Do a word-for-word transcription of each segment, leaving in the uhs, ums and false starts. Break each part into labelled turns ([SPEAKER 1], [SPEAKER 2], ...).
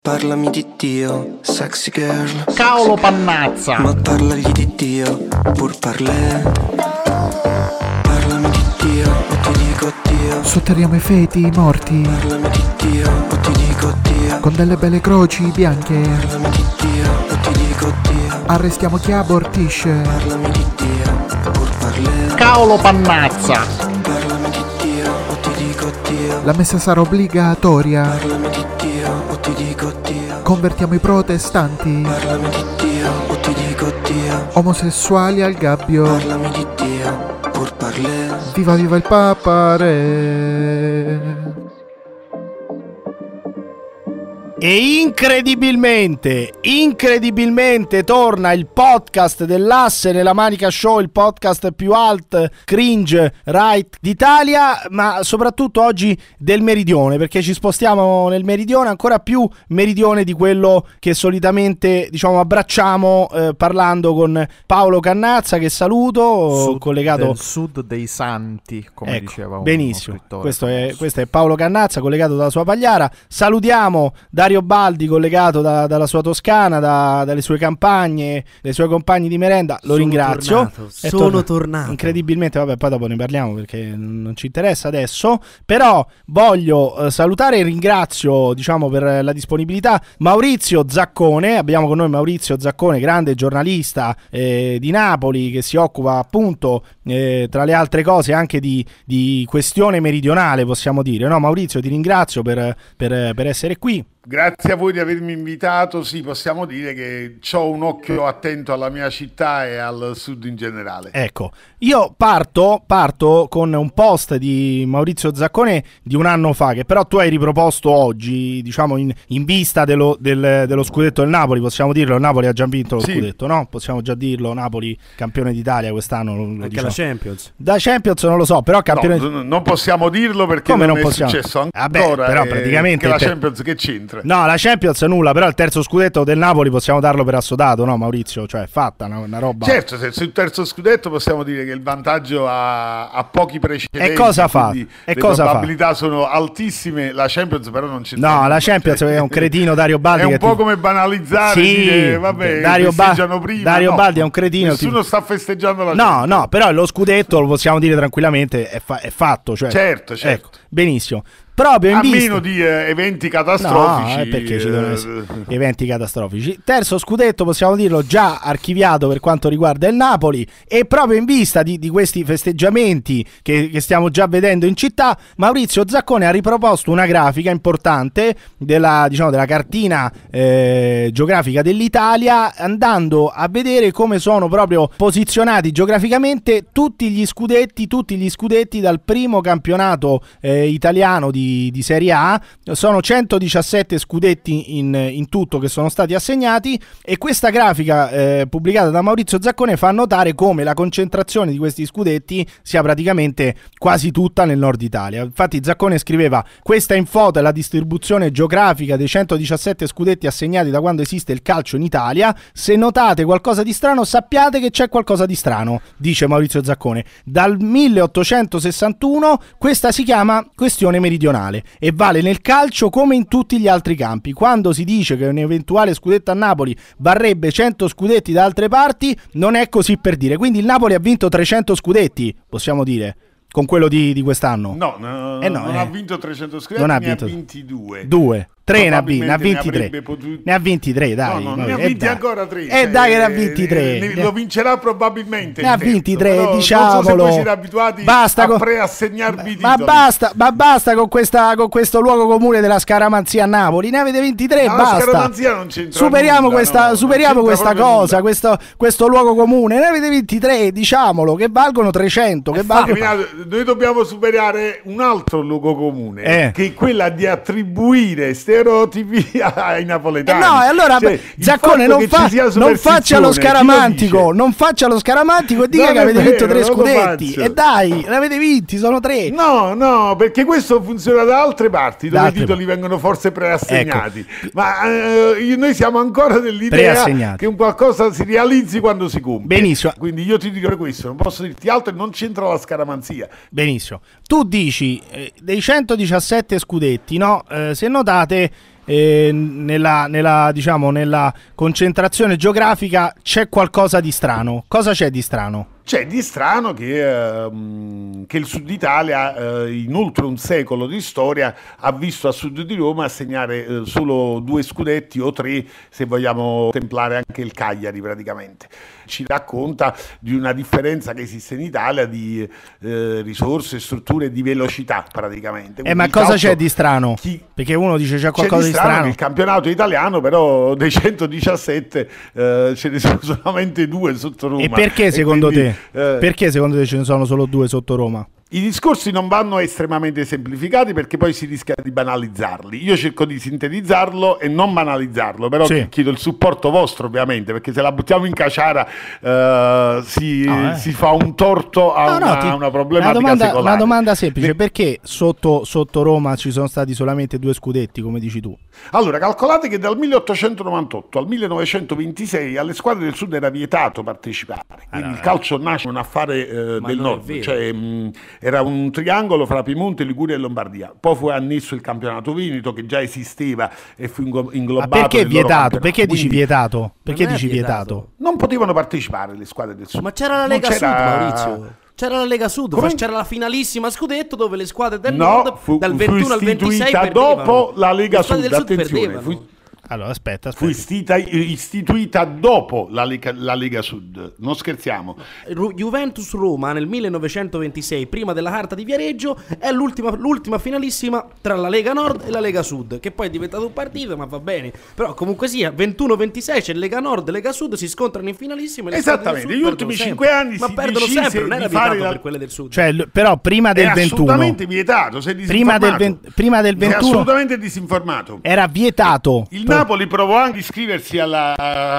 [SPEAKER 1] Parlami di Dio, sexy girl.
[SPEAKER 2] Cavolo pannazza.
[SPEAKER 1] Ma parlagli di Dio, pur parlè. Parlami di Dio, o ti dico Dio.
[SPEAKER 3] Sotterriamo i feti, i morti.
[SPEAKER 1] Parlami di Dio, o ti dico Dio.
[SPEAKER 3] Con delle belle croci bianche.
[SPEAKER 1] Parlami di Dio, o ti dico Dio.
[SPEAKER 3] Arrestiamo chi abortisce.
[SPEAKER 1] Parlami di Dio, pur parlè.
[SPEAKER 2] Cavolo pannazza.
[SPEAKER 1] Parlami di Dio, o ti dico Dio.
[SPEAKER 3] La messa sarà obbligatoria.
[SPEAKER 1] Parlami di Dio, o ti dico Dio.
[SPEAKER 3] Convertiamo i protestanti.
[SPEAKER 1] Parlami di Dio, o ti dico Dio.
[SPEAKER 3] Omosessuali al gabbio.
[SPEAKER 1] Parlami di Dio, pur parlè.
[SPEAKER 3] Viva viva il Papa Re.
[SPEAKER 2] E incredibilmente, incredibilmente torna il podcast dell'Asse nella Manica Show, il podcast più alt, cringe, right d'Italia, ma soprattutto oggi del Meridione, perché ci spostiamo nel Meridione, ancora più Meridione di quello che solitamente, diciamo, abbracciamo eh, parlando con Paolo Cannazza, che saluto,
[SPEAKER 4] sud
[SPEAKER 2] collegato...
[SPEAKER 4] del sud dei santi, come
[SPEAKER 2] ecco,
[SPEAKER 4] diceva un
[SPEAKER 2] benissimo,
[SPEAKER 4] scrittore.
[SPEAKER 2] questo è, questo è Paolo Cannazza, collegato dalla sua Pagliara. Salutiamo Dario Baldi, collegato da, dalla sua Toscana, da, dalle sue campagne, dai suoi compagni di merenda. Lo
[SPEAKER 5] sono
[SPEAKER 2] ringrazio.
[SPEAKER 5] Tornato, sono torna- tornato.
[SPEAKER 2] Incredibilmente, vabbè, poi dopo ne parliamo perché non ci interessa adesso. Però voglio eh, salutare e ringrazio, diciamo, per la disponibilità Maurizio Zaccone. Abbiamo con noi Maurizio Zaccone, grande giornalista eh, di Napoli, che si occupa appunto, eh, tra le altre cose, anche di, di questione meridionale, possiamo dire, no? Maurizio, ti ringrazio per, per, per essere qui.
[SPEAKER 6] Grazie a voi di avermi invitato. Sì, possiamo dire che ho un occhio attento alla mia città e al sud in generale.
[SPEAKER 2] Ecco, io parto, parto con un post di Maurizio Zaccone di un anno fa, che però tu hai riproposto oggi, diciamo in, in vista dello, del, dello scudetto del Napoli, possiamo dirlo, il Napoli ha già vinto lo
[SPEAKER 6] sì.
[SPEAKER 2] scudetto, no? Possiamo già dirlo, Napoli campione d'Italia quest'anno. Lo, lo
[SPEAKER 5] Anche
[SPEAKER 2] diciamo.
[SPEAKER 5] la Champions.
[SPEAKER 2] Da Champions non lo so, però campione...
[SPEAKER 6] No, non possiamo dirlo perché
[SPEAKER 2] Come
[SPEAKER 6] non,
[SPEAKER 2] non
[SPEAKER 6] è
[SPEAKER 2] possiamo?
[SPEAKER 6] successo ancora.
[SPEAKER 2] Vabbè, però
[SPEAKER 6] eh,
[SPEAKER 2] praticamente
[SPEAKER 6] che la
[SPEAKER 2] te...
[SPEAKER 6] Champions che c'entra?
[SPEAKER 2] No, la Champions nulla, però il terzo scudetto del Napoli possiamo darlo per assodato, no Maurizio? Cioè è fatta una, una roba...
[SPEAKER 6] Certo, se sul terzo scudetto possiamo dire che il vantaggio ha, ha pochi precedenti.
[SPEAKER 2] E cosa fa?
[SPEAKER 6] E
[SPEAKER 2] e
[SPEAKER 6] le
[SPEAKER 2] cosa
[SPEAKER 6] probabilità
[SPEAKER 2] fa?
[SPEAKER 6] sono altissime. La Champions però non c'è.
[SPEAKER 2] No, la Champions cioè, è un cretino Dario Baldi.
[SPEAKER 6] È un
[SPEAKER 2] che
[SPEAKER 6] po'
[SPEAKER 2] ti...
[SPEAKER 6] come banalizzare,
[SPEAKER 2] sì,
[SPEAKER 6] dire vabbè,
[SPEAKER 2] Dario
[SPEAKER 6] festeggiano
[SPEAKER 2] ba-
[SPEAKER 6] prima.
[SPEAKER 2] Dario
[SPEAKER 6] no,
[SPEAKER 2] Baldi è un cretino.
[SPEAKER 6] Nessuno
[SPEAKER 2] ti...
[SPEAKER 6] sta festeggiando la
[SPEAKER 2] No,
[SPEAKER 6] Champions.
[SPEAKER 2] no, però lo scudetto lo possiamo dire tranquillamente è, fa- è fatto, cioè...
[SPEAKER 6] Certo, certo.
[SPEAKER 2] Ecco, benissimo. Proprio in
[SPEAKER 6] a
[SPEAKER 2] vista...
[SPEAKER 6] meno di eh, eventi catastrofici.
[SPEAKER 2] No, eh, perché ci devono essere
[SPEAKER 6] eh,
[SPEAKER 2] eventi catastrofici. Terzo scudetto, possiamo dirlo, già archiviato per quanto riguarda il Napoli, e proprio in vista di, di questi festeggiamenti che, che stiamo già vedendo in città, Maurizio Zaccone ha riproposto una grafica importante della, diciamo, della cartina eh, geografica dell'Italia, andando a vedere come sono proprio posizionati geograficamente tutti gli scudetti, tutti gli scudetti dal primo campionato eh, italiano di, di Serie A. Sono centodiciassette scudetti in, in tutto che sono stati assegnati, e questa grafica eh, pubblicata da Maurizio Zaccone fa notare come la concentrazione di questi scudetti sia praticamente quasi tutta nel nord Italia. Infatti Zaccone scriveva: questa in foto è la distribuzione geografica dei centodiciassette scudetti assegnati da quando esiste il calcio in Italia. Se notate qualcosa di strano, sappiate che c'è qualcosa di strano, dice Maurizio Zaccone. Dal milleottocentosessantuno questa si chiama questione meridionale e vale nel calcio come in tutti gli altri campi. Quando si dice che un eventuale scudetto a Napoli varrebbe cento scudetti da altre parti, non è così per dire. Quindi il Napoli ha vinto trecento scudetti, possiamo dire, con quello di, di quest'anno.
[SPEAKER 6] No, no,
[SPEAKER 2] eh no
[SPEAKER 6] non
[SPEAKER 2] eh.
[SPEAKER 6] ha vinto trecento scudetti,
[SPEAKER 2] non ha
[SPEAKER 6] ne
[SPEAKER 2] vinto
[SPEAKER 6] ha vinti due.
[SPEAKER 2] Due. Tre ne ha vinti, ne ha vinti tre.
[SPEAKER 6] Potuto...
[SPEAKER 2] Ne ha vinti tre, dai.
[SPEAKER 6] No, no, ne ha vinti ancora tre.
[SPEAKER 2] E eh,
[SPEAKER 6] cioè,
[SPEAKER 2] dai che ne ha vinti tre.
[SPEAKER 6] Ne, ne, lo vincerà probabilmente.
[SPEAKER 2] Ne ha vinti tre,
[SPEAKER 6] però
[SPEAKER 2] diciamolo.
[SPEAKER 6] Non so se voi siete abituati
[SPEAKER 2] basta
[SPEAKER 6] a
[SPEAKER 2] con...
[SPEAKER 6] preassegnarvi i
[SPEAKER 2] ma
[SPEAKER 6] titoli.
[SPEAKER 2] basta, ma basta con, questa, con questo luogo comune della scaramanzia a Napoli. Ne avete ventitré,
[SPEAKER 6] no,
[SPEAKER 2] basta.
[SPEAKER 6] La scaramanzia non c'entra
[SPEAKER 2] superiamo
[SPEAKER 6] nulla,
[SPEAKER 2] questa,
[SPEAKER 6] no,
[SPEAKER 2] superiamo questa cosa, questo,
[SPEAKER 6] questo,
[SPEAKER 2] questo luogo comune. Ne avete ventitré, diciamolo, che valgono trecento. Che valgono...
[SPEAKER 6] Fatto, noi dobbiamo superare un altro luogo comune,
[SPEAKER 2] eh.
[SPEAKER 6] che è quella di attribuire stereotipi ai napoletani.
[SPEAKER 2] Eh no, e allora
[SPEAKER 6] cioè,
[SPEAKER 2] Zaccone non, fa, non faccia lo scaramantico,
[SPEAKER 6] lo
[SPEAKER 2] non faccia lo scaramantico e dica
[SPEAKER 6] non
[SPEAKER 2] che avete
[SPEAKER 6] vero,
[SPEAKER 2] vinto tre scudetti. E dai, l'avete vinti, sono tre.
[SPEAKER 6] No, no, perché questo funziona da altre parti, dove i titoli
[SPEAKER 2] parti.
[SPEAKER 6] vengono forse preassegnati.
[SPEAKER 2] Ecco.
[SPEAKER 6] Ma eh, noi siamo ancora nell'idea che un qualcosa si realizzi quando si compie.
[SPEAKER 2] Benissimo.
[SPEAKER 6] Quindi io ti dico questo, non posso dirti altro e non c'entra la scaramanzia.
[SPEAKER 2] Benissimo. Tu dici eh, dei centodiciassette scudetti, no? Eh, se notate eh, nella, nella, diciamo, nella concentrazione geografica c'è qualcosa di strano. Cosa c'è di strano?
[SPEAKER 6] C'è di strano che, ehm, che il Sud Italia, eh, in oltre un secolo di storia, ha visto a sud di Roma assegnare eh, solo due scudetti o tre, se vogliamo contemplare anche il Cagliari praticamente. Ci racconta di una differenza che esiste in Italia di eh, risorse, strutture, di velocità praticamente.
[SPEAKER 2] Eh, ma cosa calcio, c'è di strano? Chi... Perché uno dice c'è qualcosa c'è di strano. Di strano.
[SPEAKER 6] Il campionato italiano però dei centodiciassette eh, ce ne sono solamente due sotto Roma.
[SPEAKER 2] E perché secondo
[SPEAKER 6] quindi,
[SPEAKER 2] te? Eh, perché secondo te ce ne sono solo due sotto Roma?
[SPEAKER 6] I discorsi non vanno estremamente semplificati perché poi si rischia di banalizzarli. Io cerco di sintetizzarlo e non banalizzarlo, però sì. chiedo il supporto vostro ovviamente, perché se la buttiamo in caciara uh, si, no, eh. si fa un torto a, no, una, no, ti... una problematica
[SPEAKER 2] una domanda,
[SPEAKER 6] secolare.
[SPEAKER 2] Una domanda semplice, Le... perché sotto, sotto Roma ci sono stati solamente due scudetti, come dici tu?
[SPEAKER 6] Allora, calcolate che dal milleottocentonovantotto al millenovecentoventisei alle squadre del Sud era vietato partecipare, quindi allora, il calcio nasce un affare eh, del Nord, cioè mh, era un triangolo fra Piemonte, Liguria e Lombardia. Poi fu annesso il campionato veneto che già esisteva e fu inglobato.
[SPEAKER 2] Ma perché vietato? Perché dici vietato? Perché dici vietato?
[SPEAKER 6] Non potevano partecipare le squadre del Sud.
[SPEAKER 5] Ma c'era la Lega Sud, Maurizio. C'era la Lega Sud, Come? c'era la finalissima scudetto dove le squadre del
[SPEAKER 6] no,
[SPEAKER 5] Nord
[SPEAKER 6] fu,
[SPEAKER 5] dal ventuno al ventisei perdevano.
[SPEAKER 6] Dopo la Lega Sud,
[SPEAKER 5] Sud
[SPEAKER 6] attenzione, fu,
[SPEAKER 2] Allora, aspetta, aspetta.
[SPEAKER 6] Fu istituita, istituita dopo la Lega, la Lega Sud, non scherziamo.
[SPEAKER 5] Juventus Roma nel millenovecentoventisei, prima della Carta di Viareggio, è l'ultima, l'ultima finalissima tra la Lega Nord e la Lega Sud, che poi è diventato un partito, ma va bene. Però comunque sia, ventuno ventisei c'è Lega Nord e Lega Sud, si scontrano in finalissime. Le
[SPEAKER 6] Esattamente, negli ultimi cinque anni
[SPEAKER 5] ma
[SPEAKER 6] si
[SPEAKER 5] perdono sempre, non era vietato
[SPEAKER 6] la...
[SPEAKER 5] per quelle del Sud.
[SPEAKER 2] Cioè, però prima del
[SPEAKER 6] è
[SPEAKER 2] ventuno
[SPEAKER 6] assolutamente vietato, sei
[SPEAKER 2] prima del, ven... prima del ventuno
[SPEAKER 6] sei assolutamente disinformato.
[SPEAKER 2] Era vietato.
[SPEAKER 6] Il per... Napoli provò anche iscriversi alla,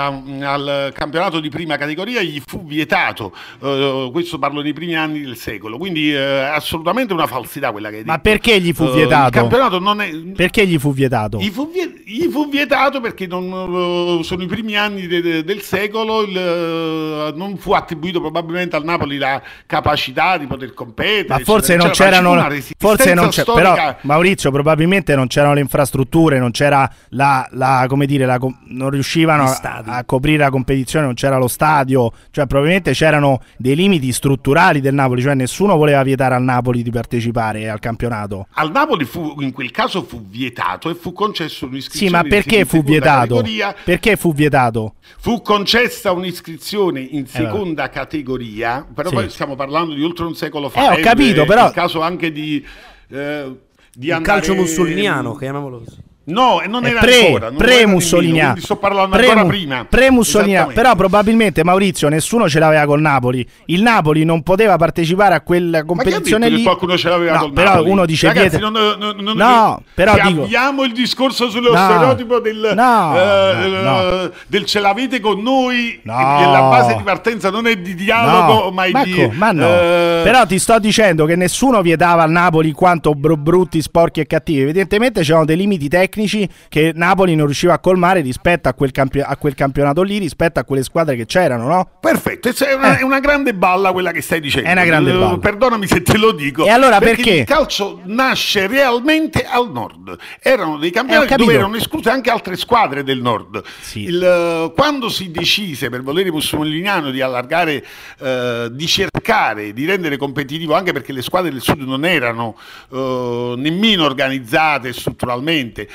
[SPEAKER 6] al campionato di prima categoria, gli fu vietato, uh, questo parlo dei primi anni del secolo, quindi è uh, assolutamente una falsità quella che hai detto.
[SPEAKER 2] Ma perché gli fu vietato? Uh,
[SPEAKER 6] il campionato non è...
[SPEAKER 2] Perché gli fu vietato?
[SPEAKER 6] Gli fu, viet... gli fu vietato perché non, uh, sono i primi anni de- de- del secolo, il, uh, non fu attribuito probabilmente al Napoli la capacità di poter competere.
[SPEAKER 2] Ma forse non
[SPEAKER 6] cioè,
[SPEAKER 2] c'erano, forse non c'è, però Maurizio, probabilmente non c'erano le infrastrutture, non c'era la, la come dire, la non riuscivano a, a coprire la competizione, non c'era lo stadio, cioè probabilmente c'erano dei limiti strutturali del Napoli, cioè nessuno voleva vietare al Napoli di partecipare al campionato.
[SPEAKER 6] Al Napoli fu, in quel caso fu vietato e fu concesso un'iscrizione.
[SPEAKER 2] Sì, ma perché fu vietato? Categoria. Perché fu vietato?
[SPEAKER 6] Fu concessa un'iscrizione in seconda eh, categoria, però sì. Poi stiamo parlando di oltre un secolo fa.
[SPEAKER 2] Eh, ho capito,
[SPEAKER 6] eh,
[SPEAKER 2] però
[SPEAKER 6] il caso anche di eh, di
[SPEAKER 5] il
[SPEAKER 6] andare,
[SPEAKER 5] calcio mussoliniano, chiamiamolo così.
[SPEAKER 6] No, e non era
[SPEAKER 2] pre,
[SPEAKER 6] ancora non
[SPEAKER 2] pre-mussoliniano,
[SPEAKER 6] sto parlando
[SPEAKER 2] pre,
[SPEAKER 6] ancora prima
[SPEAKER 2] pre-mussoliniano, però probabilmente Maurizio nessuno ce l'aveva col Napoli. Il Napoli non poteva partecipare a quella competizione lì.
[SPEAKER 6] Che qualcuno ce l'aveva
[SPEAKER 2] no,
[SPEAKER 6] col
[SPEAKER 2] però
[SPEAKER 6] Napoli.
[SPEAKER 2] uno dice
[SPEAKER 6] ragazzi,
[SPEAKER 2] Piet...
[SPEAKER 6] non, non, non
[SPEAKER 2] no, però dico
[SPEAKER 6] abbiamo il discorso sullo
[SPEAKER 2] no,
[SPEAKER 6] stereotipo del
[SPEAKER 2] no,
[SPEAKER 6] eh,
[SPEAKER 2] no, no.
[SPEAKER 6] del ce l'avete con noi,
[SPEAKER 2] no.
[SPEAKER 6] che la base di partenza non è di dialogo,
[SPEAKER 2] no.
[SPEAKER 6] ma è
[SPEAKER 2] Marco,
[SPEAKER 6] di
[SPEAKER 2] ma no.
[SPEAKER 6] eh...
[SPEAKER 2] Però ti sto dicendo che nessuno vietava al Napoli quanto br- brutti, sporchi e cattivi. Evidentemente c'erano dei limiti tecnici che Napoli non riusciva a colmare rispetto a quel, campio- a quel campionato lì, rispetto a quelle squadre che c'erano, no?
[SPEAKER 6] Perfetto, è una, eh. è una grande balla quella che stai dicendo.
[SPEAKER 2] È una grande balla.
[SPEAKER 6] Perdonami se te lo dico.
[SPEAKER 2] E allora
[SPEAKER 6] perché?
[SPEAKER 2] perché?
[SPEAKER 6] Il calcio nasce realmente al nord. Erano dei campionati eh, dove erano escluse anche altre squadre del nord.
[SPEAKER 2] Sì.
[SPEAKER 6] Il, quando si decise per volere mussoliniano di allargare, eh, di cercare di rendere competitivo, anche perché le squadre del sud non erano eh, nemmeno organizzate strutturalmente,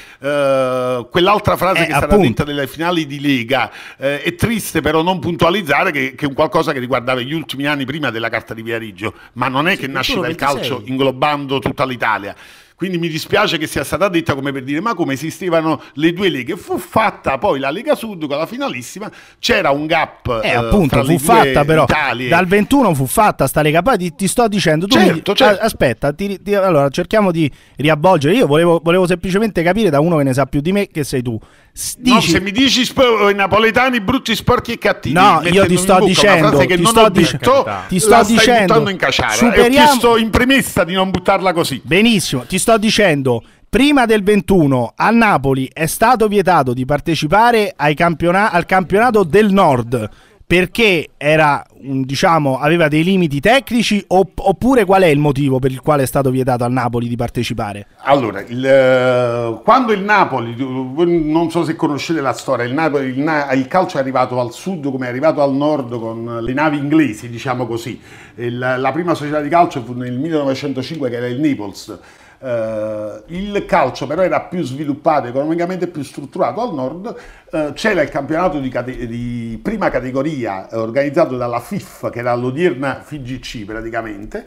[SPEAKER 6] eh, quell'altra frase eh, che
[SPEAKER 2] appunto.
[SPEAKER 6] sarà detta nelle finali di Lega, eh, è triste però non puntualizzare che, che è un qualcosa che riguardava gli ultimi anni prima della Carta di Viareggio, ma non è che nasceva il calcio inglobando tutta l'Italia. Quindi mi dispiace che sia stata detta come per dire ma come esistevano le due leghe. Fu fatta poi la Lega Sud con la finalissima, c'era un gap
[SPEAKER 2] eh, appunto, fu fatta però Italie. Dal ventuno fu fatta sta Lega, poi ti, ti sto dicendo tu
[SPEAKER 6] certo,
[SPEAKER 2] mi,
[SPEAKER 6] certo.
[SPEAKER 2] A, aspetta ti, ti, allora cerchiamo di riavvolgere. Io volevo, volevo semplicemente capire da uno che ne sa più di me, che sei tu. Dici...
[SPEAKER 6] No, se mi dici sp- napoletani brutti, sporchi e cattivi,
[SPEAKER 2] no, io ti sto dicendo
[SPEAKER 6] che
[SPEAKER 2] ti
[SPEAKER 6] non
[SPEAKER 2] sto,
[SPEAKER 6] ho
[SPEAKER 2] dic-
[SPEAKER 6] detto,
[SPEAKER 2] ti sto dicendo
[SPEAKER 6] in caciara,
[SPEAKER 2] superiamo...
[SPEAKER 6] e ho chiesto in premessa di non buttarla così.
[SPEAKER 2] Benissimo, ti sto dicendo prima del ventuno a Napoli è stato vietato di partecipare ai campiona- al campionato del Nord perché era, diciamo, aveva dei limiti tecnici opp- oppure qual è il motivo per il quale è stato vietato al Napoli di partecipare?
[SPEAKER 6] Allora, il, eh, quando il Napoli, non so se conoscete la storia, il, Napoli, il, Na- il calcio è arrivato al sud come è arrivato al nord con le navi inglesi, diciamo così. Il, la prima società di calcio fu nel millenovecentocinque, che era il Naples. Uh, il calcio però era più sviluppato, economicamente più strutturato al nord. Uh, c'era il campionato di, cate- di prima categoria, eh, organizzato dalla F I F, che era l'odierna F I G C praticamente,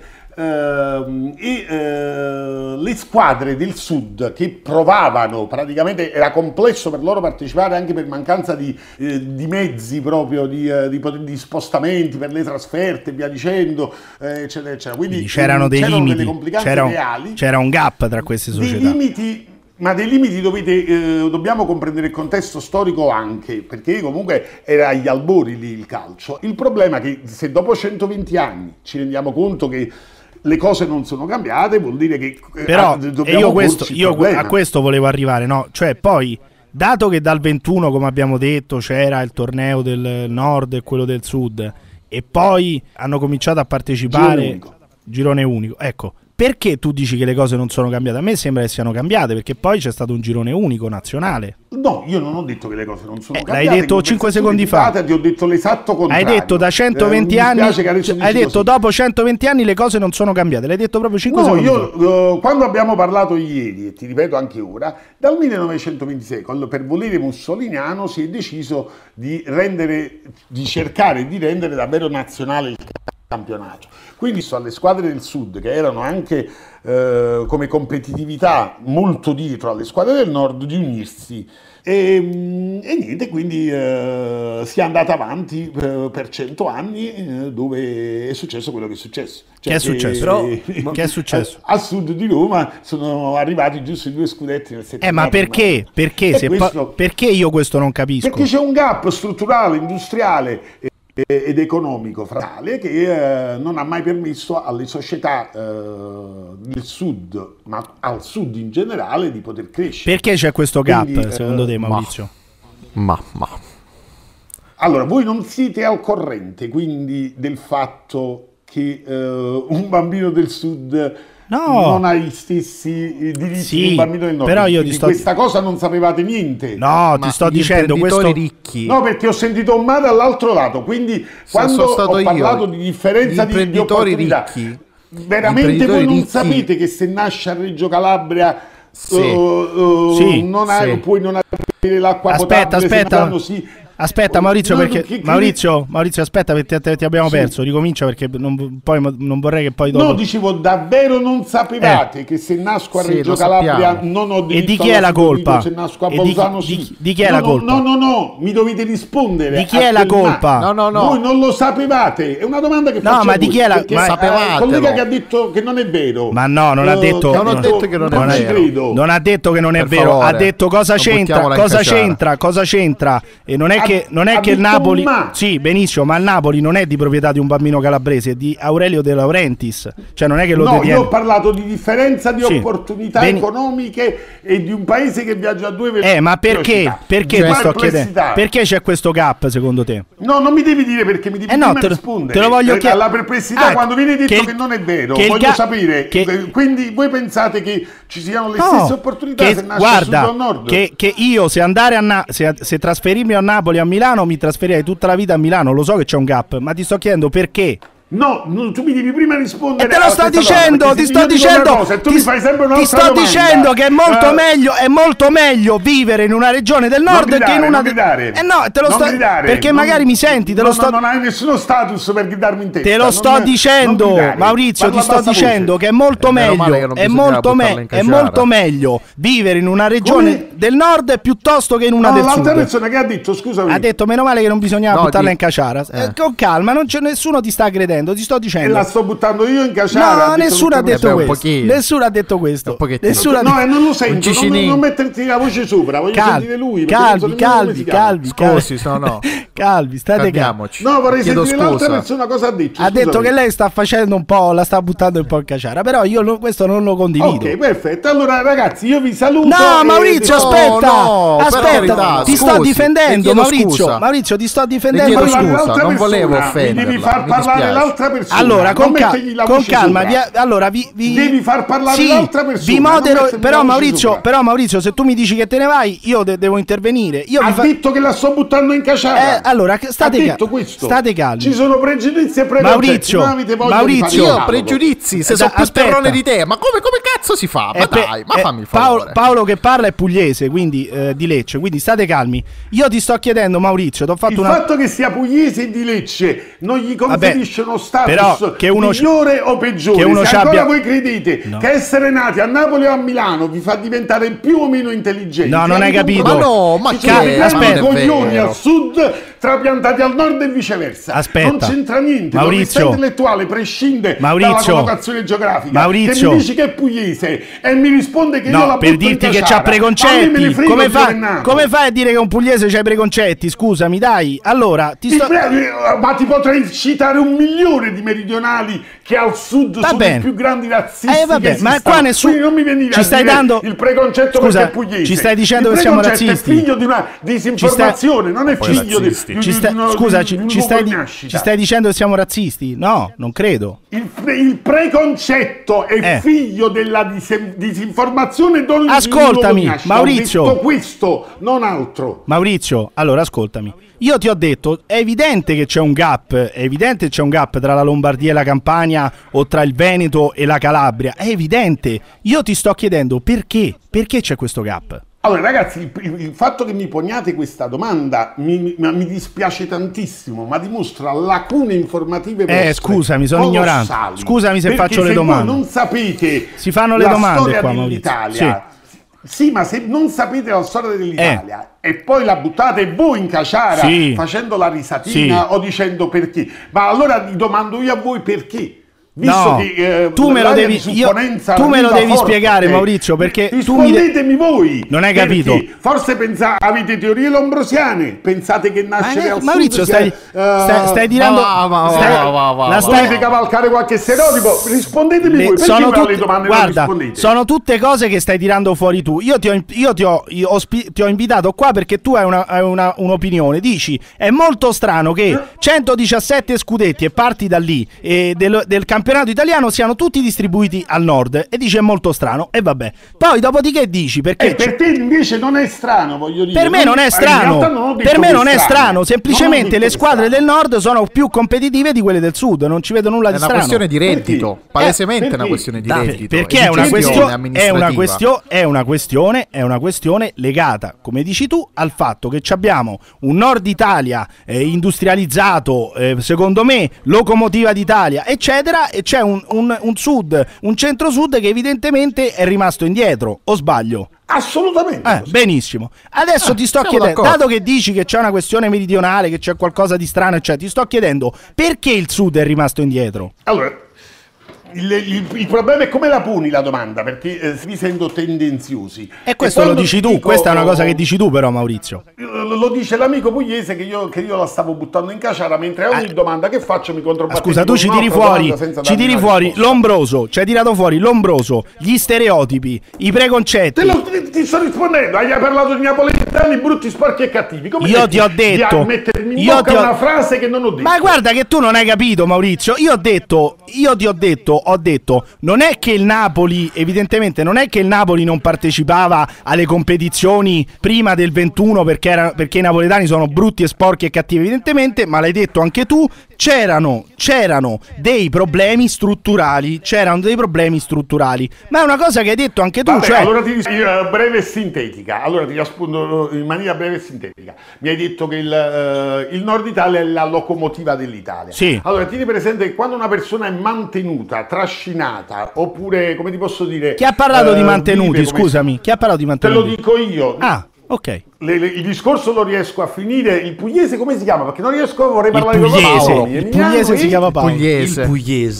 [SPEAKER 6] uh, e uh, le squadre del sud che provavano, praticamente era complesso per loro partecipare anche per mancanza di, eh, di mezzi proprio, di, eh, di, di spostamenti per le trasferte e via dicendo, eh, eccetera eccetera. Quindi,
[SPEAKER 2] Quindi c'erano dei
[SPEAKER 6] c'erano
[SPEAKER 2] limiti,
[SPEAKER 6] delle complicanze
[SPEAKER 2] c'era un,
[SPEAKER 6] reali,
[SPEAKER 2] c'era un gap tra queste società.
[SPEAKER 6] dei limiti, ma dei limiti dovete, eh, dobbiamo comprendere il contesto storico anche, perché comunque era agli albori lì il calcio. Il problema è che se dopo centoventi anni ci rendiamo conto che le cose non sono cambiate, vuol dire che eh,
[SPEAKER 2] però
[SPEAKER 6] dobbiamo
[SPEAKER 2] io, questo,
[SPEAKER 6] porci il
[SPEAKER 2] io
[SPEAKER 6] problema.
[SPEAKER 2] a questo volevo arrivare, no? Cioè poi, dato che dal ventuno, come abbiamo detto, c'era il torneo del nord e quello del sud, e poi hanno cominciato a partecipare
[SPEAKER 6] Girone unico.
[SPEAKER 2] girone unico, ecco, perché tu dici che le cose non sono cambiate? A me sembra che siano cambiate, perché poi c'è stato un girone unico nazionale.
[SPEAKER 6] No, io non ho detto che le cose non sono
[SPEAKER 2] Eh,
[SPEAKER 6] cambiate.
[SPEAKER 2] l'hai detto
[SPEAKER 6] in
[SPEAKER 2] cinque
[SPEAKER 6] conversazione
[SPEAKER 2] secondi fa.
[SPEAKER 6] privata ti ho detto l'esatto contrario.
[SPEAKER 2] Hai detto da centoventi
[SPEAKER 6] Eh, mi
[SPEAKER 2] anni,
[SPEAKER 6] dispiace che adesso
[SPEAKER 2] hai
[SPEAKER 6] dici
[SPEAKER 2] detto
[SPEAKER 6] così.
[SPEAKER 2] dopo centoventi anni le cose non sono cambiate, l'hai detto proprio cinque
[SPEAKER 6] No,
[SPEAKER 2] secondi fa.
[SPEAKER 6] io eh, quando abbiamo parlato ieri, e ti ripeto anche ora, dal millenovecentoventisei, quando per volere mussoliniano si è deciso di rendere, di cercare di rendere davvero nazionale il campionato. Quindi so, alle squadre del sud, che erano anche eh, come competitività molto dietro alle squadre del nord, di unirsi. E, e niente, quindi eh, si è andata avanti eh, per cento anni, eh, dove è successo quello che è successo. Cioè
[SPEAKER 2] Che è successo?
[SPEAKER 5] Però-
[SPEAKER 2] Che è successo?
[SPEAKER 6] A, a sud di Roma sono arrivati giusto i due scudetti nel
[SPEAKER 2] Eh,
[SPEAKER 6] settantanove.
[SPEAKER 2] ma perché? Perché,
[SPEAKER 6] E
[SPEAKER 2] se po-
[SPEAKER 6] questo-
[SPEAKER 2] perché io questo non capisco?
[SPEAKER 6] Perché c'è un gap strutturale, industriale eh, ed economico fra tale che eh, non ha mai permesso alle società eh, del sud, ma al sud in generale, di poter crescere.
[SPEAKER 2] Perché c'è questo gap,
[SPEAKER 6] Quindi, eh,
[SPEAKER 2] secondo te, Maurizio?
[SPEAKER 4] Ma, ma.
[SPEAKER 6] Allora, voi non siete al corrente quindi del fatto che eh, un bambino del sud
[SPEAKER 2] No.
[SPEAKER 6] non ha gli stessi eh, diritti
[SPEAKER 2] Sì,
[SPEAKER 6] di un bambino del nord?
[SPEAKER 2] però io ti
[SPEAKER 6] Di
[SPEAKER 2] sto-
[SPEAKER 6] questa cosa non sapevate niente.
[SPEAKER 2] No,
[SPEAKER 4] Ma
[SPEAKER 2] ti sto
[SPEAKER 4] gli
[SPEAKER 2] dicendo questo.
[SPEAKER 4] imprenditori ricchi.
[SPEAKER 6] No, perché ho sentito un ma dall'altro lato, quindi quando
[SPEAKER 4] sono stato
[SPEAKER 6] ho
[SPEAKER 4] io.
[SPEAKER 6] parlato di differenza
[SPEAKER 4] Gli
[SPEAKER 6] di, di
[SPEAKER 4] imprenditori
[SPEAKER 6] opportunità,
[SPEAKER 4] ricchi.
[SPEAKER 6] veramente
[SPEAKER 4] Gli
[SPEAKER 6] voi non
[SPEAKER 4] imprenditori
[SPEAKER 6] sapete che se nasce a Reggio Calabria
[SPEAKER 4] Sì.
[SPEAKER 6] uh, uh,
[SPEAKER 2] Sì,
[SPEAKER 6] non hai,
[SPEAKER 4] sì.
[SPEAKER 6] puoi non avere l'acqua
[SPEAKER 2] Aspetta,
[SPEAKER 6] potabile, se
[SPEAKER 2] aspetta.
[SPEAKER 6] danno sì.
[SPEAKER 2] Aspetta Maurizio,
[SPEAKER 6] No,
[SPEAKER 2] perché
[SPEAKER 6] che- che-
[SPEAKER 2] Maurizio, Maurizio aspetta, perché ti, ti abbiamo
[SPEAKER 6] Sì.
[SPEAKER 2] perso. Ricomincia, perché non, poi non vorrei che poi dopo.
[SPEAKER 6] No, dicevo, davvero non sapevate che se nasco a
[SPEAKER 4] Sì,
[SPEAKER 6] Reggio
[SPEAKER 4] lo
[SPEAKER 6] Calabria
[SPEAKER 4] sappiamo.
[SPEAKER 6] non ho diritto
[SPEAKER 2] E di chi è la
[SPEAKER 6] all'asilo
[SPEAKER 2] colpa?
[SPEAKER 6] nido, se nasco a
[SPEAKER 2] E di chi-
[SPEAKER 6] Bolzano
[SPEAKER 2] di
[SPEAKER 6] sì.
[SPEAKER 2] chi- di chi è
[SPEAKER 6] no,
[SPEAKER 2] la
[SPEAKER 6] no,
[SPEAKER 2] colpa?
[SPEAKER 6] No, no, no, mi dovete rispondere.
[SPEAKER 2] Di chi
[SPEAKER 6] a
[SPEAKER 2] è la
[SPEAKER 6] quel ma.
[SPEAKER 2] colpa?
[SPEAKER 4] No, no, no.
[SPEAKER 6] Voi non lo sapevate, è una domanda che
[SPEAKER 2] No,
[SPEAKER 6] faccio
[SPEAKER 2] ma
[SPEAKER 6] a
[SPEAKER 2] di
[SPEAKER 6] voi,
[SPEAKER 2] chi è la-
[SPEAKER 6] perché,
[SPEAKER 2] ma-
[SPEAKER 6] eh,
[SPEAKER 4] Sapevatelo.
[SPEAKER 6] il collega che ha detto che non è vero.
[SPEAKER 2] Ma no, non ha
[SPEAKER 6] Eh,
[SPEAKER 2] detto-
[SPEAKER 6] che
[SPEAKER 4] non ho detto che non è
[SPEAKER 6] ci
[SPEAKER 4] vero.
[SPEAKER 6] credo.
[SPEAKER 2] Non ha detto che non è
[SPEAKER 4] Per
[SPEAKER 2] vero,
[SPEAKER 4] favore,
[SPEAKER 2] ha detto cosa
[SPEAKER 4] non
[SPEAKER 2] c'entra,
[SPEAKER 4] buttiamola in
[SPEAKER 2] cosa
[SPEAKER 4] caciara.
[SPEAKER 2] c'entra, cosa c'entra. E non è
[SPEAKER 6] Ha-
[SPEAKER 2] che, non è
[SPEAKER 6] ha
[SPEAKER 2] che il
[SPEAKER 6] detto
[SPEAKER 2] Napoli.
[SPEAKER 6] ma.
[SPEAKER 2] Sì, benissimo, ma il Napoli non è di proprietà di un bambino calabrese, è di Aurelio De Laurentiis. Cioè, non è che lo
[SPEAKER 6] No,
[SPEAKER 2] detiene.
[SPEAKER 6] io ho parlato di differenza di
[SPEAKER 2] Sì.
[SPEAKER 6] opportunità
[SPEAKER 2] Beni-
[SPEAKER 6] economiche e di un paese che viaggia a due velocità.
[SPEAKER 2] Eh, ma perché? Perché
[SPEAKER 6] Di
[SPEAKER 2] ti sto
[SPEAKER 6] perplessità.
[SPEAKER 2] chiedendo? Perché c'è questo gap, secondo te?
[SPEAKER 6] No, non mi devi dire perché mi devi
[SPEAKER 2] Eh no,
[SPEAKER 6] prima
[SPEAKER 2] te lo-
[SPEAKER 6] rispondere.
[SPEAKER 2] te lo voglio
[SPEAKER 6] Eh,
[SPEAKER 2] chied-
[SPEAKER 6] alla perplessità
[SPEAKER 2] Ah,
[SPEAKER 6] quando viene detto
[SPEAKER 2] che
[SPEAKER 6] che,
[SPEAKER 2] il-
[SPEAKER 6] non è vero,
[SPEAKER 2] che il
[SPEAKER 6] voglio
[SPEAKER 2] ga-
[SPEAKER 6] sapere.
[SPEAKER 2] che-
[SPEAKER 6] Eh, Quindi voi pensate che ci siano le
[SPEAKER 2] No,
[SPEAKER 6] stesse opportunità
[SPEAKER 2] che-
[SPEAKER 6] se nasce
[SPEAKER 2] guarda,
[SPEAKER 6] a sud o a nord?
[SPEAKER 2] che, che io se andare a Na- se, se trasferirmi a Napoli o a Milano mi trasferirei tutta la vita a Milano. Lo so che c'è un gap, ma ti sto chiedendo perché.
[SPEAKER 6] No, no, tu mi devi prima rispondere.
[SPEAKER 2] E te lo
[SPEAKER 6] a
[SPEAKER 2] sto
[SPEAKER 6] questa
[SPEAKER 2] dicendo,
[SPEAKER 6] domanda,
[SPEAKER 2] ti
[SPEAKER 6] perché
[SPEAKER 2] sto
[SPEAKER 6] se io dico una
[SPEAKER 2] dicendo,
[SPEAKER 6] cosa e tu
[SPEAKER 2] ti,
[SPEAKER 6] mi fai sempre
[SPEAKER 2] ti
[SPEAKER 6] un'altra
[SPEAKER 2] sto
[SPEAKER 6] domanda,
[SPEAKER 2] dicendo che è molto
[SPEAKER 6] eh,
[SPEAKER 2] meglio, è molto meglio vivere in una regione del
[SPEAKER 6] non
[SPEAKER 2] nord
[SPEAKER 6] gridare,
[SPEAKER 2] che in una
[SPEAKER 6] non gridare.
[SPEAKER 2] Eh no, te lo
[SPEAKER 6] Non
[SPEAKER 2] sto
[SPEAKER 6] gridare,
[SPEAKER 2] perché
[SPEAKER 6] non-
[SPEAKER 2] magari mi senti, te lo
[SPEAKER 6] non-
[SPEAKER 2] sto
[SPEAKER 6] non hai nessuno status per gridarmi in testa.
[SPEAKER 2] Te lo
[SPEAKER 6] non-
[SPEAKER 2] sto
[SPEAKER 6] non
[SPEAKER 2] dicendo,
[SPEAKER 6] gridare.
[SPEAKER 2] Maurizio,
[SPEAKER 6] Parla
[SPEAKER 2] ti sto
[SPEAKER 6] a bassa
[SPEAKER 2] dicendo
[SPEAKER 6] voce.
[SPEAKER 2] che è molto
[SPEAKER 4] Eh, meno male che
[SPEAKER 2] meglio,
[SPEAKER 4] non
[SPEAKER 2] è
[SPEAKER 4] bisognava
[SPEAKER 2] molto,
[SPEAKER 4] buttarla
[SPEAKER 2] me-
[SPEAKER 4] in
[SPEAKER 2] è
[SPEAKER 4] caciara.
[SPEAKER 2] molto meglio vivere in una regione
[SPEAKER 6] Come?
[SPEAKER 2] del nord piuttosto che in una
[SPEAKER 6] No,
[SPEAKER 2] del
[SPEAKER 6] l'altra
[SPEAKER 2] sud.
[SPEAKER 6] persona che ha detto, scusami.
[SPEAKER 2] Ha detto meno male che non bisognava
[SPEAKER 4] No,
[SPEAKER 2] buttarla
[SPEAKER 4] di-
[SPEAKER 2] in caciara. Eh,
[SPEAKER 4] eh.
[SPEAKER 2] con calma, non c'è, nessuno ti sta credendo, ti sto
[SPEAKER 6] E
[SPEAKER 2] dicendo.
[SPEAKER 6] la sto buttando io in caciara.
[SPEAKER 2] No,
[SPEAKER 6] ha detto
[SPEAKER 2] nessuno ha
[SPEAKER 6] tutto
[SPEAKER 2] detto
[SPEAKER 4] Eh beh, un
[SPEAKER 2] questo.
[SPEAKER 4] pochino.
[SPEAKER 2] Nessuno ha detto questo.
[SPEAKER 4] Un pochettino.
[SPEAKER 2] Nessuno ha
[SPEAKER 6] No,
[SPEAKER 2] detto-
[SPEAKER 6] e non lo sento, non,
[SPEAKER 4] cicinino.
[SPEAKER 6] non metterti la voce sopra, voglio
[SPEAKER 2] Calmi,
[SPEAKER 6] sentire lui. perché non so
[SPEAKER 2] calmi,
[SPEAKER 6] nemmeno come
[SPEAKER 2] calmi,
[SPEAKER 6] si chiama.
[SPEAKER 2] calmi, calmi.
[SPEAKER 4] Scusi, no, no.
[SPEAKER 2] calmi, state calmi.
[SPEAKER 4] Calmiamoci.
[SPEAKER 6] No, vorrei
[SPEAKER 4] Chiedo
[SPEAKER 6] sentire l'altra
[SPEAKER 4] scusa.
[SPEAKER 6] persona cosa ha detto.
[SPEAKER 2] Ha
[SPEAKER 6] scusami.
[SPEAKER 2] detto che lei sta facendo un po', la sta buttando un po' in caciara, però io lo- questo non lo condivido.
[SPEAKER 6] Ok, perfetto. Allora, ragazzi, io vi saluto.
[SPEAKER 2] No,
[SPEAKER 6] e-
[SPEAKER 2] Maurizio,
[SPEAKER 4] No,
[SPEAKER 2] aspetta,
[SPEAKER 4] no, per
[SPEAKER 2] aspetta,
[SPEAKER 4] carità,
[SPEAKER 2] ti sto
[SPEAKER 4] scusi, le
[SPEAKER 2] difendendo,
[SPEAKER 4] chiedo
[SPEAKER 2] Maurizio.
[SPEAKER 4] scusa.
[SPEAKER 2] Maurizio, ti sto
[SPEAKER 4] Le
[SPEAKER 2] difendendo.
[SPEAKER 4] chiedo
[SPEAKER 6] Parlare
[SPEAKER 4] scusa,
[SPEAKER 6] l'altra
[SPEAKER 4] non
[SPEAKER 6] persona,
[SPEAKER 4] volevo
[SPEAKER 6] Mi
[SPEAKER 4] offenderla,
[SPEAKER 6] devi far
[SPEAKER 4] mi
[SPEAKER 6] parlare
[SPEAKER 4] dispiace.
[SPEAKER 6] l'altra persona.
[SPEAKER 2] Allora, con,
[SPEAKER 6] non
[SPEAKER 2] ca-
[SPEAKER 6] mettergli la
[SPEAKER 2] con
[SPEAKER 6] voce
[SPEAKER 2] calma,
[SPEAKER 6] sopra.
[SPEAKER 2] vi- allora vi, vi-
[SPEAKER 6] Devi far parlare
[SPEAKER 2] sì,
[SPEAKER 6] l'altra persona,
[SPEAKER 2] vi
[SPEAKER 6] non
[SPEAKER 2] modero,
[SPEAKER 6] mettermi
[SPEAKER 2] però
[SPEAKER 6] la voce
[SPEAKER 2] Maurizio,
[SPEAKER 6] sopra.
[SPEAKER 2] però Maurizio, se tu mi dici che te ne vai, io de- devo intervenire. Io
[SPEAKER 6] Ha
[SPEAKER 2] vi fa-
[SPEAKER 6] detto che la sto buttando in caciara.
[SPEAKER 2] Eh, allora, che- state
[SPEAKER 6] ha
[SPEAKER 2] ca-
[SPEAKER 6] detto questo.
[SPEAKER 2] state calmi.
[SPEAKER 6] Ci sono pregiudizi e preconcetti.
[SPEAKER 2] Maurizio,
[SPEAKER 6] non avete voglia
[SPEAKER 2] Maurizio,
[SPEAKER 6] di fare
[SPEAKER 4] Io ho
[SPEAKER 6] dialogo.
[SPEAKER 4] pregiudizi, se
[SPEAKER 2] Eh,
[SPEAKER 4] sono più
[SPEAKER 2] aspetta.
[SPEAKER 4] terrone di te. Ma come, come cazzo si fa? Ma
[SPEAKER 2] Eh, pe-
[SPEAKER 4] dai, ma
[SPEAKER 2] eh,
[SPEAKER 4] fammi il
[SPEAKER 2] Paolo,
[SPEAKER 4] favore.
[SPEAKER 2] Paolo che parla è pugliese, quindi eh, di Lecce, quindi state calmi. Io ti sto chiedendo, Maurizio, ti ho fatto
[SPEAKER 6] Il
[SPEAKER 2] una
[SPEAKER 6] fatto che sia pugliese e di Lecce non gli conferisce uno status
[SPEAKER 2] però che uno-
[SPEAKER 6] migliore o peggiore.
[SPEAKER 2] che uno
[SPEAKER 6] Se
[SPEAKER 2] ci
[SPEAKER 6] ancora
[SPEAKER 2] abbia-
[SPEAKER 6] voi credete
[SPEAKER 2] No.
[SPEAKER 6] che essere nati a Napoli o a Milano vi fa diventare più o meno intelligenti,
[SPEAKER 2] No, non hai
[SPEAKER 6] avete un
[SPEAKER 2] capito.
[SPEAKER 6] problema.
[SPEAKER 4] Ma no, ma
[SPEAKER 6] Ci
[SPEAKER 4] che-
[SPEAKER 6] sono dei grandi
[SPEAKER 2] aspetta.
[SPEAKER 6] coglioni
[SPEAKER 4] vero.
[SPEAKER 6] al sud trapiantati al nord e viceversa.
[SPEAKER 2] Aspetta.
[SPEAKER 6] Non c'entra niente.
[SPEAKER 2] Maurizio.
[SPEAKER 6] L'onestà intellettuale prescinde
[SPEAKER 2] Maurizio.
[SPEAKER 6] dalla collocazione geografica.
[SPEAKER 2] Maurizio.
[SPEAKER 6] Che mi dici che è pugliese e mi risponde che io
[SPEAKER 2] No,
[SPEAKER 6] la
[SPEAKER 2] per
[SPEAKER 6] butto in
[SPEAKER 2] dirti che
[SPEAKER 6] caciara.
[SPEAKER 2] c'ha
[SPEAKER 6] A me me ne
[SPEAKER 2] preconcetti.
[SPEAKER 6] frega
[SPEAKER 2] Come,
[SPEAKER 6] di dove è
[SPEAKER 2] fa-
[SPEAKER 6] nato.
[SPEAKER 2] come fai a dire che un pugliese c'ha i preconcetti? Scusami, dai. Allora, ti sto.
[SPEAKER 6] Ma ti potrei citare un milione di meridionali che al sud
[SPEAKER 2] Va
[SPEAKER 6] sono
[SPEAKER 2] bene.
[SPEAKER 6] i più grandi razzisti.
[SPEAKER 2] Eh, vabbè,
[SPEAKER 6] che
[SPEAKER 2] ma
[SPEAKER 6] esistano.
[SPEAKER 2] qua nessuno-
[SPEAKER 6] Quindi non mi venire
[SPEAKER 2] ci
[SPEAKER 6] a
[SPEAKER 2] stai
[SPEAKER 6] dire
[SPEAKER 2] dando-
[SPEAKER 6] il preconcetto
[SPEAKER 2] Scusa,
[SPEAKER 6] perché è pugliese.
[SPEAKER 2] ci stai dicendo
[SPEAKER 6] il
[SPEAKER 2] che siamo
[SPEAKER 6] preconcetto
[SPEAKER 2] razzisti?
[SPEAKER 6] è figlio di una disinformazione, non è
[SPEAKER 4] Poi
[SPEAKER 6] figlio di,
[SPEAKER 4] razzisti.
[SPEAKER 6] di,
[SPEAKER 2] Ci
[SPEAKER 6] di-
[SPEAKER 2] stai-
[SPEAKER 6] di uno-
[SPEAKER 2] scusa,
[SPEAKER 6] di-
[SPEAKER 2] ci,
[SPEAKER 6] di un
[SPEAKER 2] ci
[SPEAKER 6] luogo
[SPEAKER 2] stai
[SPEAKER 6] di
[SPEAKER 2] di-
[SPEAKER 6] nascita.
[SPEAKER 2] ci stai dicendo che siamo razzisti? No, non credo.
[SPEAKER 6] Il, il preconcetto è
[SPEAKER 2] Eh.
[SPEAKER 6] figlio della dis- disinformazione. Non di un
[SPEAKER 2] Ascoltami,
[SPEAKER 6] luogo di nascita.
[SPEAKER 2] Maurizio.
[SPEAKER 6] Ho detto questo, non altro.
[SPEAKER 2] Maurizio, allora ascoltami. Io ti ho detto, è evidente che c'è un gap, è evidente che c'è un gap tra la Lombardia e la Campania o tra il Veneto e la Calabria, è evidente. Io ti sto chiedendo perché, perché c'è questo gap?
[SPEAKER 6] Allora ragazzi, il, il- il fatto che mi poniate questa domanda mi, mi- ma mi dispiace tantissimo, ma dimostra lacune informative vostre
[SPEAKER 2] Eh, scusami, sono
[SPEAKER 6] colossali.
[SPEAKER 2] ignorante. Scusami se
[SPEAKER 6] Perché
[SPEAKER 2] faccio le
[SPEAKER 6] se
[SPEAKER 2] domande.
[SPEAKER 6] voi non sapete
[SPEAKER 2] Si fanno le
[SPEAKER 6] la
[SPEAKER 2] domande
[SPEAKER 6] storia
[SPEAKER 2] qua, Maurizio.
[SPEAKER 6] dell'Italia, sì. ma se non sapete la storia dell'Italia e poi la buttate voi in caciara
[SPEAKER 2] Sì.
[SPEAKER 6] facendo la risatina
[SPEAKER 2] Sì.
[SPEAKER 6] o dicendo perché, ma allora vi domando io a voi perché. Visto
[SPEAKER 2] No,
[SPEAKER 6] che eh,
[SPEAKER 2] tu me lo
[SPEAKER 6] l'area
[SPEAKER 2] devi-
[SPEAKER 6] di
[SPEAKER 2] io-
[SPEAKER 6] supponenza
[SPEAKER 2] tu me lo
[SPEAKER 6] arriva
[SPEAKER 2] devi
[SPEAKER 6] forte,
[SPEAKER 2] spiegare, Maurizio, perché tu mi de-
[SPEAKER 6] rispondetemi voi.
[SPEAKER 2] Non hai
[SPEAKER 6] Perché
[SPEAKER 2] capito.
[SPEAKER 6] Forse pensa, avete teorie lombrosiane, pensate che nascere
[SPEAKER 2] Ma,
[SPEAKER 6] al
[SPEAKER 2] Maurizio,
[SPEAKER 6] sud
[SPEAKER 2] stai,
[SPEAKER 6] sia,
[SPEAKER 2] stai,
[SPEAKER 6] eh,
[SPEAKER 2] stai tirando.
[SPEAKER 4] va, va,
[SPEAKER 2] stai-
[SPEAKER 4] va, va, va,
[SPEAKER 2] la
[SPEAKER 4] va.
[SPEAKER 2] stai-
[SPEAKER 6] volete cavalcare qualche stereotipo? Rispondetemi
[SPEAKER 2] le-
[SPEAKER 6] voi, perché
[SPEAKER 2] sono
[SPEAKER 6] voi alle
[SPEAKER 2] tutte,
[SPEAKER 6] domande non
[SPEAKER 2] guarda,
[SPEAKER 6] rispondete?
[SPEAKER 2] sono tutte cose che stai tirando fuori tu. Io ti ho, io ti ho, io ho spi- ti ho invitato qua perché tu hai, una, hai una- un'opinione. Dici, è molto strano che centodiciassette scudetti e parti da lì e del, del campionato italiano siano tutti distribuiti al nord. E dici, è molto strano. E vabbè. Poi, dopodiché dici, perché...
[SPEAKER 6] E per te invece non è strano, voglio dire.
[SPEAKER 2] Per me non è
[SPEAKER 6] In
[SPEAKER 2] strano,
[SPEAKER 6] realtà non ho detto
[SPEAKER 2] per me
[SPEAKER 6] che
[SPEAKER 2] non è strano,
[SPEAKER 6] Non ho
[SPEAKER 2] semplicemente
[SPEAKER 6] detto
[SPEAKER 2] le
[SPEAKER 6] che è
[SPEAKER 2] squadre
[SPEAKER 6] strano.
[SPEAKER 2] del nord sono più competitive di quelle del sud, non ci vedo nulla
[SPEAKER 4] È
[SPEAKER 2] di
[SPEAKER 4] una
[SPEAKER 2] strano.
[SPEAKER 4] questione di reddito,
[SPEAKER 6] Perché?
[SPEAKER 4] palesemente
[SPEAKER 6] Eh,
[SPEAKER 4] è una
[SPEAKER 6] perché?
[SPEAKER 4] questione di
[SPEAKER 2] Dai,
[SPEAKER 4] reddito.
[SPEAKER 2] perché
[SPEAKER 4] e
[SPEAKER 2] è
[SPEAKER 4] di
[SPEAKER 2] una,
[SPEAKER 4] gestione
[SPEAKER 2] questio- è, una
[SPEAKER 4] amministrativa.
[SPEAKER 2] questio- è una questione è una questione legata, come dici tu, al fatto che ci abbiamo un nord Italia eh, industrializzato, eh, secondo me locomotiva d'Italia, eccetera, e c'è un, un- un sud, un centro-sud che evidentemente è rimasto indietro, o sbaglio?
[SPEAKER 6] Assolutamente.
[SPEAKER 2] Eh, benissimo. Adesso
[SPEAKER 4] Ah,
[SPEAKER 2] ti sto
[SPEAKER 4] siamo
[SPEAKER 2] chiedendo,
[SPEAKER 4] d'accordo.
[SPEAKER 2] dato che dici che c'è una questione meridionale, che c'è qualcosa di strano, eccetera, ti sto chiedendo perché il sud è rimasto indietro?
[SPEAKER 6] Allora, il, il- il problema è come la poni la domanda, perché eh, mi sento tendenziosi.
[SPEAKER 2] E questo lo
[SPEAKER 6] quando
[SPEAKER 2] dici
[SPEAKER 6] ti
[SPEAKER 2] tu,
[SPEAKER 6] dico-
[SPEAKER 2] questa è una cosa che dici tu però, Maurizio.
[SPEAKER 6] Lo, lo dice l'amico pugliese che io, che io la stavo buttando in caciara, mentre a ogni
[SPEAKER 2] Ah.
[SPEAKER 6] domanda che faccio mi
[SPEAKER 2] Ah,
[SPEAKER 6] controbatto.
[SPEAKER 2] scusa, tu ci tiri fuori, ci tiri fuori l'ombroso, ci hai tirato fuori l'ombroso, gli stereotipi, i preconcetti.
[SPEAKER 6] Te lo, ti, ti sto rispondendo, hai parlato di napoletani brutti, sporchi e cattivi. Come
[SPEAKER 2] Io
[SPEAKER 6] metti
[SPEAKER 2] ti ho
[SPEAKER 6] di
[SPEAKER 2] detto,
[SPEAKER 6] a mettermi in
[SPEAKER 2] io
[SPEAKER 6] bocca
[SPEAKER 2] ti ho-
[SPEAKER 6] una frase che non ho detto.
[SPEAKER 2] Ma guarda che tu non hai capito, Maurizio. Io ho detto, io ti ho detto, ho detto, non è che il Napoli, evidentemente, non è che il Napoli non partecipava alle competizioni prima del ventuno perché, era, perché i napoletani sono brutti e sporchi e cattivi, evidentemente, ma l'hai detto anche tu, c'erano, c'erano dei problemi strutturali, c'erano dei problemi strutturali. Ma è una cosa che hai detto anche tu,
[SPEAKER 6] Vabbè,
[SPEAKER 2] cioè...
[SPEAKER 6] allora ti io, breve e sintetica. Allora ti rispondo in maniera breve e sintetica. Mi hai detto che il, eh, il Nord Italia è la locomotiva dell'Italia.
[SPEAKER 2] Sì.
[SPEAKER 6] Allora tieni presente che quando una persona è mantenuta, trascinata, oppure come ti posso dire.
[SPEAKER 2] Chi ha parlato
[SPEAKER 6] eh,
[SPEAKER 2] di mantenuti,
[SPEAKER 6] vive come-
[SPEAKER 2] scusami? Chi ha parlato di
[SPEAKER 6] Te
[SPEAKER 2] mantenuti?
[SPEAKER 6] lo dico io.
[SPEAKER 2] Ah, ok.
[SPEAKER 6] Le- le- il discorso lo riesco a finire. Il pugliese come si chiama? Perché non riesco, vorrei
[SPEAKER 2] Il
[SPEAKER 6] parlare con
[SPEAKER 2] pugliese,
[SPEAKER 6] Paolo.
[SPEAKER 2] il pugliese si chiama Paolo.
[SPEAKER 4] Pugliese.
[SPEAKER 5] Il pugliese.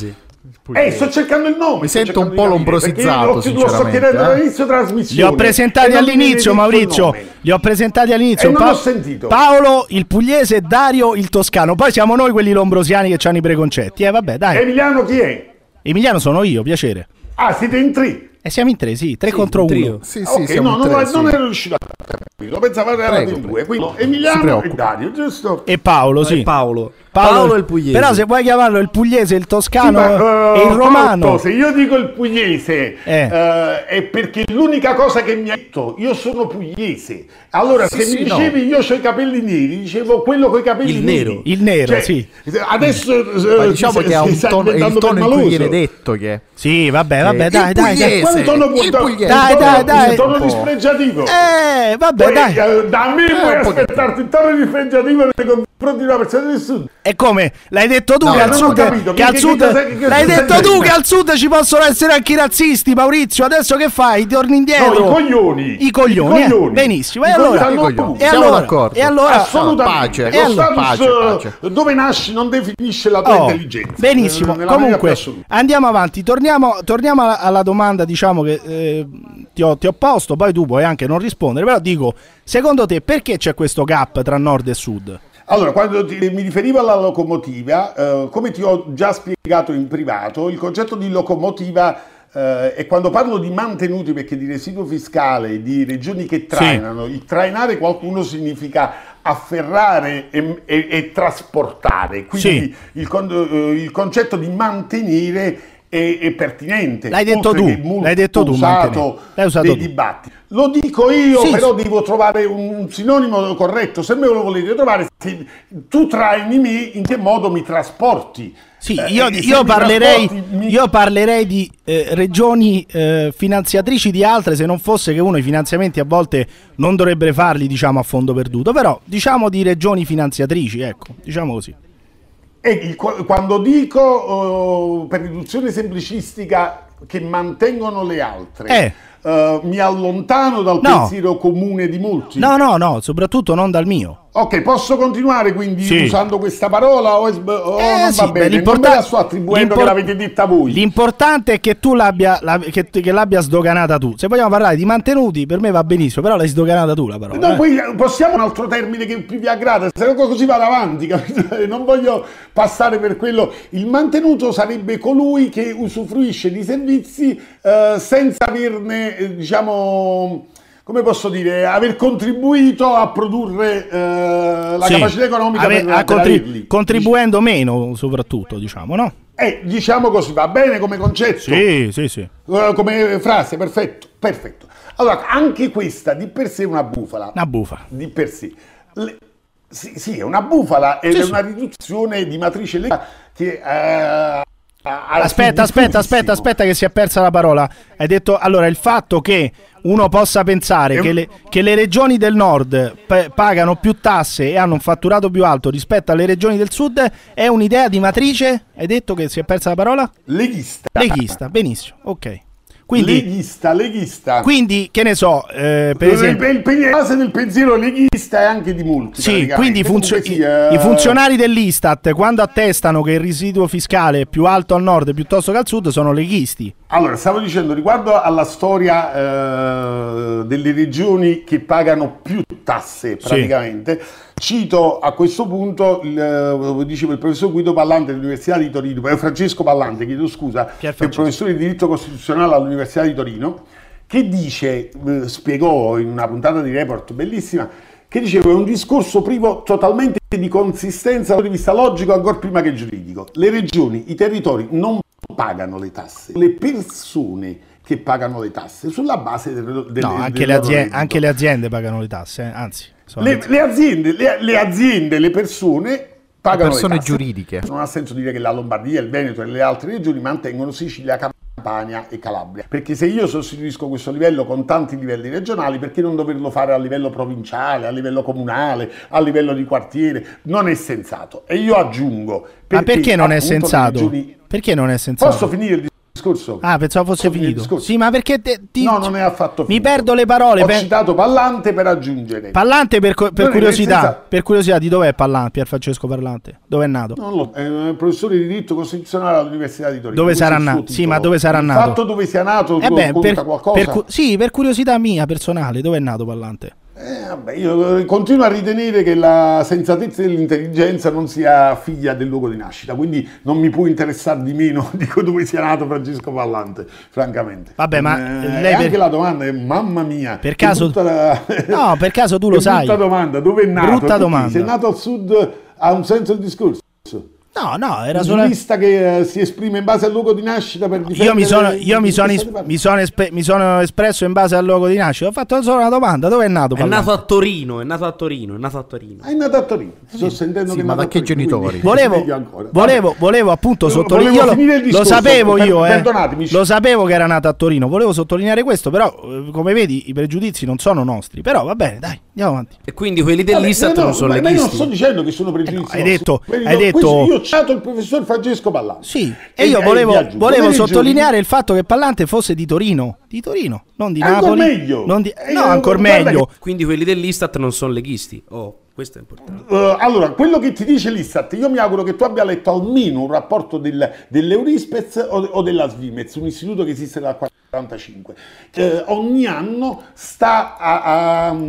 [SPEAKER 6] Eh, sto cercando il nome.
[SPEAKER 4] Mi
[SPEAKER 6] sto
[SPEAKER 4] sento un
[SPEAKER 6] cercando
[SPEAKER 4] po'
[SPEAKER 6] di capire,
[SPEAKER 4] lombrosizzato,
[SPEAKER 6] perché io lo sto
[SPEAKER 4] sinceramente,
[SPEAKER 6] chiedendo
[SPEAKER 4] eh.
[SPEAKER 6] dall'inizio trasmissione.
[SPEAKER 2] Li ho presentati
[SPEAKER 6] e non mi viene
[SPEAKER 2] all'inizio,
[SPEAKER 6] detto il
[SPEAKER 2] Maurizio.
[SPEAKER 6] nome.
[SPEAKER 2] Li ho presentati all'inizio.
[SPEAKER 6] E non ho sentito.
[SPEAKER 2] Paolo il pugliese e Dario il toscano. Poi siamo noi quelli lombrosiani che hanno i preconcetti. Eh, vabbè, dai.
[SPEAKER 6] Emiliano chi è?
[SPEAKER 2] Emiliano sono io, piacere.
[SPEAKER 6] Ah, siete in tre.
[SPEAKER 2] E siamo in tre, sì, tre
[SPEAKER 5] Sì,
[SPEAKER 2] contro
[SPEAKER 5] un trio.
[SPEAKER 2] uno.
[SPEAKER 4] Sì, sì,
[SPEAKER 6] Ok,
[SPEAKER 4] siamo
[SPEAKER 6] no,
[SPEAKER 4] in
[SPEAKER 6] non,
[SPEAKER 4] tre, sì.
[SPEAKER 6] non ero riuscito a capire. Pensavo che erano
[SPEAKER 4] Prego,
[SPEAKER 6] in due.
[SPEAKER 4] prego.
[SPEAKER 6] Quindi
[SPEAKER 4] Si
[SPEAKER 6] Emiliano e
[SPEAKER 4] preoccupi.
[SPEAKER 6] Dario, giusto?
[SPEAKER 2] E Paolo, sì.
[SPEAKER 5] E Paolo. Paolo, il pugliese.
[SPEAKER 2] Però se vuoi chiamarlo il pugliese, il toscano
[SPEAKER 6] Sì, ma,
[SPEAKER 2] e
[SPEAKER 6] uh,
[SPEAKER 2] il romano.
[SPEAKER 6] Cotto, se io dico il pugliese
[SPEAKER 2] Eh.
[SPEAKER 6] eh, è perché l'unica cosa che mi ha detto, io sono pugliese. Allora,
[SPEAKER 4] Sì,
[SPEAKER 6] se
[SPEAKER 4] sì,
[SPEAKER 6] mi
[SPEAKER 4] no.
[SPEAKER 6] dicevi io ho i capelli neri, dicevo quello con i capelli
[SPEAKER 5] Il
[SPEAKER 6] neri.
[SPEAKER 5] nero.
[SPEAKER 2] Il nero,
[SPEAKER 6] Cioè,
[SPEAKER 2] sì.
[SPEAKER 6] Adesso
[SPEAKER 4] Ma
[SPEAKER 6] eh,
[SPEAKER 4] diciamo
[SPEAKER 6] si-
[SPEAKER 4] che ha
[SPEAKER 6] si
[SPEAKER 4] un
[SPEAKER 6] sta
[SPEAKER 4] tono, è il
[SPEAKER 6] diventando
[SPEAKER 4] tono in cui
[SPEAKER 6] permaloso.
[SPEAKER 4] viene detto che
[SPEAKER 2] Sì, vabbè, vabbè,
[SPEAKER 4] Eh,
[SPEAKER 2] dai,
[SPEAKER 4] il
[SPEAKER 2] dai, dai.
[SPEAKER 4] pugliese.
[SPEAKER 6] Quel tono
[SPEAKER 4] Il
[SPEAKER 6] pugliese,
[SPEAKER 4] pugliese.
[SPEAKER 2] Dai, dai, dai.
[SPEAKER 6] il tono
[SPEAKER 4] Un po'.
[SPEAKER 6] dispregiativo.
[SPEAKER 2] Eh, vabbè,
[SPEAKER 6] Poi,
[SPEAKER 2] dai.
[SPEAKER 6] eh, da me puoi
[SPEAKER 4] un pochettino.
[SPEAKER 6] aspettarti il tono dispregiativo nei confronti di una persona del sud.
[SPEAKER 2] E come? L'hai detto tu
[SPEAKER 4] No,
[SPEAKER 2] che al
[SPEAKER 6] non ho
[SPEAKER 2] sud,
[SPEAKER 6] capito,
[SPEAKER 2] che
[SPEAKER 6] che-
[SPEAKER 2] al
[SPEAKER 6] che
[SPEAKER 2] sud
[SPEAKER 6] cosa- che cosa
[SPEAKER 2] l'hai
[SPEAKER 6] stai
[SPEAKER 2] detto tu
[SPEAKER 6] dicendo?
[SPEAKER 2] che al sud ci possono essere anche i razzisti, Maurizio. Adesso che fai? Torni indietro?
[SPEAKER 6] No, i coglioni.
[SPEAKER 2] I coglioni,
[SPEAKER 6] I
[SPEAKER 2] eh.
[SPEAKER 6] coglioni.
[SPEAKER 2] Benissimo. E
[SPEAKER 6] I
[SPEAKER 2] allora?
[SPEAKER 6] coglioni.
[SPEAKER 4] I coglioni.
[SPEAKER 2] E
[SPEAKER 4] Siamo
[SPEAKER 2] allora?
[SPEAKER 4] d'accordo.
[SPEAKER 2] E allora?
[SPEAKER 6] Assolutamente.
[SPEAKER 4] pace,
[SPEAKER 2] e
[SPEAKER 6] Lo
[SPEAKER 2] allora-
[SPEAKER 6] status
[SPEAKER 4] pace, pace.
[SPEAKER 6] eh, dove nasci non definisce la tua
[SPEAKER 2] Oh,
[SPEAKER 6] intelligenza.
[SPEAKER 2] benissimo.
[SPEAKER 6] Eh, nella maniera più
[SPEAKER 2] Comunque,
[SPEAKER 6] assoluta.
[SPEAKER 2] andiamo avanti. Torniamo, torniamo alla, alla domanda, diciamo che eh, ti, ho, ti ho posto. Poi tu puoi anche non rispondere. Però dico, secondo te, perché c'è questo gap tra nord e sud?
[SPEAKER 6] Allora, quando ti- mi riferivo alla locomotiva, eh, come ti ho già spiegato in privato, il concetto di locomotiva eh, è quando parlo di mantenuti, perché di residuo fiscale, di regioni che trainano, il trainare qualcuno significa afferrare e, e- e trasportare, quindi
[SPEAKER 2] Sì.
[SPEAKER 6] il, con- eh, il concetto di mantenere è, è pertinente.
[SPEAKER 2] L'hai detto
[SPEAKER 6] oltre
[SPEAKER 2] tu,
[SPEAKER 6] che molto
[SPEAKER 2] l'hai detto tu,
[SPEAKER 6] usato
[SPEAKER 2] mantenere. L'hai usato
[SPEAKER 6] dei
[SPEAKER 2] tu.
[SPEAKER 6] dibattiti. Lo dico io,
[SPEAKER 2] Sì,
[SPEAKER 6] però
[SPEAKER 2] sì.
[SPEAKER 6] devo trovare un sinonimo corretto. Se me lo volete trovare, se tu traini me, in che modo mi trasporti?
[SPEAKER 2] Sì,
[SPEAKER 6] Eh,
[SPEAKER 2] io,
[SPEAKER 6] e se
[SPEAKER 2] io
[SPEAKER 6] mi
[SPEAKER 2] parlerei,
[SPEAKER 6] trasporti, mi-
[SPEAKER 2] io parlerei di eh, regioni eh, finanziatrici di altre, se non fosse che uno i finanziamenti a volte non dovrebbe farli, diciamo, a fondo perduto, però diciamo di regioni finanziatrici, ecco, diciamo così.
[SPEAKER 6] E il- quando dico oh, per riduzione semplicistica che mantengono le altre,
[SPEAKER 2] Eh.
[SPEAKER 6] eh, mi allontano dal
[SPEAKER 2] No.
[SPEAKER 6] pensiero comune di molti.
[SPEAKER 2] No, no, no, soprattutto non dal mio.
[SPEAKER 6] Ok, posso continuare quindi
[SPEAKER 2] Sì.
[SPEAKER 6] usando questa parola o, è sb- o
[SPEAKER 2] Eh,
[SPEAKER 6] non
[SPEAKER 2] sì,
[SPEAKER 6] va
[SPEAKER 2] beh,
[SPEAKER 6] bene? Non me
[SPEAKER 2] l'importa-
[SPEAKER 6] la sto attribuendo
[SPEAKER 2] l'impor-
[SPEAKER 6] che l'avete detta voi.
[SPEAKER 2] L'importante è che tu l'abbia, la- che, che l'abbia sdoganata tu. Se vogliamo parlare di mantenuti, per me va benissimo, però l'hai sdoganata tu la parola.
[SPEAKER 6] No,
[SPEAKER 2] eh.
[SPEAKER 6] poi possiamo un altro termine che più vi aggrada, se no così vado avanti, capito? Non voglio passare per quello. Il mantenuto sarebbe colui che usufruisce di servizi eh, senza averne, eh, diciamo, come posso dire, aver contribuito a produrre eh, la
[SPEAKER 2] Sì.
[SPEAKER 6] capacità economica
[SPEAKER 2] Ave-
[SPEAKER 6] per,
[SPEAKER 2] a
[SPEAKER 6] per
[SPEAKER 2] contri-
[SPEAKER 6] averli.
[SPEAKER 2] contribuendo meno, soprattutto, diciamo, no?
[SPEAKER 6] Eh, diciamo così, va bene come concetto?
[SPEAKER 2] Sì, sì, sì.
[SPEAKER 6] Eh, come frase, perfetto, perfetto. Allora, anche questa di per sé è una bufala.
[SPEAKER 2] Una bufa.
[SPEAKER 6] Di per sé. Le- sì, sì, è una bufala ed
[SPEAKER 2] Sì,
[SPEAKER 6] è
[SPEAKER 2] sì.
[SPEAKER 6] una riduzione di matrice legale che... eh, ha- ha-
[SPEAKER 2] Aspetta, aspetta, aspetta, aspetta che si è persa la parola. Hai detto, allora, il fatto che uno possa pensare
[SPEAKER 6] È
[SPEAKER 2] che
[SPEAKER 6] un-
[SPEAKER 2] le, che le regioni del nord pa- pagano più tasse e hanno un fatturato più alto rispetto alle regioni del sud è un'idea di matrice? Hai detto che si è persa la parola?
[SPEAKER 6] Leghista.
[SPEAKER 2] Leghista, benissimo, ok. Quindi,
[SPEAKER 6] Leghista, leghista.
[SPEAKER 2] quindi che ne so, eh, per
[SPEAKER 6] il,
[SPEAKER 2] esempio...
[SPEAKER 6] il, il- la base del pensiero leghista è anche di molti.
[SPEAKER 2] Sì,
[SPEAKER 6] praticamente.
[SPEAKER 2] quindi i, funzio-
[SPEAKER 6] Comunque sia-
[SPEAKER 2] i- i funzionari dell'Istat, quando attestano che il residuo fiscale è più alto al nord piuttosto che al sud, sono leghisti.
[SPEAKER 6] Allora, stavo dicendo, riguardo alla storia eh, delle regioni che pagano più tasse praticamente, cito a questo punto, il, eh, dicevo, il professor Guido Pallante dell'Università di Torino, eh, Francesco Pallante, chiedo scusa,
[SPEAKER 2] Pier
[SPEAKER 6] che è
[SPEAKER 2] Francesco.
[SPEAKER 6] professore di diritto costituzionale all'Università di Torino, che dice, eh, spiegò in una puntata di Report bellissima, che diceva è un discorso privo totalmente di consistenza dal punto di vista logico, ancora prima che giuridico. Le regioni, i territori non pagano le tasse, le persone che pagano le tasse sulla base del, delle,
[SPEAKER 2] No, anche
[SPEAKER 6] del
[SPEAKER 2] le,
[SPEAKER 6] loro
[SPEAKER 2] aziende,
[SPEAKER 6] reddito.
[SPEAKER 2] anche le aziende pagano le tasse, eh, anzi. sono-
[SPEAKER 6] Le, le aziende, le, le aziende, le persone pagano
[SPEAKER 4] Le persone
[SPEAKER 6] le tasse.
[SPEAKER 4] giuridiche.
[SPEAKER 6] Non ha senso dire che la Lombardia, il Veneto e le altre regioni mantengono Sicilia, Campania e Calabria, perché se io sostituisco questo livello con tanti livelli regionali, perché non doverlo fare a livello provinciale, a livello comunale, a livello di quartiere? Non è sensato. E io aggiungo,
[SPEAKER 2] Ma perché non è
[SPEAKER 6] appunto le
[SPEAKER 2] sensato?
[SPEAKER 6] regioni-
[SPEAKER 2] Perché non è sensato?
[SPEAKER 6] Posso finire il discorso?
[SPEAKER 2] Ah, pensavo fosse
[SPEAKER 6] Concludo il
[SPEAKER 2] finito.
[SPEAKER 6] discorso.
[SPEAKER 2] Sì, ma perché te, ti,
[SPEAKER 6] No, non è affatto
[SPEAKER 2] mi
[SPEAKER 6] finito.
[SPEAKER 2] perdo le parole.
[SPEAKER 6] Ho
[SPEAKER 2] per-
[SPEAKER 6] citato Pallante per aggiungere.
[SPEAKER 2] Pallante per, co- per
[SPEAKER 6] Noi,
[SPEAKER 2] curiosità,
[SPEAKER 6] nel senso-
[SPEAKER 2] per curiosità di dov'è Pallante, Pier Francesco Pallante? Dove è nato?
[SPEAKER 6] Non lo, è un professore di diritto costituzionale all'Università di Torino.
[SPEAKER 2] Dove
[SPEAKER 6] Questo
[SPEAKER 2] sarà
[SPEAKER 6] è il suo
[SPEAKER 2] nato? Sì,
[SPEAKER 6] titolo.
[SPEAKER 2] ma dove sarà
[SPEAKER 6] il
[SPEAKER 2] nato?
[SPEAKER 6] Il fatto dove sia nato
[SPEAKER 2] Eh beh,
[SPEAKER 6] conta
[SPEAKER 2] per,
[SPEAKER 6] qualcosa?
[SPEAKER 2] per cu- sì, per curiosità mia personale, dove è nato Pallante?
[SPEAKER 6] Eh, vabbè, io continuo a ritenere che la sensatezza dell'intelligenza non sia figlia del luogo di nascita, quindi non mi può interessare di meno dico dove sia nato Francesco Pallante, francamente.
[SPEAKER 2] Vabbè, ma
[SPEAKER 6] Eh,
[SPEAKER 2] lei
[SPEAKER 6] e anche
[SPEAKER 2] per-
[SPEAKER 6] la domanda è, mamma mia,
[SPEAKER 2] Per
[SPEAKER 6] che
[SPEAKER 2] caso-
[SPEAKER 6] brutta la-
[SPEAKER 2] No, per caso tu lo
[SPEAKER 6] che
[SPEAKER 2] sai.
[SPEAKER 6] brutta domanda, dove è nato?
[SPEAKER 2] Brutta
[SPEAKER 6] Perché
[SPEAKER 2] domanda.
[SPEAKER 6] Se è nato al sud ha un senso il discorso.
[SPEAKER 2] No, no, era
[SPEAKER 6] Un
[SPEAKER 2] solo...
[SPEAKER 6] giurista che eh, si esprime in base al luogo di nascita per difendere...
[SPEAKER 2] Io mi sono, io mi sono,
[SPEAKER 6] il
[SPEAKER 2] is-
[SPEAKER 6] Stato di
[SPEAKER 2] mi sono espe- mi sono espresso in base al luogo di nascita. Ho fatto solo una domanda: dove è nato
[SPEAKER 5] È
[SPEAKER 2] Pallante?
[SPEAKER 5] nato a Torino, è nato a Torino, è nato a Torino.
[SPEAKER 6] È nato a Torino. Sto sentendo
[SPEAKER 4] Sì,
[SPEAKER 6] che è
[SPEAKER 4] ma
[SPEAKER 6] nato
[SPEAKER 4] da
[SPEAKER 6] a
[SPEAKER 4] che
[SPEAKER 6] Torino,
[SPEAKER 4] genitori?
[SPEAKER 6] quindi
[SPEAKER 2] Volevo,
[SPEAKER 6] meglio ancora.
[SPEAKER 2] volevo, volevo appunto
[SPEAKER 6] Volevo
[SPEAKER 2] sottolineare.
[SPEAKER 6] finire il
[SPEAKER 2] Lo
[SPEAKER 6] discorso,
[SPEAKER 2] sapevo
[SPEAKER 6] per-
[SPEAKER 2] io, eh.
[SPEAKER 6] perdonatemi.
[SPEAKER 2] Lo sapevo che era nato a Torino. Volevo sottolineare questo, però, eh, come vedi, i pregiudizi non sono nostri. Però va bene, dai, andiamo avanti.
[SPEAKER 5] E quindi quelli
[SPEAKER 6] Vabbè,
[SPEAKER 5] dell'Istat
[SPEAKER 6] no,
[SPEAKER 5] non sono
[SPEAKER 6] ma io non
[SPEAKER 5] leghisti.
[SPEAKER 6] sto dicendo che sono pregiudizi.
[SPEAKER 2] Eh no, hai
[SPEAKER 6] nostri.
[SPEAKER 2] detto-
[SPEAKER 6] Quelli
[SPEAKER 2] hai
[SPEAKER 6] no,
[SPEAKER 2] detto-
[SPEAKER 6] questo- io ho citato il professor Francesco Pallante.
[SPEAKER 2] Sì, e
[SPEAKER 6] E-
[SPEAKER 2] io
[SPEAKER 6] e
[SPEAKER 2] volevo,
[SPEAKER 6] vi aggiungo,
[SPEAKER 2] volevo
[SPEAKER 6] nelle
[SPEAKER 2] sottolineare
[SPEAKER 6] regioni-
[SPEAKER 2] il fatto che Pallante fosse di Torino. Di Torino, non di
[SPEAKER 6] Ancor
[SPEAKER 2] Napoli.
[SPEAKER 6] meglio.
[SPEAKER 2] Non di-
[SPEAKER 6] Eh,
[SPEAKER 2] no,
[SPEAKER 6] io-
[SPEAKER 2] ancora
[SPEAKER 6] guarda
[SPEAKER 2] meglio.
[SPEAKER 5] Quindi quelli dell'Istat non sono leghisti. Oh, questo è importante.
[SPEAKER 6] Uh, allora, quello che ti dice l'Istat, io mi auguro che tu abbia letto almeno un rapporto del, dell'Eurispez o, o della Svimez, un istituto che esiste dal quarantacinque. Eh, ogni anno sta a, a,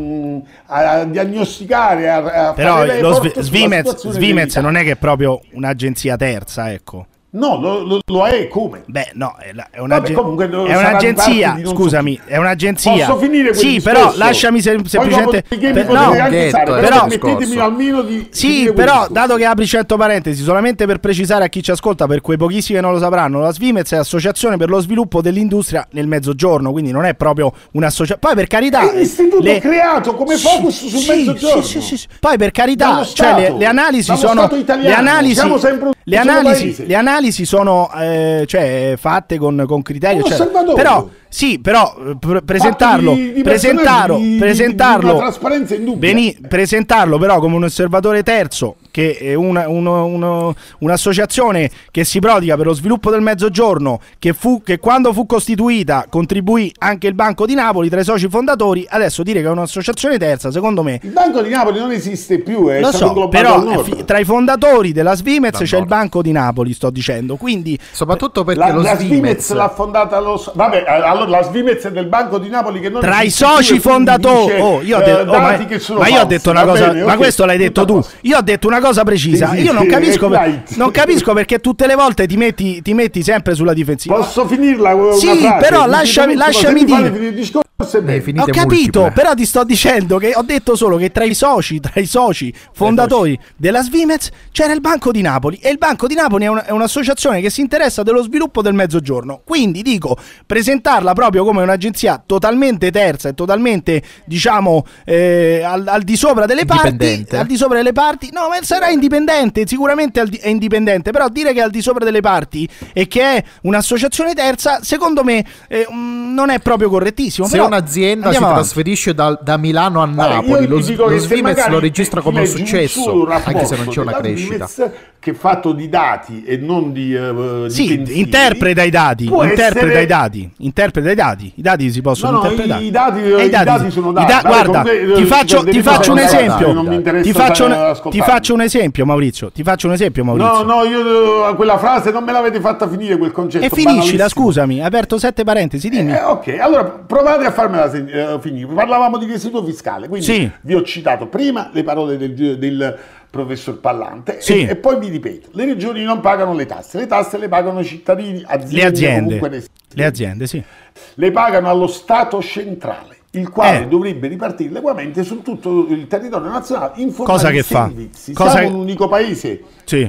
[SPEAKER 6] a diagnosticare, a, a
[SPEAKER 2] Però
[SPEAKER 6] fare
[SPEAKER 2] lo
[SPEAKER 6] report
[SPEAKER 2] Sv-
[SPEAKER 6] sulla
[SPEAKER 2] Svimez,
[SPEAKER 6] situazione
[SPEAKER 2] Svimez
[SPEAKER 6] dell'Italia.
[SPEAKER 2] non è che è proprio un'agenzia terza, ecco.
[SPEAKER 6] No, lo, lo, lo è come?
[SPEAKER 2] Beh, no, è, la- è,
[SPEAKER 6] Vabbè,
[SPEAKER 2] un'agen-
[SPEAKER 6] comunque,
[SPEAKER 2] è
[SPEAKER 6] sarà
[SPEAKER 2] un'agenzia,
[SPEAKER 6] di parte di non
[SPEAKER 2] scusami,
[SPEAKER 6] so chi.
[SPEAKER 2] è un'agenzia.
[SPEAKER 6] Posso finire quel
[SPEAKER 2] Sì,
[SPEAKER 6] discorso?
[SPEAKER 2] però lasciami sem-
[SPEAKER 6] Poi
[SPEAKER 2] semplicemente
[SPEAKER 6] dopodiché mi
[SPEAKER 2] per-
[SPEAKER 6] potete
[SPEAKER 2] no,
[SPEAKER 6] anche
[SPEAKER 4] detto,
[SPEAKER 6] usare,
[SPEAKER 4] eh,
[SPEAKER 6] però
[SPEAKER 2] però-
[SPEAKER 6] permettetemi
[SPEAKER 4] discorso.
[SPEAKER 6] almeno di
[SPEAKER 2] Sì,
[SPEAKER 6] finire quel
[SPEAKER 2] però
[SPEAKER 6] discorso.
[SPEAKER 2] dato che apri cento parentesi, solamente per precisare a chi ci ascolta, per quei pochissimi che non lo sapranno, la Svimez è Associazione per lo Sviluppo dell'Industria nel Mezzogiorno, quindi non è proprio un'associazione. Poi per carità,
[SPEAKER 6] È un istituto
[SPEAKER 2] le-
[SPEAKER 6] creato come focus sul
[SPEAKER 2] sì,
[SPEAKER 6] mezzogiorno.
[SPEAKER 2] sì, sì, sì. Poi per carità,
[SPEAKER 6] Dallo
[SPEAKER 2] cioè le,
[SPEAKER 6] Stato,
[SPEAKER 2] le analisi
[SPEAKER 6] dallo
[SPEAKER 2] sono
[SPEAKER 6] Stato italiano,
[SPEAKER 2] le analisi,
[SPEAKER 6] siamo sempre un
[SPEAKER 2] le
[SPEAKER 6] solo
[SPEAKER 2] analisi,
[SPEAKER 6] paese.
[SPEAKER 2] le analisi sono eh, cioè fatte con, con criteri,
[SPEAKER 6] Un
[SPEAKER 2] eccetera.
[SPEAKER 6] osservatorio.
[SPEAKER 2] Però sì, però eh, pre- presentarlo,
[SPEAKER 6] Fatto di- di
[SPEAKER 2] presentarlo,
[SPEAKER 6] personaggi di- di-
[SPEAKER 2] presentarlo,
[SPEAKER 6] di una trasparenza indubbia.
[SPEAKER 2] veni- presentarlo però come un osservatore terzo, che è una- uno- uno- un'associazione che si prodiga per lo sviluppo del Mezzogiorno, che, fu, che quando fu costituita contribuì anche il Banco di Napoli tra i soci fondatori. Adesso dire che è un'associazione terza, secondo me,
[SPEAKER 6] Il Banco di Napoli non esiste più, è
[SPEAKER 2] lo
[SPEAKER 6] stato
[SPEAKER 2] so,
[SPEAKER 6] inglobato
[SPEAKER 2] però
[SPEAKER 6] al
[SPEAKER 2] eh,
[SPEAKER 6] nord.
[SPEAKER 2] fi- tra i fondatori della Svimez
[SPEAKER 4] Dal
[SPEAKER 2] c'è il
[SPEAKER 4] nord.
[SPEAKER 2] Banco di Napoli, sto dicendo, quindi
[SPEAKER 4] Soprattutto perché
[SPEAKER 6] La,
[SPEAKER 4] lo
[SPEAKER 6] la Svimez
[SPEAKER 4] Svimez
[SPEAKER 6] l'ha fondata lo vabbè, allora la Svimez è del Banco di Napoli che non
[SPEAKER 2] tra i
[SPEAKER 6] esiste più
[SPEAKER 2] soci
[SPEAKER 6] e quindi
[SPEAKER 2] fondatori,
[SPEAKER 6] dice,
[SPEAKER 2] oh, io ho
[SPEAKER 6] eh,
[SPEAKER 2] detto, oh, ma,
[SPEAKER 6] dati che sono
[SPEAKER 2] ma io ho
[SPEAKER 6] falsi,
[SPEAKER 2] detto una
[SPEAKER 6] va
[SPEAKER 2] cosa,
[SPEAKER 6] bene,
[SPEAKER 2] ma
[SPEAKER 6] ok,
[SPEAKER 2] questo l'hai detto
[SPEAKER 6] tutto
[SPEAKER 2] tu.
[SPEAKER 6] a posto.
[SPEAKER 2] Io ho detto una cosa precisa.
[SPEAKER 6] Sì, sì,
[SPEAKER 2] io non
[SPEAKER 6] sì,
[SPEAKER 2] capisco,
[SPEAKER 6] è right.
[SPEAKER 2] non capisco perché tutte le volte ti metti, ti metti sempre sulla difensiva.
[SPEAKER 6] Posso finirla una
[SPEAKER 2] Sì,
[SPEAKER 6] frase?
[SPEAKER 2] però
[SPEAKER 6] Mi
[SPEAKER 2] lasciami-
[SPEAKER 6] dice l'ultimo,
[SPEAKER 2] lasciami
[SPEAKER 6] se mi fate
[SPEAKER 2] dire.
[SPEAKER 6] finire il discorso è
[SPEAKER 4] Ne
[SPEAKER 6] bene.
[SPEAKER 4] finite
[SPEAKER 2] Ho capito,
[SPEAKER 4] multiple.
[SPEAKER 2] però ti sto dicendo che ho detto solo che tra i soci, tra i soci fondatori della Svimez c'era il Banco di Napoli, e il Banco di Napoli è, una- è un'associazione che si interessa dello sviluppo del Mezzogiorno. Quindi dico, presentarla proprio come un'agenzia totalmente terza e totalmente, diciamo, eh, al, al di sopra delle parti,
[SPEAKER 4] Indipendente.
[SPEAKER 2] al di sopra delle parti, no, ma sarà indipendente, sicuramente al di- è indipendente, però dire che è al di sopra delle parti e che è un'associazione terza, secondo me eh, mm, non è proprio correttissimo.
[SPEAKER 4] Se
[SPEAKER 2] però
[SPEAKER 4] un'azienda si
[SPEAKER 2] andiamo avanti.
[SPEAKER 4] trasferisce dal- da Milano a
[SPEAKER 6] Guarda,
[SPEAKER 4] Napoli,
[SPEAKER 6] io
[SPEAKER 4] lo,
[SPEAKER 6] ti dico
[SPEAKER 4] lo
[SPEAKER 6] che se
[SPEAKER 4] Svimez
[SPEAKER 6] magari
[SPEAKER 4] lo registra come un
[SPEAKER 6] leggi solo
[SPEAKER 4] successo,
[SPEAKER 6] rapporto
[SPEAKER 4] anche se non c'è una
[SPEAKER 6] della
[SPEAKER 4] crescita.
[SPEAKER 6] Svimez che è fatto di dati e non di, eh, di
[SPEAKER 2] Sì,
[SPEAKER 6] pensieri,
[SPEAKER 2] interpreta i dati,
[SPEAKER 6] può
[SPEAKER 2] interpreta
[SPEAKER 6] essere-
[SPEAKER 2] i dati, interpreta i dati, i dati si possono
[SPEAKER 6] No, no,
[SPEAKER 2] interpretare.
[SPEAKER 6] i- i dati-
[SPEAKER 2] E
[SPEAKER 6] i dati sono
[SPEAKER 2] i
[SPEAKER 6] dati. Vabbè,
[SPEAKER 2] guarda,
[SPEAKER 6] comunque,
[SPEAKER 2] ti
[SPEAKER 6] eh,
[SPEAKER 2] faccio,
[SPEAKER 6] devi
[SPEAKER 2] ti faccio un
[SPEAKER 6] fare dati,
[SPEAKER 2] esempio,
[SPEAKER 6] non mi interessa
[SPEAKER 2] ti faccio, un,
[SPEAKER 6] ascoltarmi.
[SPEAKER 2] ti faccio un esempio, Maurizio, ti faccio un esempio, Maurizio.
[SPEAKER 6] No, no, io eh, quella frase non me l'avete fatta finire quel concetto.
[SPEAKER 2] E finiscila,
[SPEAKER 6] banalissimo.
[SPEAKER 2] scusami, hai aperto sette parentesi, dimmi.
[SPEAKER 6] Eh, ok, allora provate a farmela sen- eh, finire. Parlavamo di residuo fiscale, quindi
[SPEAKER 2] Sì.
[SPEAKER 6] vi ho citato prima le parole del, del professor Pallante
[SPEAKER 2] Sì.
[SPEAKER 6] e, e poi vi ripeto, le regioni non pagano le tasse, le tasse le pagano i cittadini, aziende,
[SPEAKER 2] Le aziende,
[SPEAKER 6] comunque ne-
[SPEAKER 2] le aziende, sì.
[SPEAKER 6] le pagano allo Stato centrale, il quale
[SPEAKER 2] Eh.
[SPEAKER 6] dovrebbe ripartirle ugualmente su tutto il territorio nazionale in forma
[SPEAKER 2] Cosa
[SPEAKER 6] di
[SPEAKER 2] che fa?
[SPEAKER 6] servizi.
[SPEAKER 2] Cosa
[SPEAKER 6] Siamo
[SPEAKER 2] che-
[SPEAKER 6] un unico paese.
[SPEAKER 2] Sì.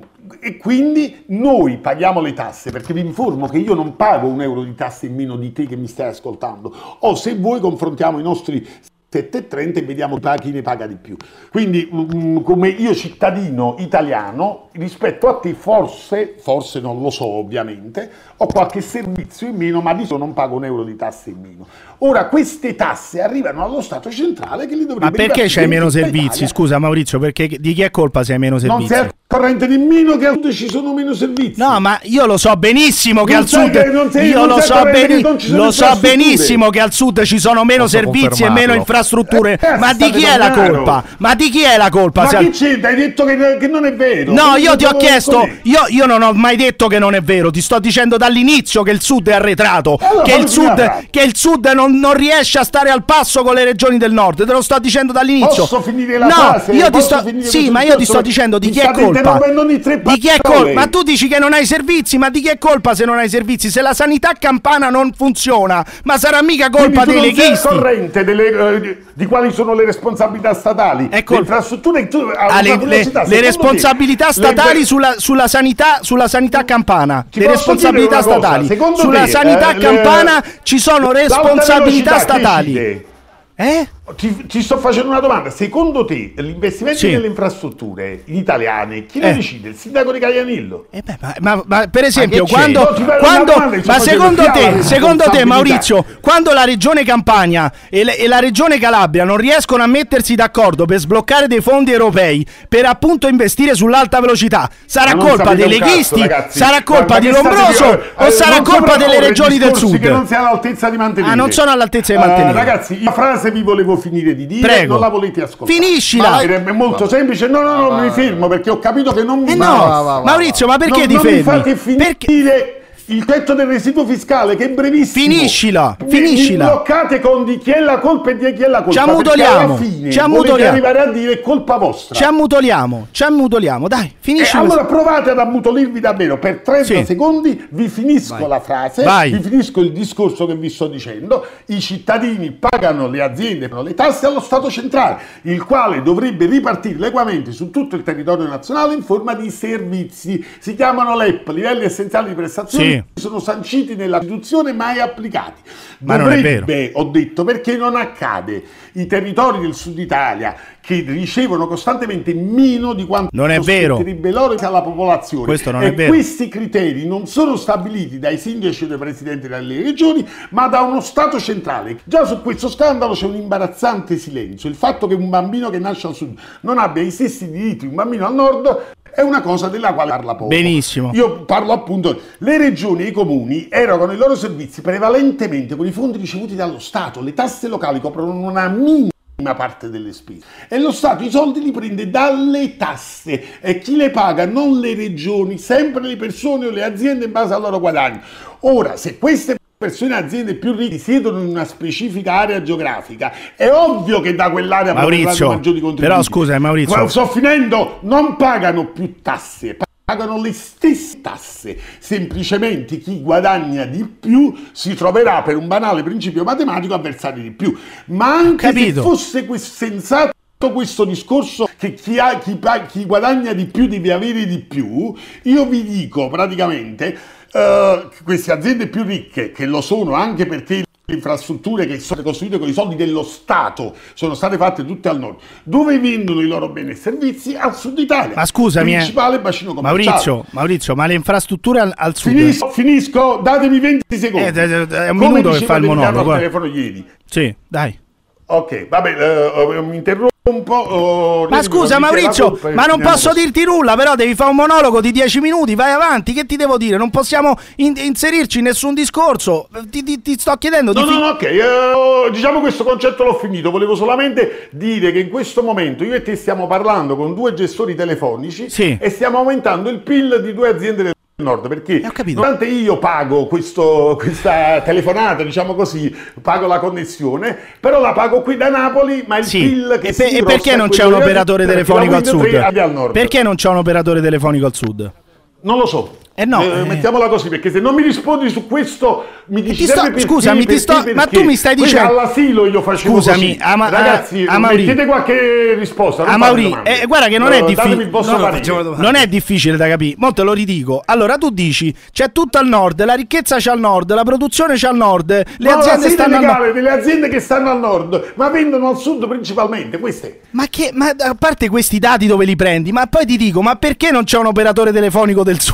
[SPEAKER 6] E quindi noi paghiamo le tasse, perché vi informo che io non pago un euro di tasse in meno di te che mi stai ascoltando, o se voi confrontiamo i nostri sette e trenta e vediamo chi ne paga di più. Quindi mm, come io cittadino italiano rispetto a te forse, forse non lo so ovviamente, ho qualche servizio in meno, ma di solito non pago un euro di tasse in meno. Ora queste tasse arrivano allo Stato centrale che li dovrebbe
[SPEAKER 2] Ma perché
[SPEAKER 6] ripartire
[SPEAKER 2] c'hai
[SPEAKER 6] in
[SPEAKER 2] meno
[SPEAKER 6] tutta
[SPEAKER 2] servizi?
[SPEAKER 6] Italia.
[SPEAKER 2] Scusa Maurizio, perché di chi è colpa se hai meno
[SPEAKER 6] Non si
[SPEAKER 2] servizi?
[SPEAKER 6] è corrente nemmeno che al sud ci sono meno servizi.
[SPEAKER 2] No, ma io lo so benissimo che
[SPEAKER 6] Non
[SPEAKER 2] al
[SPEAKER 6] sai
[SPEAKER 2] sud
[SPEAKER 6] che- non sei-
[SPEAKER 2] io
[SPEAKER 6] non
[SPEAKER 2] lo
[SPEAKER 6] sai
[SPEAKER 2] so,
[SPEAKER 6] corrente
[SPEAKER 2] beni-
[SPEAKER 6] che non ci sono
[SPEAKER 2] lo so
[SPEAKER 6] infrastrutture.
[SPEAKER 2] benissimo che al sud ci sono meno
[SPEAKER 3] Posso
[SPEAKER 2] servizi e
[SPEAKER 3] confermarlo.
[SPEAKER 2] meno infrastrutture.
[SPEAKER 6] Eh,
[SPEAKER 2] ma di
[SPEAKER 6] state
[SPEAKER 2] chi è la
[SPEAKER 6] lontano.
[SPEAKER 2] colpa? Ma di chi è la colpa?
[SPEAKER 6] Ma
[SPEAKER 2] Se
[SPEAKER 6] chi
[SPEAKER 2] al-
[SPEAKER 6] c'entra? Hai detto che, che non è vero.
[SPEAKER 2] No,
[SPEAKER 6] Come
[SPEAKER 2] io ti ho
[SPEAKER 6] come-
[SPEAKER 2] chiesto,
[SPEAKER 6] come-
[SPEAKER 2] io, io non ho mai detto che non è vero, ti sto dicendo dall'inizio che il sud è arretrato,
[SPEAKER 6] allora
[SPEAKER 2] che, il
[SPEAKER 6] fammi
[SPEAKER 2] sud,
[SPEAKER 6] finire.
[SPEAKER 2] che il sud non, non riesce a stare al passo con le regioni del nord, te lo sto dicendo dall'inizio.
[SPEAKER 6] Posso finire la
[SPEAKER 2] no,
[SPEAKER 6] frase?
[SPEAKER 2] io ti
[SPEAKER 6] Posso
[SPEAKER 2] sto,
[SPEAKER 6] finire
[SPEAKER 2] sì,
[SPEAKER 6] questo
[SPEAKER 2] ma io ti
[SPEAKER 6] discorso?
[SPEAKER 2] sto dicendo di
[SPEAKER 6] Mi
[SPEAKER 2] chi è
[SPEAKER 6] state
[SPEAKER 2] colpa.
[SPEAKER 6] interrompendo ogni tre
[SPEAKER 2] Di chi è
[SPEAKER 6] parole.
[SPEAKER 2] colpa? Ma tu dici che non hai servizi, ma di chi è colpa se non hai servizi? Se la sanità campana non funziona, ma sarà mica colpa
[SPEAKER 6] Quindi tu
[SPEAKER 2] dei
[SPEAKER 6] non sei al
[SPEAKER 2] leghisti.
[SPEAKER 6] corrente delle, eh, di, di quali sono le responsabilità statali.
[SPEAKER 2] È
[SPEAKER 6] Le
[SPEAKER 2] colpa-
[SPEAKER 6] infrastrutture tu,
[SPEAKER 2] Ah, le, le- le responsabilità statali
[SPEAKER 6] su
[SPEAKER 2] sulla, sulla sanità sulla sanità campana.
[SPEAKER 6] Ti
[SPEAKER 2] Le
[SPEAKER 6] posso
[SPEAKER 2] responsabilità
[SPEAKER 6] dire una cosa?
[SPEAKER 2] statali.
[SPEAKER 6] Secondo
[SPEAKER 2] Sulla
[SPEAKER 6] te,
[SPEAKER 2] sanità
[SPEAKER 6] eh, le-
[SPEAKER 2] campana ci sono
[SPEAKER 6] l'alta
[SPEAKER 2] responsabilità
[SPEAKER 6] velocità
[SPEAKER 2] statali.
[SPEAKER 6] decide.
[SPEAKER 2] Eh?
[SPEAKER 6] Ti, ti sto facendo una domanda. Secondo te l'investimento
[SPEAKER 2] Sì.
[SPEAKER 6] nelle infrastrutture italiane chi ne
[SPEAKER 2] Eh.
[SPEAKER 6] decide? Il sindaco di Caianillo?
[SPEAKER 2] Eh beh, ma, ma- ma per esempio,
[SPEAKER 6] Ma che c'è?
[SPEAKER 2] quando,
[SPEAKER 6] No, ti fai una
[SPEAKER 2] quando-
[SPEAKER 6] domanda, ti
[SPEAKER 2] ma
[SPEAKER 6] sto
[SPEAKER 2] secondo
[SPEAKER 6] facendo
[SPEAKER 2] te,
[SPEAKER 6] chiara
[SPEAKER 2] secondo te,
[SPEAKER 6] responsabilità.
[SPEAKER 2] Maurizio, quando la regione Campania e, le- e la regione Calabria non riescono a mettersi d'accordo per sbloccare dei fondi europei per appunto investire sull'alta velocità, sarà
[SPEAKER 6] Ma non
[SPEAKER 2] colpa
[SPEAKER 6] sapete
[SPEAKER 2] dei
[SPEAKER 6] un cazzo,
[SPEAKER 2] leghisti,
[SPEAKER 6] ragazzi.
[SPEAKER 2] sarà colpa
[SPEAKER 6] Ma
[SPEAKER 2] di
[SPEAKER 6] che state
[SPEAKER 2] Lombroso
[SPEAKER 6] di-
[SPEAKER 2] o
[SPEAKER 6] eh,
[SPEAKER 2] sarà
[SPEAKER 6] non
[SPEAKER 2] colpa delle
[SPEAKER 6] sovrapporre
[SPEAKER 2] regioni del
[SPEAKER 6] discorsi
[SPEAKER 2] sud?
[SPEAKER 6] che non siamo all'altezza di mantenere.
[SPEAKER 2] Ah, non sono all'altezza di
[SPEAKER 6] Eh,
[SPEAKER 2] mantenere.
[SPEAKER 6] ragazzi, la frase vi volevo finire di dire,
[SPEAKER 2] Prego.
[SPEAKER 6] non la volete ascoltare.
[SPEAKER 2] Finiscila.
[SPEAKER 6] Ma è molto semplice. No, no, no, mi fermo perché ho capito che non mi
[SPEAKER 2] Eh no,
[SPEAKER 3] va, va, va,
[SPEAKER 2] Maurizio, ma perché
[SPEAKER 6] non,
[SPEAKER 2] ti
[SPEAKER 6] non
[SPEAKER 2] fermi?
[SPEAKER 6] mi fate finire
[SPEAKER 2] Perché-
[SPEAKER 6] il tetto del residuo fiscale che è brevissimo.
[SPEAKER 2] Finiscila,
[SPEAKER 6] Mi-
[SPEAKER 2] finiscila.
[SPEAKER 6] Mi bloccate con di chi è la colpa e di chi è la colpa.
[SPEAKER 2] Ci
[SPEAKER 6] perché
[SPEAKER 2] ammutoliamo,
[SPEAKER 6] alla fine
[SPEAKER 2] ci
[SPEAKER 6] volete
[SPEAKER 2] ammutoliamo.
[SPEAKER 6] arrivare a dire è colpa vostra.
[SPEAKER 2] Ci ammutoliamo, ci ammutoliamo, dai,
[SPEAKER 6] E
[SPEAKER 2] finisci.
[SPEAKER 6] allora provate ad ammutolirvi davvero per trenta
[SPEAKER 2] Sì.
[SPEAKER 6] secondi, vi finisco
[SPEAKER 2] Vai.
[SPEAKER 6] la frase,
[SPEAKER 2] Vai.
[SPEAKER 6] vi finisco il discorso che vi sto dicendo. I cittadini pagano le aziende, pagano le tasse allo Stato centrale, il quale dovrebbe ripartirle equamente su tutto il territorio nazionale in forma di servizi. Si chiamano L E P, livelli essenziali di prestazioni,
[SPEAKER 2] Sì.
[SPEAKER 6] sono sanciti nella Costituzione mai applicati.
[SPEAKER 2] Ma non è
[SPEAKER 6] Dovrebbe, ho detto, perché non accade. I territori del sud Italia che ricevono costantemente meno di quanto
[SPEAKER 2] Non è vero.
[SPEAKER 6] spetterebbe loro alla popolazione.
[SPEAKER 2] Questo non
[SPEAKER 6] e
[SPEAKER 2] è vero.
[SPEAKER 6] questi criteri non sono stabiliti dai sindaci e dai presidenti delle regioni, ma da uno Stato centrale. Già su questo scandalo c'è un imbarazzante silenzio. Il fatto che un bambino che nasce al sud non abbia i stessi diritti di un bambino al nord è una cosa della quale parla poco.
[SPEAKER 2] Benissimo.
[SPEAKER 6] Io parlo appunto, le regioni e i comuni erogano i loro servizi prevalentemente con i fondi ricevuti dallo Stato. Le tasse locali coprono una minima parte delle spese e lo Stato i soldi li prende dalle tasse e chi le paga non le regioni, sempre le persone o le aziende in base al loro guadagno. Ora, se queste persone e aziende più ricche siedono in una specifica area geografica, è ovvio che da quell'area
[SPEAKER 2] Maurizio,
[SPEAKER 6] potranno maggiori contributi.
[SPEAKER 2] però scusa, Maurizio.
[SPEAKER 6] Ma sto finendo, non pagano più tasse, pagano le stesse tasse, semplicemente chi guadagna di più si troverà per un banale principio matematico a versare di più. Ma anche
[SPEAKER 2] Capito.
[SPEAKER 6] se fosse que- sensato questo discorso che chi, ha, chi, pa- chi guadagna di più deve avere di più, io vi dico praticamente eh, queste aziende più ricche, che lo sono anche perché le infrastrutture che sono costruite con i soldi dello Stato sono state fatte tutte al nord, dove vendono i loro beni e servizi? Al sud Italia.
[SPEAKER 2] Ma scusami, eh.
[SPEAKER 6] principale bacino commerciale.
[SPEAKER 2] Maurizio, Maurizio, ma le infrastrutture al, al sud.
[SPEAKER 6] Finisco, finisco, datemi venti secondi.
[SPEAKER 2] Eh, eh, eh, è un
[SPEAKER 6] Come
[SPEAKER 2] minuto che
[SPEAKER 6] diceva
[SPEAKER 2] fa il
[SPEAKER 6] Emiliano
[SPEAKER 2] monologo,
[SPEAKER 6] al
[SPEAKER 2] eh.
[SPEAKER 6] telefono ieri.
[SPEAKER 2] Sì, dai.
[SPEAKER 6] Ok, vabbè, eh, mi interrompo un po'. oh,
[SPEAKER 2] Ma
[SPEAKER 6] Reni,
[SPEAKER 2] scusa
[SPEAKER 6] non dice la
[SPEAKER 2] Maurizio,
[SPEAKER 6] colpa e
[SPEAKER 2] ma non
[SPEAKER 6] finiamo
[SPEAKER 2] posso
[SPEAKER 6] così.
[SPEAKER 2] dirti nulla, però devi fare un monologo di dieci minuti, vai avanti, che ti devo dire? Non possiamo in- inserirci in nessun discorso, ti, ti- ti sto chiedendo di
[SPEAKER 6] No,
[SPEAKER 2] fi-
[SPEAKER 6] no, no, ok, eh, diciamo questo concetto l'ho finito, volevo solamente dire che in questo momento io e te stiamo parlando con due gestori telefonici
[SPEAKER 2] Sì.
[SPEAKER 6] e stiamo aumentando il P I L di due aziende del nord, perché
[SPEAKER 2] Eh, ho capito.
[SPEAKER 6] nonostante io pago questo, questa telefonata, diciamo così, pago la connessione, però la pago qui da Napoli, ma il
[SPEAKER 2] Sì.
[SPEAKER 6] P I L che
[SPEAKER 2] E,
[SPEAKER 6] si
[SPEAKER 2] pe- e
[SPEAKER 6] ingrossa
[SPEAKER 2] perché
[SPEAKER 6] è
[SPEAKER 2] non c'è
[SPEAKER 6] quello
[SPEAKER 2] un
[SPEAKER 6] che-
[SPEAKER 2] operatore
[SPEAKER 6] perché
[SPEAKER 2] telefonico
[SPEAKER 6] la
[SPEAKER 2] al
[SPEAKER 6] Wind
[SPEAKER 2] sud?
[SPEAKER 6] tre abbia al nord.
[SPEAKER 2] Perché non c'è un operatore telefonico al sud?
[SPEAKER 6] Non lo so.
[SPEAKER 2] Eh no, eh.
[SPEAKER 6] mettiamola così, perché se non mi rispondi su questo mi
[SPEAKER 2] ti
[SPEAKER 6] dici
[SPEAKER 2] sto-
[SPEAKER 6] sempre perché,
[SPEAKER 2] scusami, ti
[SPEAKER 6] perché,
[SPEAKER 2] sto-
[SPEAKER 6] perché.
[SPEAKER 2] ma tu mi stai
[SPEAKER 6] Poi
[SPEAKER 2] dicendo-
[SPEAKER 6] all'asilo io facevo
[SPEAKER 2] Scusami,
[SPEAKER 6] così.
[SPEAKER 2] a Ma-
[SPEAKER 6] Ragazzi,
[SPEAKER 2] a- a Mauri-
[SPEAKER 6] mettete qualche risposta, non
[SPEAKER 2] Ah,
[SPEAKER 6] fate
[SPEAKER 2] Mauri,
[SPEAKER 6] domande.
[SPEAKER 2] eh, guarda che non
[SPEAKER 6] Eh,
[SPEAKER 2] è
[SPEAKER 6] datemi
[SPEAKER 2] difficile.
[SPEAKER 6] il vostro
[SPEAKER 5] No, no,
[SPEAKER 6] parere.
[SPEAKER 5] facciamo le domande.
[SPEAKER 2] Non è difficile da capire, mo te lo ridico. Allora tu dici, c'è tutto al nord, la ricchezza c'è al nord, la produzione c'è al nord, le
[SPEAKER 6] No,
[SPEAKER 2] aziende
[SPEAKER 6] la sede
[SPEAKER 2] stanno al nord.
[SPEAKER 6] legale delle aziende che stanno al nord, ma vendono al sud principalmente, queste.
[SPEAKER 2] Ma che, ma a parte questi dati dove li prendi, ma poi ti dico, ma perché non c'è un operatore telefonico del sud? Per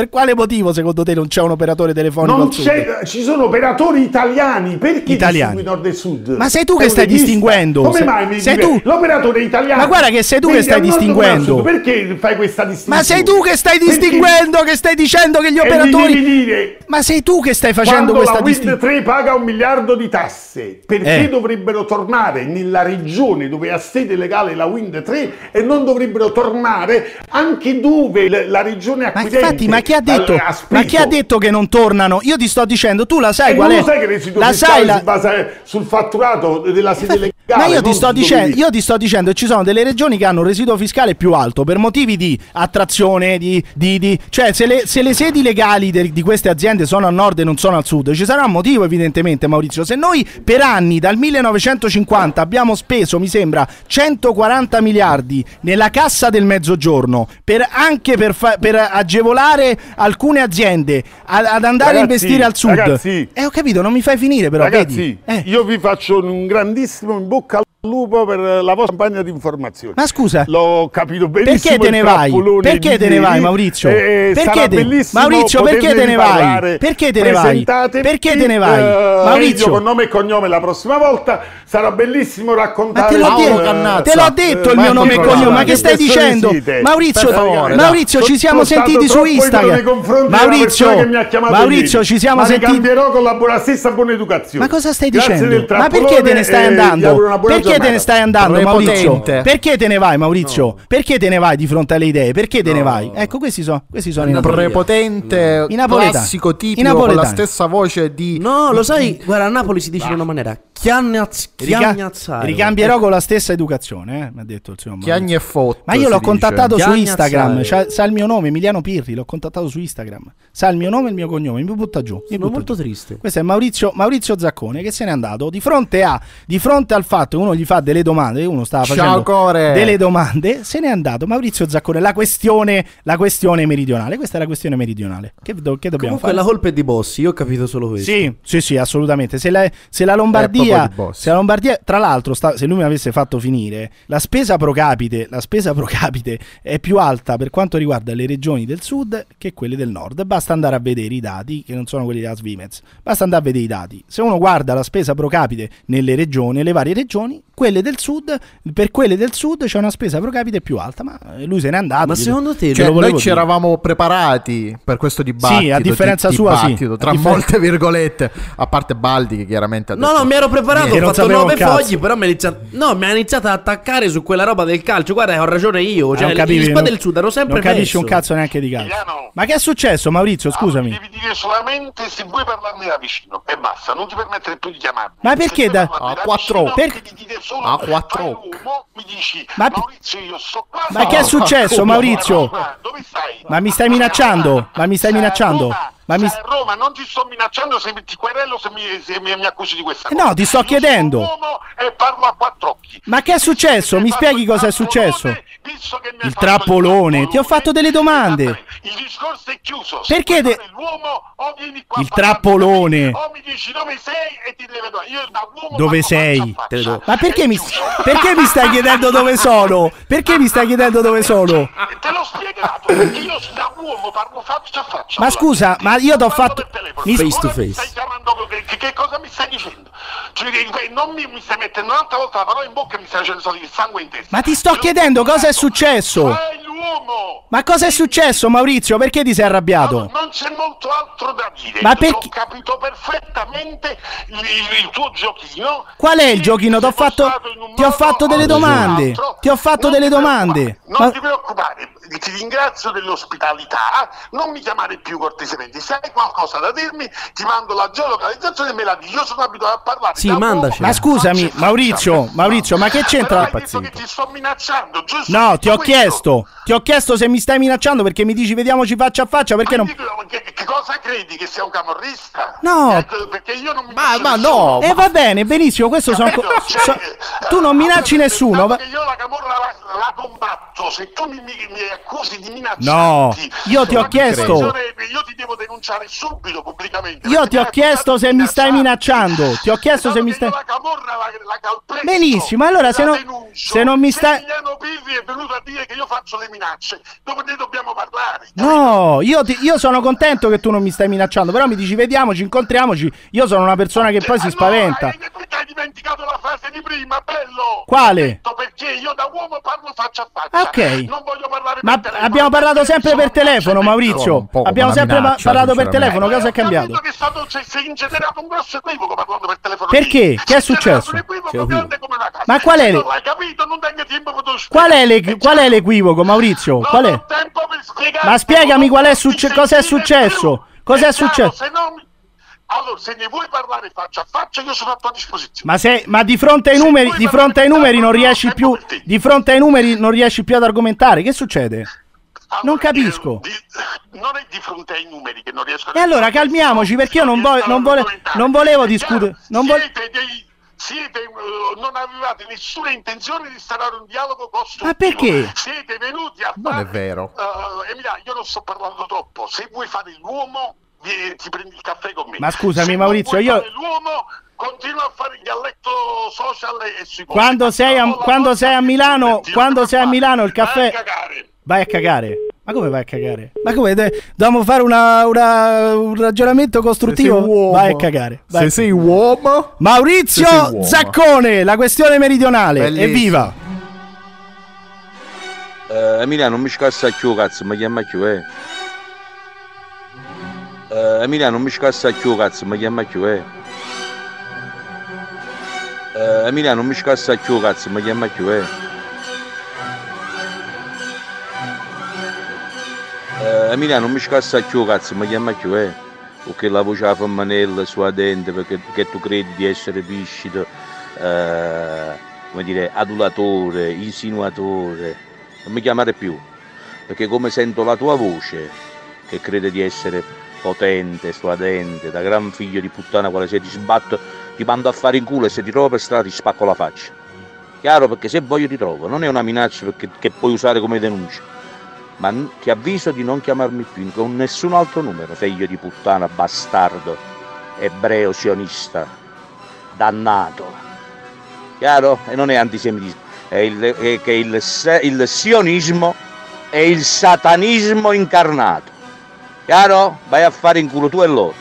[SPEAKER 2] Per quale motivo secondo te non c'è un operatore telefonico
[SPEAKER 6] Non
[SPEAKER 2] al sud?
[SPEAKER 6] c'è, ci sono operatori italiani, perché
[SPEAKER 2] Italiani.
[SPEAKER 6] distingui nord e sud?
[SPEAKER 2] Ma sei tu che
[SPEAKER 6] È
[SPEAKER 2] stai
[SPEAKER 6] un leghista.
[SPEAKER 2] distinguendo.
[SPEAKER 6] Come
[SPEAKER 2] Se-
[SPEAKER 6] mai mi
[SPEAKER 2] sei
[SPEAKER 6] dice
[SPEAKER 2] tu.
[SPEAKER 6] l'operatore italiano?
[SPEAKER 2] Ma guarda che sei tu che
[SPEAKER 6] Quindi
[SPEAKER 2] stai
[SPEAKER 6] al nord
[SPEAKER 2] distinguendo.
[SPEAKER 6] come al sud, perché fai questa distinzione?
[SPEAKER 2] Ma sei tu che stai
[SPEAKER 6] Perché-
[SPEAKER 2] distinguendo, che stai dicendo che gli
[SPEAKER 6] E mi
[SPEAKER 2] operatori...
[SPEAKER 6] devi dire,
[SPEAKER 2] Ma sei tu che stai facendo
[SPEAKER 6] quando
[SPEAKER 2] questa
[SPEAKER 6] la Wind
[SPEAKER 2] distinzione?
[SPEAKER 6] tre paga un miliardo di tasse, perché
[SPEAKER 2] Eh.
[SPEAKER 6] dovrebbero tornare nella regione dove ha sede legale la Wind tre e non dovrebbero tornare anche dove l- la regione
[SPEAKER 2] Ma
[SPEAKER 6] acquirente
[SPEAKER 2] infatti, ma chi ha detto,
[SPEAKER 6] ha
[SPEAKER 2] ma chi ha
[SPEAKER 6] spinto?
[SPEAKER 2] detto che non tornano? Io ti sto dicendo, tu la sai
[SPEAKER 6] E
[SPEAKER 2] qual
[SPEAKER 6] non
[SPEAKER 2] è?
[SPEAKER 6] lo sai che il residuo
[SPEAKER 2] La
[SPEAKER 6] fiscale
[SPEAKER 2] sai la...
[SPEAKER 6] si basa sul fatturato della sede legale?
[SPEAKER 2] Ma io ti,
[SPEAKER 6] non
[SPEAKER 2] sto
[SPEAKER 6] su dove
[SPEAKER 2] dicendo,
[SPEAKER 6] vivi.
[SPEAKER 2] io ti sto dicendo che ci sono delle regioni che hanno un residuo fiscale più alto per motivi di attrazione, di, di, di- cioè se le, se le sedi legali de- di queste aziende sono al nord e non sono al sud, ci sarà un motivo evidentemente, Maurizio. Se noi per anni, dal millenovecentocinquanta, abbiamo speso, mi sembra, centoquaranta miliardi nella cassa del mezzogiorno, per, anche per, fa- per agevolare alcune aziende a- ad andare a
[SPEAKER 6] Ragazzi,
[SPEAKER 2] investire al sud.
[SPEAKER 6] ragazzi.
[SPEAKER 2] Eh, ho capito, non mi fai finire però,
[SPEAKER 6] Ragazzi,
[SPEAKER 2] vedi? Eh.
[SPEAKER 6] io vi faccio un grandissimo in bocca al lupo per la vostra campagna di informazione.
[SPEAKER 2] Ma scusa,
[SPEAKER 6] L'ho capito benissimo.
[SPEAKER 2] perché te
[SPEAKER 6] il
[SPEAKER 2] ne vai?
[SPEAKER 6] trappolone
[SPEAKER 2] Perché
[SPEAKER 6] di
[SPEAKER 2] te ne vai,
[SPEAKER 6] ieri,
[SPEAKER 2] Maurizio?
[SPEAKER 6] e
[SPEAKER 2] Perché
[SPEAKER 6] sarà
[SPEAKER 2] te-
[SPEAKER 6] bellissimo
[SPEAKER 2] Maurizio, perché te ne
[SPEAKER 6] potervi
[SPEAKER 2] vai?
[SPEAKER 6] parlare.
[SPEAKER 2] Perché te ne vai?
[SPEAKER 6] Presentatevi,
[SPEAKER 2] Perché te ne vai?
[SPEAKER 6] eh,
[SPEAKER 2] Maurizio.
[SPEAKER 6] io con nome e cognome la prossima volta sarà bellissimo
[SPEAKER 2] Ma
[SPEAKER 6] raccontare.
[SPEAKER 2] te l'ho,
[SPEAKER 6] Paolo
[SPEAKER 2] detto,
[SPEAKER 6] Cannazza.
[SPEAKER 2] te l'ho detto il
[SPEAKER 6] Eh,
[SPEAKER 2] mio
[SPEAKER 6] ma
[SPEAKER 2] nome e
[SPEAKER 6] che
[SPEAKER 2] cognome,
[SPEAKER 6] cosa?
[SPEAKER 2] ma che stai
[SPEAKER 6] persone
[SPEAKER 2] dicendo?
[SPEAKER 6] siete?
[SPEAKER 2] Maurizio,
[SPEAKER 6] Per favore,
[SPEAKER 2] Maurizio,
[SPEAKER 6] dai.
[SPEAKER 2] ci siamo
[SPEAKER 6] Sono
[SPEAKER 2] sentiti
[SPEAKER 6] stato
[SPEAKER 2] su
[SPEAKER 6] troppo idolo nei
[SPEAKER 2] Instagram.
[SPEAKER 6] confronti della
[SPEAKER 2] Maurizio,
[SPEAKER 6] persona che mi ha chiamato
[SPEAKER 2] Maurizio,
[SPEAKER 6] ieri.
[SPEAKER 2] ci siamo
[SPEAKER 6] Ma
[SPEAKER 2] sentiti.
[SPEAKER 6] ricambierò con la buona stessa buona educazione.
[SPEAKER 2] Ma cosa stai
[SPEAKER 6] Grazie
[SPEAKER 2] dicendo?
[SPEAKER 6] del
[SPEAKER 2] Ma perché te
[SPEAKER 6] trappolone
[SPEAKER 2] ne stai
[SPEAKER 6] e vi auguro
[SPEAKER 2] andando?
[SPEAKER 6] una buona
[SPEAKER 2] Perché te ne
[SPEAKER 6] giornata.
[SPEAKER 2] stai andando, Maurizio?
[SPEAKER 4] Prepotente.
[SPEAKER 2] Perché te ne vai, Maurizio? Perché te ne vai di fronte alle idee? Perché te ne vai? Ecco, questi sono questi sono i napoletani.
[SPEAKER 4] Prepotente,
[SPEAKER 2] I napoletani.
[SPEAKER 4] classico,
[SPEAKER 2] I
[SPEAKER 4] tipico, con la
[SPEAKER 2] napoletani.
[SPEAKER 4] stessa voce di...
[SPEAKER 5] No, lo sai, guarda, a Napoli si dice in una maniera chiagnaz-
[SPEAKER 2] Rica-
[SPEAKER 5] chiagnazzare.
[SPEAKER 2] ricambierò con la stessa educazione, eh, mi ha detto il signor Maurizio.
[SPEAKER 4] Chiagni e Fotto.
[SPEAKER 2] Ma io
[SPEAKER 4] si
[SPEAKER 2] l'ho
[SPEAKER 4] dice.
[SPEAKER 2] contattato su
[SPEAKER 5] Chiagnazzare.
[SPEAKER 2] Instagram, c'ha- sa il mio nome, Emiliano Pirri, l'ho contattato su Instagram. Sa il mio nome e il mio cognome, mi butta giù. mi
[SPEAKER 5] Sono
[SPEAKER 2] butta
[SPEAKER 5] molto
[SPEAKER 2] giù.
[SPEAKER 5] triste.
[SPEAKER 2] Questo è Maurizio, Maurizio Zaccone che se n'è andato di fronte a di fronte al fatto che uno gli fa delle domande, uno stava
[SPEAKER 4] Ciao,
[SPEAKER 2] facendo
[SPEAKER 4] Core.
[SPEAKER 2] delle domande, se n'è andato Maurizio Zaccone, la questione la questione meridionale, questa è la questione meridionale. Che, do- che dobbiamo
[SPEAKER 5] Comunque
[SPEAKER 2] fare?
[SPEAKER 5] la colpa è di Bossi, io ho capito solo questo.
[SPEAKER 2] Sì, sì, sì, assolutamente. Se la, se la
[SPEAKER 4] È
[SPEAKER 2] Lombardia,
[SPEAKER 4] proprio di boss.
[SPEAKER 2] se la Lombardia, tra l'altro, sta- se lui mi avesse fatto finire, la spesa pro capite, la spesa pro capite è più alta per quanto riguarda le regioni del sud che quelle del nord. Basta andare a vedere i dati, che non sono quelli della Svimez. Basta andare a vedere i dati. Se uno guarda la spesa pro capite nelle regioni, nelle varie regioni, quelle del sud, per quelle del sud c'è una spesa pro capite più alta, ma lui se n'è andato.
[SPEAKER 5] Ma
[SPEAKER 2] glielo-
[SPEAKER 5] secondo te-
[SPEAKER 2] glielo
[SPEAKER 4] Cioè,
[SPEAKER 2] volevo
[SPEAKER 4] noi ci
[SPEAKER 2] dire.
[SPEAKER 4] eravamo preparati per questo dibattito.
[SPEAKER 2] Sì, a differenza
[SPEAKER 4] di-
[SPEAKER 2] sua, sì.
[SPEAKER 4] dibattito, tra
[SPEAKER 2] A differ-
[SPEAKER 4] molte virgolette, a parte Baldi che chiaramente ha
[SPEAKER 5] No,
[SPEAKER 4] detto-
[SPEAKER 5] no, mi ero preparato,
[SPEAKER 2] Che
[SPEAKER 5] ho
[SPEAKER 2] non
[SPEAKER 5] fatto
[SPEAKER 2] sapevo
[SPEAKER 5] nove
[SPEAKER 2] un cazzo.
[SPEAKER 5] fogli, però mi ha iniziato, no, mi ha iniziato ad attaccare su quella roba del calcio. Guarda, ho ragione io. Cioè,
[SPEAKER 2] non capivi,
[SPEAKER 5] gli squadre
[SPEAKER 2] non-
[SPEAKER 5] del sud hanno sempre
[SPEAKER 2] non capisci
[SPEAKER 5] perso.
[SPEAKER 2] un cazzo neanche di calcio.
[SPEAKER 7] Emiliano.
[SPEAKER 2] Ma che è successo, Maurizio? Scusami.
[SPEAKER 7] Devi dire solamente se vuoi parlarmi da vicino e basta, non ti permettere più di chiamarmi.
[SPEAKER 2] Ma perché
[SPEAKER 7] Se
[SPEAKER 2] da-
[SPEAKER 7] vuoi parlarmi
[SPEAKER 4] a quattro
[SPEAKER 7] vicino,
[SPEAKER 2] occhi?
[SPEAKER 7] devi dire solo
[SPEAKER 4] A quattro
[SPEAKER 7] fai
[SPEAKER 4] occhi.
[SPEAKER 7] l'uomo, mi dici
[SPEAKER 2] Ma-
[SPEAKER 7] Maurizio io sto qua.
[SPEAKER 2] Ma che è
[SPEAKER 7] no,
[SPEAKER 2] successo,
[SPEAKER 7] Roma,
[SPEAKER 2] Maurizio?
[SPEAKER 7] Roma, dove stai?
[SPEAKER 2] Ma mi stai minacciando? Ma mi stai
[SPEAKER 7] Sei a
[SPEAKER 2] minacciando?
[SPEAKER 7] Roma,
[SPEAKER 2] Ma mi-
[SPEAKER 7] sei a Roma, non ti sto minacciando se ti querello se mi, se mi, mi accusi di questa
[SPEAKER 2] Eh
[SPEAKER 7] cosa.
[SPEAKER 2] no, ti sto
[SPEAKER 7] Io
[SPEAKER 2] chiedendo.
[SPEAKER 7] sono un uomo e parlo a quattro occhi.
[SPEAKER 2] Ma che è successo? Mi spieghi cosa è successo?
[SPEAKER 7] Visto che mi hai
[SPEAKER 2] Il
[SPEAKER 7] fatto
[SPEAKER 2] trappolone. Ti ho fatto delle domande.
[SPEAKER 7] Il discorso è chiuso. Se
[SPEAKER 2] Perché
[SPEAKER 7] vuoi
[SPEAKER 2] de-
[SPEAKER 7] fare l'uomo, o vieni qua
[SPEAKER 2] Il
[SPEAKER 7] a parlarmi
[SPEAKER 2] trappolone.
[SPEAKER 7] da me, O mi dici dove sei e ti devo dare. Io da uomo
[SPEAKER 2] Dove
[SPEAKER 7] parlo
[SPEAKER 2] sei?
[SPEAKER 7] faccia a
[SPEAKER 5] Te lo
[SPEAKER 7] faccia.
[SPEAKER 5] do.
[SPEAKER 2] Ma perché
[SPEAKER 7] È
[SPEAKER 2] mi,
[SPEAKER 7] chiuso.
[SPEAKER 2] perché mi stai chiedendo dove sono? Perché mi stai chiedendo dove sono?
[SPEAKER 7] E te l'ho spiegato, perché io da uomo parlo faccia a faccia.
[SPEAKER 2] Ma
[SPEAKER 7] con la
[SPEAKER 2] scusa,
[SPEAKER 7] gente.
[SPEAKER 2] ma io t'ho
[SPEAKER 7] Parlo
[SPEAKER 2] fatto-
[SPEAKER 7] per telefono.
[SPEAKER 2] mi-
[SPEAKER 5] Face to
[SPEAKER 7] Ora mi
[SPEAKER 5] face.
[SPEAKER 7] stai chiamando, che, che- che cosa mi stai dicendo? Cioè, che- non mi, mi stai mettendo un'altra volta la parola in bocca e mi stai facendo salire il sangue in testa.
[SPEAKER 2] Ma ti sto
[SPEAKER 7] Te l'ho
[SPEAKER 2] chiedendo cosa è
[SPEAKER 7] spiegato.
[SPEAKER 2] successo.
[SPEAKER 7] Fai l'uomo.
[SPEAKER 2] Ma cosa è successo, Maurizio? Perché ti sei arrabbiato?
[SPEAKER 7] Non c'è molto altro da dire.
[SPEAKER 2] Ma
[SPEAKER 7] Io
[SPEAKER 2] perché-
[SPEAKER 7] Ho capito perfettamente il, il- il tuo giochino.
[SPEAKER 2] Qual è il
[SPEAKER 7] Sì,
[SPEAKER 2] giochino? Ti ho
[SPEAKER 7] sei
[SPEAKER 2] fatto-
[SPEAKER 7] postato in un
[SPEAKER 2] ti ho
[SPEAKER 7] modo
[SPEAKER 2] fatto
[SPEAKER 7] o
[SPEAKER 2] delle
[SPEAKER 7] in un
[SPEAKER 2] domande.
[SPEAKER 7] altro.
[SPEAKER 2] Ti ho fatto
[SPEAKER 7] Non
[SPEAKER 2] delle
[SPEAKER 7] ti preoccupare,
[SPEAKER 2] domande.
[SPEAKER 7] Non
[SPEAKER 2] Ma-
[SPEAKER 7] ti preoccupare, ti ringrazio dell'ospitalità. Non mi chiamare più cortesemente. Se hai qualcosa da dirmi, ti mando la geolocalizzazione e me la dici. Io sono abituato a parlare.
[SPEAKER 5] Sì,
[SPEAKER 7] da uomo,
[SPEAKER 5] mandacela.
[SPEAKER 2] Ma scusami,
[SPEAKER 7] faccia a faccia.
[SPEAKER 2] Maurizio, Maurizio, ma che c'entra?
[SPEAKER 7] Però hai detto che ti sto minacciando, giusto?
[SPEAKER 2] No, ti ho
[SPEAKER 7] Questo.
[SPEAKER 2] chiesto, ti ho chiesto se mi stai minacciando perché mi dici vediamoci faccia a faccia, perché
[SPEAKER 7] Ma
[SPEAKER 2] non...
[SPEAKER 7] dico, che, che Che cosa credi? Che sia un camorrista?
[SPEAKER 2] No.
[SPEAKER 7] Ecco, perché io non mi
[SPEAKER 4] Ma-
[SPEAKER 7] minaccio
[SPEAKER 4] ma
[SPEAKER 7] nessuno.
[SPEAKER 4] no.
[SPEAKER 2] E va bene, benissimo, questo sono co-
[SPEAKER 7] Capito? Cioè,
[SPEAKER 2] so- tu non minacci
[SPEAKER 7] allora,
[SPEAKER 2] nessuno.
[SPEAKER 7] pensavo
[SPEAKER 2] va-
[SPEAKER 7] che io la camorra la, la combatto. Se tu mi, mi, mi accusi di minacciarti,
[SPEAKER 2] No, io ti ho
[SPEAKER 7] ma
[SPEAKER 2] chiesto-
[SPEAKER 7] attenzione, io ti devo denunciare subito pubblicamente.
[SPEAKER 2] Io
[SPEAKER 7] perché
[SPEAKER 2] ti ho
[SPEAKER 7] mi hai
[SPEAKER 2] chiesto
[SPEAKER 7] accusato
[SPEAKER 2] se
[SPEAKER 7] di
[SPEAKER 2] mi stai
[SPEAKER 7] minacciarti.
[SPEAKER 2] minacciando. Ti ho chiesto se
[SPEAKER 7] Pensavo
[SPEAKER 2] mi
[SPEAKER 7] che
[SPEAKER 2] stai.
[SPEAKER 7] io la camorra la, la calpesto,
[SPEAKER 2] Benissimo, allora se
[SPEAKER 7] la
[SPEAKER 2] non-
[SPEAKER 7] denuncio.
[SPEAKER 2] se non mi stai-
[SPEAKER 7] Se Emiliano Pirri è venuto a dire che io faccio le minacce, dopo ne dobbiamo parlare.
[SPEAKER 2] No, io, ti- io sono contento che tu non mi stai minacciando, però mi dici vediamoci, incontriamoci. Io sono una persona che poi si
[SPEAKER 7] Ah, no,
[SPEAKER 2] spaventa.
[SPEAKER 7] hai, perché hai dimenticato la frase di prima, bello?
[SPEAKER 2] Quale?
[SPEAKER 7] Ho detto perché io da uomo parlo faccia a faccia.
[SPEAKER 2] Ok.
[SPEAKER 7] Non voglio parlare
[SPEAKER 2] Ma
[SPEAKER 7] per telefono.
[SPEAKER 2] abbiamo parlato sempre per
[SPEAKER 7] Sono
[SPEAKER 2] telefono,
[SPEAKER 7] innocente.
[SPEAKER 2] Maurizio.
[SPEAKER 4] Un po' come
[SPEAKER 2] Abbiamo
[SPEAKER 4] una
[SPEAKER 2] sempre pa-
[SPEAKER 4] minaccia,
[SPEAKER 2] parlato per
[SPEAKER 4] sinceramente.
[SPEAKER 2] telefono. Cosa è
[SPEAKER 7] Eh, ho capito
[SPEAKER 2] cambiato?
[SPEAKER 7] che è stato, si, si è ingenerato un grosso equivoco parlando per telefono.
[SPEAKER 2] Perché?
[SPEAKER 7] Sì,
[SPEAKER 2] Che è
[SPEAKER 7] si generato
[SPEAKER 2] successo?
[SPEAKER 7] un equivoco grande come una casa.
[SPEAKER 2] Ma qual è
[SPEAKER 7] Se
[SPEAKER 2] le-
[SPEAKER 7] non l'hai capito, non tengo tempo per tu
[SPEAKER 2] Qual è,
[SPEAKER 7] spiegare.
[SPEAKER 2] l'e- qual è l'equivoco, Maurizio?
[SPEAKER 7] Non
[SPEAKER 2] Qual è?
[SPEAKER 7] ho tempo per spiegarti,
[SPEAKER 2] Ma spiegami
[SPEAKER 7] non
[SPEAKER 2] qual è
[SPEAKER 7] ti
[SPEAKER 2] succe- cosa è
[SPEAKER 7] sentire
[SPEAKER 2] successo?
[SPEAKER 7] più.
[SPEAKER 2] Cosa è
[SPEAKER 7] È chiaro,
[SPEAKER 2] successo?
[SPEAKER 7] se non mi- Allora, se ne vuoi parlare faccia a faccia, io sono a tua disposizione.
[SPEAKER 2] Ma, se, ma di fronte ai
[SPEAKER 7] Se
[SPEAKER 2] numeri,
[SPEAKER 7] vuoi
[SPEAKER 2] di fronte ai
[SPEAKER 7] parlare
[SPEAKER 2] numeri non
[SPEAKER 7] per
[SPEAKER 2] riesci
[SPEAKER 7] tempo
[SPEAKER 2] più.
[SPEAKER 7] per te.
[SPEAKER 2] Di fronte ai numeri non riesci più ad argomentare. Che succede?
[SPEAKER 7] Allora,
[SPEAKER 2] non capisco.
[SPEAKER 7] eh, di- non è di fronte ai numeri che non riesco a
[SPEAKER 2] E allora calmiamoci, perché io non, vo- non, vole- non volevo discutere. Non vo-
[SPEAKER 7] siete dei siete, eh, non avevate nessuna intenzione di instaurare un dialogo costruttivo.
[SPEAKER 2] Ma perché?
[SPEAKER 7] Siete venuti a
[SPEAKER 4] Non
[SPEAKER 7] fare
[SPEAKER 4] è vero.
[SPEAKER 7] eh, Emilia, io non sto parlando troppo. Se vuoi fare l'uomo, vi- ti prendi il caffè con me.
[SPEAKER 2] Ma scusami,
[SPEAKER 7] Se
[SPEAKER 2] Maurizio,
[SPEAKER 7] non vuoi
[SPEAKER 2] io-
[SPEAKER 7] fare l'uomo, continua a fare il galletto social e sui posti.
[SPEAKER 2] Quando sei a-
[SPEAKER 7] Ho la
[SPEAKER 2] quando
[SPEAKER 7] forza
[SPEAKER 2] sei a
[SPEAKER 7] di
[SPEAKER 2] Milano-
[SPEAKER 7] dirti,
[SPEAKER 2] quando
[SPEAKER 7] non
[SPEAKER 2] sei a
[SPEAKER 7] fare.
[SPEAKER 2] Milano il caffè-
[SPEAKER 7] Vai a cagare.
[SPEAKER 2] Vai a cagare. Ma come vai a cagare? Ma come? De- dobbiamo fare una, una- un ragionamento costruttivo?
[SPEAKER 4] Se sei uomo.
[SPEAKER 2] Vai a cagare. Vai.
[SPEAKER 4] Se sei uomo,
[SPEAKER 2] Maurizio
[SPEAKER 4] se sei uomo.
[SPEAKER 2] Zaccone, la questione meridionale.
[SPEAKER 4] Bellissimo.
[SPEAKER 2] Evviva!
[SPEAKER 8] Eh, Emiliano, non mi scassa più, cazzo, mi chiama più, eh. Eh, Emiliano, non mi scassa più, cazzo, mi chiama più, eh. Eh, Emiliano, non mi scassa più, cazzo, mi chiama più, eh. Eh, Emiliano, non mi scassa più, cazzo, mi chiama più, eh. Perché la voce a femminile suadente, perché, perché tu credi di essere viscido, eh, come dire, adulatore, insinuatore. Non mi chiamare più, perché come sento la tua voce, che crede di essere potente, suadente, da gran figlio di puttana, quale se ti sbatto, ti mando a fare in culo e se ti trovo per strada ti spacco la faccia. Chiaro? Perché se voglio ti trovo, non è una minaccia perché, che puoi usare come denuncia. Ma n- ti avviso di non chiamarmi più con nessun altro numero, figlio di puttana, bastardo, ebreo, sionista, dannato. Chiaro? E non è antisemitismo, è, il, è che il, se- il sionismo è il satanismo incarnato. Chiaro? Vai a fare in culo tu e loro.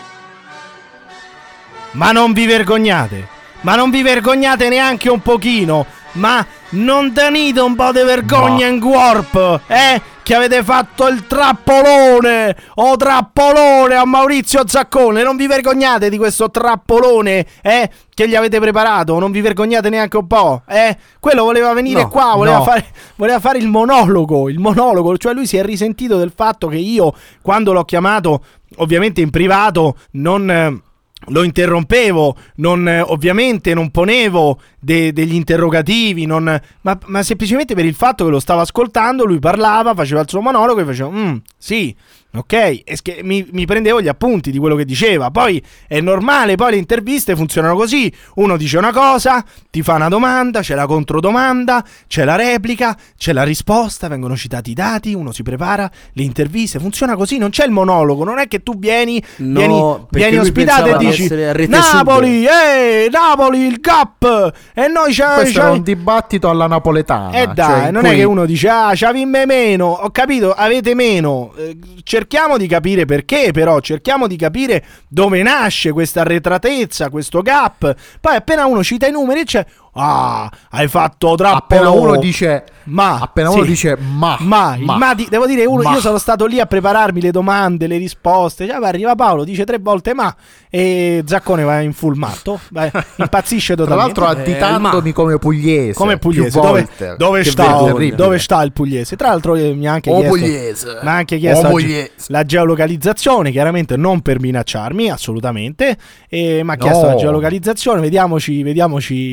[SPEAKER 2] Ma non vi vergognate? Ma non vi vergognate neanche un pochino? Ma non tenete un po' di vergogna in corpo, eh? Che avete fatto il trappolone o trappolone a Maurizio Zaccone. Non vi vergognate di questo trappolone, eh? Che gli avete preparato? Non vi vergognate neanche un po', eh? Quello voleva venire
[SPEAKER 4] No,
[SPEAKER 2] qua, voleva,
[SPEAKER 4] no.
[SPEAKER 2] fare, voleva fare il monologo, il monologo. Cioè lui si è risentito del fatto che io, quando l'ho chiamato, ovviamente in privato, non... eh, lo interrompevo, non, eh, ovviamente non ponevo de- degli interrogativi, non, ma, ma semplicemente per il fatto che lo stavo ascoltando, lui parlava, faceva il suo monologo e facevo, mm, sì, ok, e sch- mi, mi prendevo gli appunti di quello che diceva. Poi è normale, poi le interviste funzionano così, uno dice una cosa, ti fa una domanda, c'è la controdomanda, c'è la replica, c'è la risposta, vengono citati i dati, uno si prepara, le interviste, funziona così, non c'è il monologo, non è che tu vieni,
[SPEAKER 5] No,
[SPEAKER 2] vieni,
[SPEAKER 5] perché
[SPEAKER 2] vieni
[SPEAKER 5] lui
[SPEAKER 2] ospitato e
[SPEAKER 5] pensava di
[SPEAKER 2] dici
[SPEAKER 5] essere a Rete
[SPEAKER 2] Napoli, eh, Napoli, il Gap, e noi c'è,
[SPEAKER 4] questo
[SPEAKER 2] c'è-
[SPEAKER 4] è un dibattito alla napoletana.
[SPEAKER 2] eh dai,
[SPEAKER 4] cioè in
[SPEAKER 2] non è
[SPEAKER 4] cui-
[SPEAKER 2] che uno dice ah, c'avimme meno, ho capito, avete meno. Eh, cerchiamo di capire perché, però cerchiamo di capire dove nasce questa arretratezza, questo gap. Poi appena uno cita i numeri c'è ah, hai fatto troppo.
[SPEAKER 4] appena uno dice
[SPEAKER 2] ma
[SPEAKER 4] appena
[SPEAKER 2] sì.
[SPEAKER 4] uno dice ma
[SPEAKER 2] Ma, il ma di- devo dire, uno,
[SPEAKER 4] ma.
[SPEAKER 2] io sono stato lì a prepararmi le domande, le risposte. Cioè, arriva Paolo, dice tre volte ma, e Zaccone va in full matto, vai, impazzisce
[SPEAKER 4] tra
[SPEAKER 2] totalmente.
[SPEAKER 4] l'altro additandomi come pugliese
[SPEAKER 2] Come pugliese,
[SPEAKER 4] più
[SPEAKER 2] dove,
[SPEAKER 4] volte.
[SPEAKER 2] dove
[SPEAKER 4] Che
[SPEAKER 2] sta,
[SPEAKER 4] vergogna.
[SPEAKER 2] dove sta il pugliese? Tra l'altro eh, mi ha anche
[SPEAKER 4] O
[SPEAKER 2] chiesto,
[SPEAKER 4] pugliese.
[SPEAKER 2] mi ha anche chiesto
[SPEAKER 4] O
[SPEAKER 2] la,
[SPEAKER 4] pugliese.
[SPEAKER 2] la geolocalizzazione, chiaramente non per minacciarmi, assolutamente, e mi ha chiesto
[SPEAKER 4] No.
[SPEAKER 2] la geolocalizzazione, vediamoci, vediamoci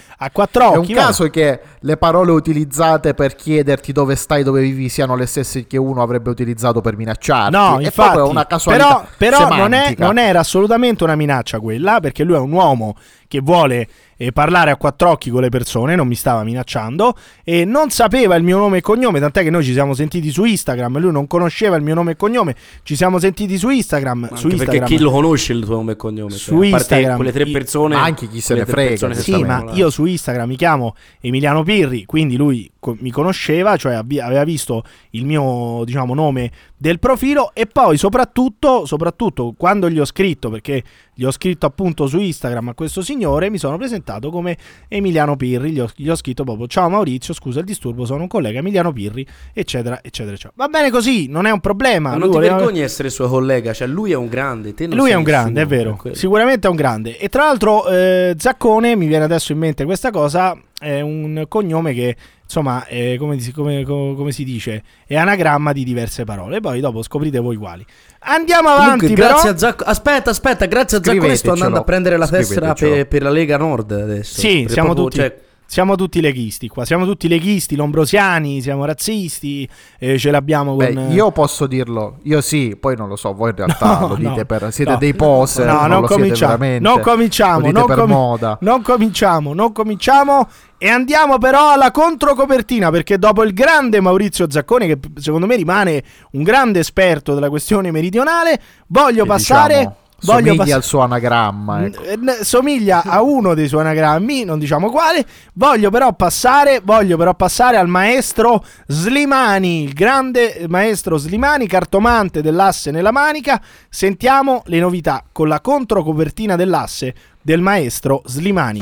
[SPEAKER 2] a quattro occhi.
[SPEAKER 4] È un caso che le parole utilizzate per chiederti dove stai, dove vivi, siano le stesse che uno avrebbe utilizzato per minacciarti.
[SPEAKER 2] No,
[SPEAKER 4] è
[SPEAKER 2] infatti,
[SPEAKER 4] proprio una casualità.
[SPEAKER 2] però, però non, è,
[SPEAKER 4] semantica.
[SPEAKER 2] non era assolutamente una minaccia quella, perché lui è un uomo che vuole eh, parlare a quattro occhi con le persone, non mi stava minacciando, e non sapeva il mio nome e cognome, tant'è che noi ci siamo sentiti su Instagram, lui non conosceva il mio nome e cognome, ci siamo sentiti su Instagram, su
[SPEAKER 5] Perché
[SPEAKER 2] Instagram.
[SPEAKER 5] chi lo conosce il tuo nome e cognome?
[SPEAKER 2] Su
[SPEAKER 5] Cioè, a parte
[SPEAKER 2] Instagram,
[SPEAKER 5] quelle tre
[SPEAKER 2] i-
[SPEAKER 5] persone,
[SPEAKER 4] ma anche chi se
[SPEAKER 5] quelle
[SPEAKER 4] ne
[SPEAKER 5] tre
[SPEAKER 4] frega.
[SPEAKER 5] persone che
[SPEAKER 2] Sì,
[SPEAKER 5] stavano
[SPEAKER 2] ma
[SPEAKER 5] là.
[SPEAKER 2] io su Instagram mi chiamo Emiliano Pirri, quindi lui co- mi conosceva, cioè abbi- aveva visto il mio, diciamo, nome del profilo, e poi soprattutto, soprattutto quando gli ho scritto, perché gli ho scritto appunto su Instagram a questo signore, mi sono presentato come Emiliano Pirri, gli ho, gli ho scritto proprio: ciao Maurizio, scusa il disturbo, sono un collega Emiliano Pirri, eccetera, eccetera, eccetera. Va bene così, non è un problema.
[SPEAKER 5] Ma
[SPEAKER 2] Lui
[SPEAKER 5] non ti
[SPEAKER 2] voleva-
[SPEAKER 5] vergogni di essere suo collega? Cioè, lui è un grande. Te non
[SPEAKER 2] Lui
[SPEAKER 5] sei
[SPEAKER 2] è un grande, è
[SPEAKER 5] nessuno,
[SPEAKER 2] vero,
[SPEAKER 5] per quello.
[SPEAKER 2] sicuramente è un grande. E tra l'altro eh, Zaccone, mi viene adesso in mente questa cosa, è un cognome che insomma è, come, si- come- co- come si dice, è anagramma di diverse parole, poi dopo scoprite voi quali. Andiamo avanti.
[SPEAKER 5] Comunque, grazie
[SPEAKER 2] però
[SPEAKER 5] a Zacco. Aspetta, aspetta, grazie a Zaccone sto andando a prendere la tessera
[SPEAKER 4] Scrivetecelo.
[SPEAKER 5] per, per la Lega Nord adesso.
[SPEAKER 2] sì,
[SPEAKER 5] Perché
[SPEAKER 2] siamo
[SPEAKER 5] proprio,
[SPEAKER 2] tutti
[SPEAKER 5] cioè,
[SPEAKER 2] siamo tutti leghisti qua, siamo tutti leghisti, lombrosiani, siamo razzisti, eh, ce l'abbiamo con...
[SPEAKER 4] Beh, io posso dirlo, io sì, poi non lo so, voi in realtà
[SPEAKER 2] No,
[SPEAKER 4] lo dite
[SPEAKER 2] no,
[SPEAKER 4] per siete
[SPEAKER 2] no.
[SPEAKER 4] dei poser,
[SPEAKER 2] No,
[SPEAKER 4] non,
[SPEAKER 2] non
[SPEAKER 4] lo siete
[SPEAKER 2] cominciamo,
[SPEAKER 4] veramente.
[SPEAKER 2] non cominciamo,
[SPEAKER 4] lo dite
[SPEAKER 2] non
[SPEAKER 4] per
[SPEAKER 2] comi-
[SPEAKER 4] moda.
[SPEAKER 2] non cominciamo, non cominciamo e andiamo però alla controcopertina, perché dopo il grande Maurizio Zaccone, che secondo me rimane un grande esperto della questione meridionale, voglio
[SPEAKER 4] Che,
[SPEAKER 2] passare...
[SPEAKER 4] diciamo,
[SPEAKER 2] voglio
[SPEAKER 4] somiglia
[SPEAKER 2] pass-
[SPEAKER 4] al suo anagramma, ecco.
[SPEAKER 2] N- somiglia a uno dei suoi anagrammi, non diciamo quale. Voglio però passare, voglio però passare al maestro Slimani, il grande maestro Slimani, cartomante dell'asse nella manica. Sentiamo le novità con la controcopertina dell'asse del maestro Slimani.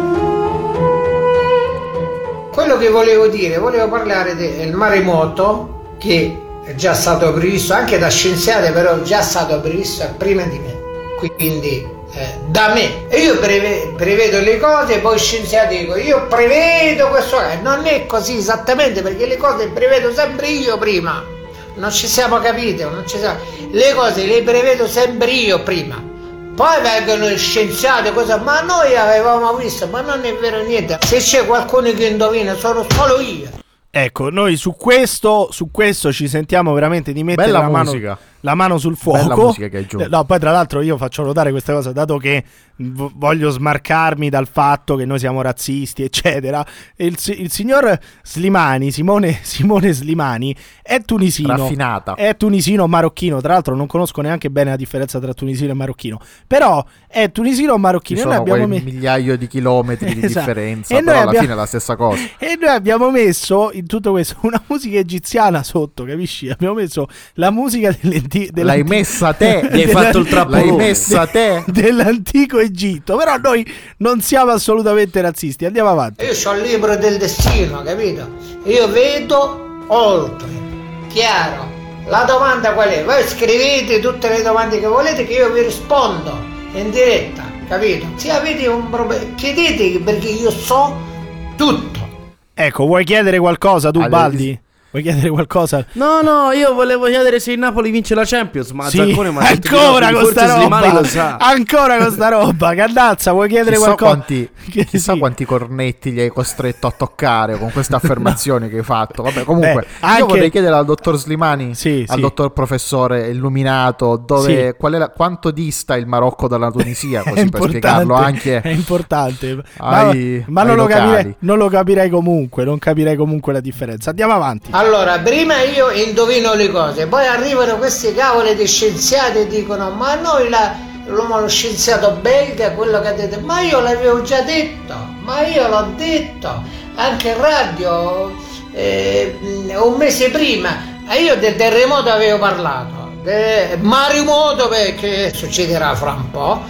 [SPEAKER 9] Quello che volevo dire, volevo parlare del maremoto che è già stato previsto anche da scienziati, però è già stato previsto prima di me, quindi eh, da me. E io preve- prevedo le cose, poi scienziati dico io prevedo questo, non è così esattamente, perché le cose le prevedo sempre io prima, non ci siamo capiti, non ci siamo... le cose le prevedo sempre io prima. Poi vengono gli scienziati, cosa, ma noi avevamo visto, ma non è vero niente. Se c'è qualcuno che indovina, sono solo io.
[SPEAKER 2] Ecco, noi su questo, su questo ci sentiamo veramente di mettere
[SPEAKER 4] Bella
[SPEAKER 2] la mano,
[SPEAKER 4] musica.
[SPEAKER 2] la mano sul fuoco.
[SPEAKER 4] Bella musica che hai aggiunto.
[SPEAKER 2] Eh, No, poi tra l'altro io faccio notare questa cosa, dato che v- voglio smarcarmi dal fatto che noi siamo razzisti, eccetera. E Il, si- il signor Slimani, Simone, Simone Slimani, è tunisino.
[SPEAKER 4] Raffinata.
[SPEAKER 2] È tunisino marocchino. Tra l'altro non conosco neanche bene la differenza tra tunisino e marocchino. Però è tunisino o
[SPEAKER 4] Ci
[SPEAKER 2] marocchino. E
[SPEAKER 4] sono
[SPEAKER 2] noi abbiamo
[SPEAKER 4] quel
[SPEAKER 2] me-
[SPEAKER 4] migliaio di chilometri di
[SPEAKER 2] Esatto.
[SPEAKER 4] differenza,
[SPEAKER 2] E noi
[SPEAKER 4] però alla
[SPEAKER 2] abbiamo-
[SPEAKER 4] fine è la stessa cosa.
[SPEAKER 2] E noi abbiamo messo in tutto questo una musica egiziana sotto, capisci? Abbiamo messo la musica delle, della
[SPEAKER 4] L'hai messa te,
[SPEAKER 5] Gli hai fatto il trappolone.
[SPEAKER 4] l'hai messa te.
[SPEAKER 2] dell'antico Egitto. Però noi non siamo assolutamente razzisti. Andiamo avanti.
[SPEAKER 9] Io ho il libro del destino, capito? Io vedo oltre, chiaro. La domanda qual è? Voi scrivete tutte le domande che volete che io vi rispondo in diretta, capito? Se avete un problema, chiedete perché io so tutto.
[SPEAKER 2] Ecco, vuoi chiedere qualcosa tu,
[SPEAKER 4] Allora,
[SPEAKER 2] Baldi? Vuoi chiedere qualcosa?
[SPEAKER 5] No, no, io volevo chiedere se il Napoli vince la Champions, ma
[SPEAKER 2] Sì,
[SPEAKER 5] Zaccone mi ha detto di no,
[SPEAKER 2] ancora
[SPEAKER 5] quindi
[SPEAKER 2] con sta
[SPEAKER 5] forse Slimani
[SPEAKER 2] roba.
[SPEAKER 5] lo sa.
[SPEAKER 2] Ancora con sta roba. Candazza, vuoi chiedere
[SPEAKER 4] Chissà
[SPEAKER 2] qualcosa?
[SPEAKER 4] quanti,
[SPEAKER 2] Che
[SPEAKER 4] chissà
[SPEAKER 2] sì.
[SPEAKER 4] quanti cornetti gli hai costretto a toccare con queste affermazioni che hai fatto. Vabbè, comunque,
[SPEAKER 2] Beh, anche-
[SPEAKER 4] io vorrei chiedere al dottor Slimani,
[SPEAKER 2] Sì,
[SPEAKER 4] al
[SPEAKER 2] sì.
[SPEAKER 4] dottor professore illuminato, dove,
[SPEAKER 2] Sì.
[SPEAKER 4] qual è la- quanto dista il Marocco dalla Tunisia,
[SPEAKER 2] È
[SPEAKER 4] così per spiegarlo anche
[SPEAKER 2] è importante,
[SPEAKER 4] ai-
[SPEAKER 2] ma, ma non,
[SPEAKER 4] ai
[SPEAKER 2] lo
[SPEAKER 4] locali.
[SPEAKER 2] capirei, non lo capirei comunque, non capirei comunque la differenza. Andiamo avanti.
[SPEAKER 9] Allora, prima io indovino le cose, poi arrivano questi cavoli di scienziati e dicono ma noi la, lo, lo scienziato belga, quello che ha detto, ma io l'avevo già detto, ma io l'ho detto, anche in radio eh, un mese prima, e io del terremoto avevo parlato, de, maremoto perché succederà fra un po',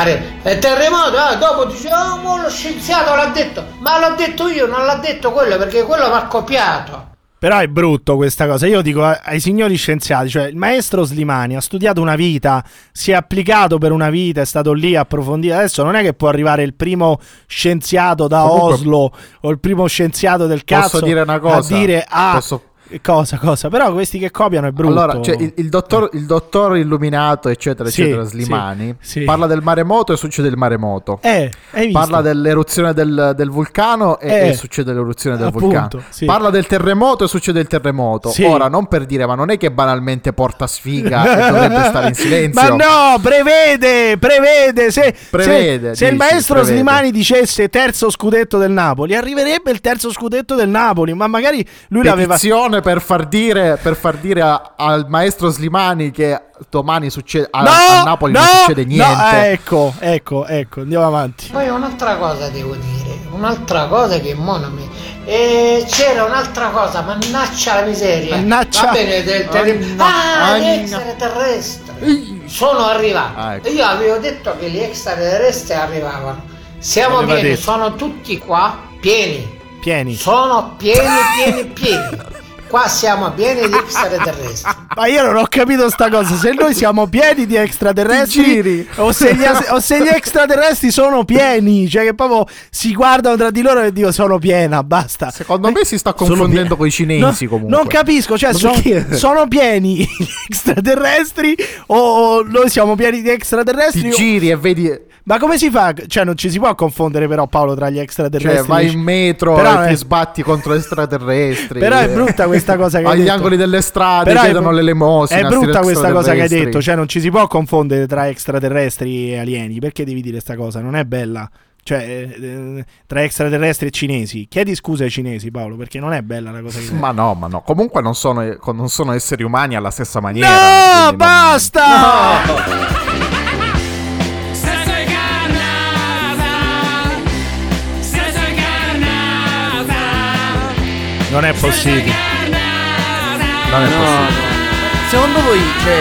[SPEAKER 9] il terremoto, ah, dopo dice, oh, mo lo scienziato l'ha detto, ma l'ho detto io, non l'ha detto quello perché quello mi ha copiato.
[SPEAKER 2] Però è brutto questa cosa. Io dico a- ai signori scienziati, cioè il maestro Slimani ha studiato una vita, si è applicato per una vita, è stato lì approfondito. Adesso non è che può arrivare il primo scienziato da
[SPEAKER 4] Comunque,
[SPEAKER 2] Oslo o il primo scienziato del cazzo
[SPEAKER 4] posso dire una cosa?
[SPEAKER 2] a dire ah,
[SPEAKER 4] Posso-
[SPEAKER 2] Cosa, cosa? Però questi che copiano è brutto.
[SPEAKER 4] Allora, cioè, il, il, dottor, il dottor illuminato, eccetera,
[SPEAKER 2] Sì,
[SPEAKER 4] eccetera,
[SPEAKER 2] sì,
[SPEAKER 4] Slimani,
[SPEAKER 2] sì.
[SPEAKER 4] parla del maremoto e succede il maremoto.
[SPEAKER 2] Eh, hai visto?
[SPEAKER 4] Parla dell'eruzione del, del vulcano e,
[SPEAKER 2] Eh,
[SPEAKER 4] e succede l'eruzione del
[SPEAKER 2] appunto,
[SPEAKER 4] vulcano.
[SPEAKER 2] sì.
[SPEAKER 4] Parla del terremoto e succede il terremoto.
[SPEAKER 2] Sì.
[SPEAKER 4] Ora, non per dire, ma non è che banalmente porta sfiga e dovrebbe stare in silenzio.
[SPEAKER 2] Ma no, prevede, prevede. Se,
[SPEAKER 4] Prevede,
[SPEAKER 2] se, se il
[SPEAKER 4] dici,
[SPEAKER 2] maestro
[SPEAKER 4] prevede.
[SPEAKER 2] Slimani dicesse terzo scudetto del Napoli, arriverebbe il terzo scudetto del Napoli. Ma magari lui l'aveva.
[SPEAKER 4] Petizione per far dire, per far dire a- al maestro Slimani che domani succede a,
[SPEAKER 2] No,
[SPEAKER 4] a Napoli
[SPEAKER 2] no,
[SPEAKER 4] non succede
[SPEAKER 2] no,
[SPEAKER 4] niente.
[SPEAKER 2] ecco, ecco, ecco, andiamo avanti.
[SPEAKER 9] Poi un'altra cosa devo dire, un'altra cosa che mo non mi... E c'era un'altra cosa, mannaccia la miseria.
[SPEAKER 2] Mannaccia.
[SPEAKER 9] Va bene, del terri-
[SPEAKER 4] Anna,
[SPEAKER 9] Ah, gli
[SPEAKER 4] Anna.
[SPEAKER 9] extraterrestri sono arrivati.
[SPEAKER 4] Ah, ecco.
[SPEAKER 9] Io avevo detto che gli extraterrestri arrivavano. Siamo
[SPEAKER 2] Aveva
[SPEAKER 9] pieni,
[SPEAKER 2] detto.
[SPEAKER 9] sono tutti qua pieni.
[SPEAKER 2] Pieni.
[SPEAKER 9] Sono pieni, pieni, pieni. Qua siamo pieni di extraterrestri.
[SPEAKER 2] Ma io non ho capito sta cosa. Se noi siamo pieni di
[SPEAKER 4] Ti
[SPEAKER 2] extraterrestri
[SPEAKER 4] giri.
[SPEAKER 2] o se, gli, o se gli extraterrestri sono pieni, cioè che proprio si guardano tra di loro e dicono sono piena, basta.
[SPEAKER 4] Secondo me si sta confondendo
[SPEAKER 5] pie-
[SPEAKER 4] con i cinesi
[SPEAKER 2] No,
[SPEAKER 4] comunque.
[SPEAKER 2] non capisco, cioè
[SPEAKER 5] Ma
[SPEAKER 2] sono,
[SPEAKER 5] perché?
[SPEAKER 2] sono pieni gli extraterrestri o noi siamo pieni di extraterrestri?
[SPEAKER 4] Ti
[SPEAKER 2] o-
[SPEAKER 4] giri e vedi,
[SPEAKER 2] Ma come si fa? Cioè non ci si può confondere però Paolo tra gli extraterrestri.
[SPEAKER 4] cioè vai in metro
[SPEAKER 2] Però
[SPEAKER 4] e
[SPEAKER 2] è-
[SPEAKER 4] ti sbatti contro extraterrestri.
[SPEAKER 2] Però è brutta questa cosa che hai
[SPEAKER 4] Agli
[SPEAKER 2] detto.
[SPEAKER 4] angoli delle strade
[SPEAKER 2] Però è-
[SPEAKER 4] chiedono l'elemosina.
[SPEAKER 2] È
[SPEAKER 4] sti
[SPEAKER 2] brutta questa cosa che hai
[SPEAKER 4] extraterrestri.
[SPEAKER 2] detto, cioè non ci si può confondere tra extraterrestri e alieni. Perché devi dire sta cosa? Non è bella. Cioè, eh, tra extraterrestri e cinesi. Chiedi scusa ai cinesi, Paolo, perché non è bella la cosa che
[SPEAKER 4] Ma no, ma no. Comunque non sono, non sono esseri umani alla stessa maniera.
[SPEAKER 2] No,
[SPEAKER 4] quindi non-
[SPEAKER 2] basta! Non è possibile.
[SPEAKER 4] Non è possibile.
[SPEAKER 5] Secondo voi, cioè,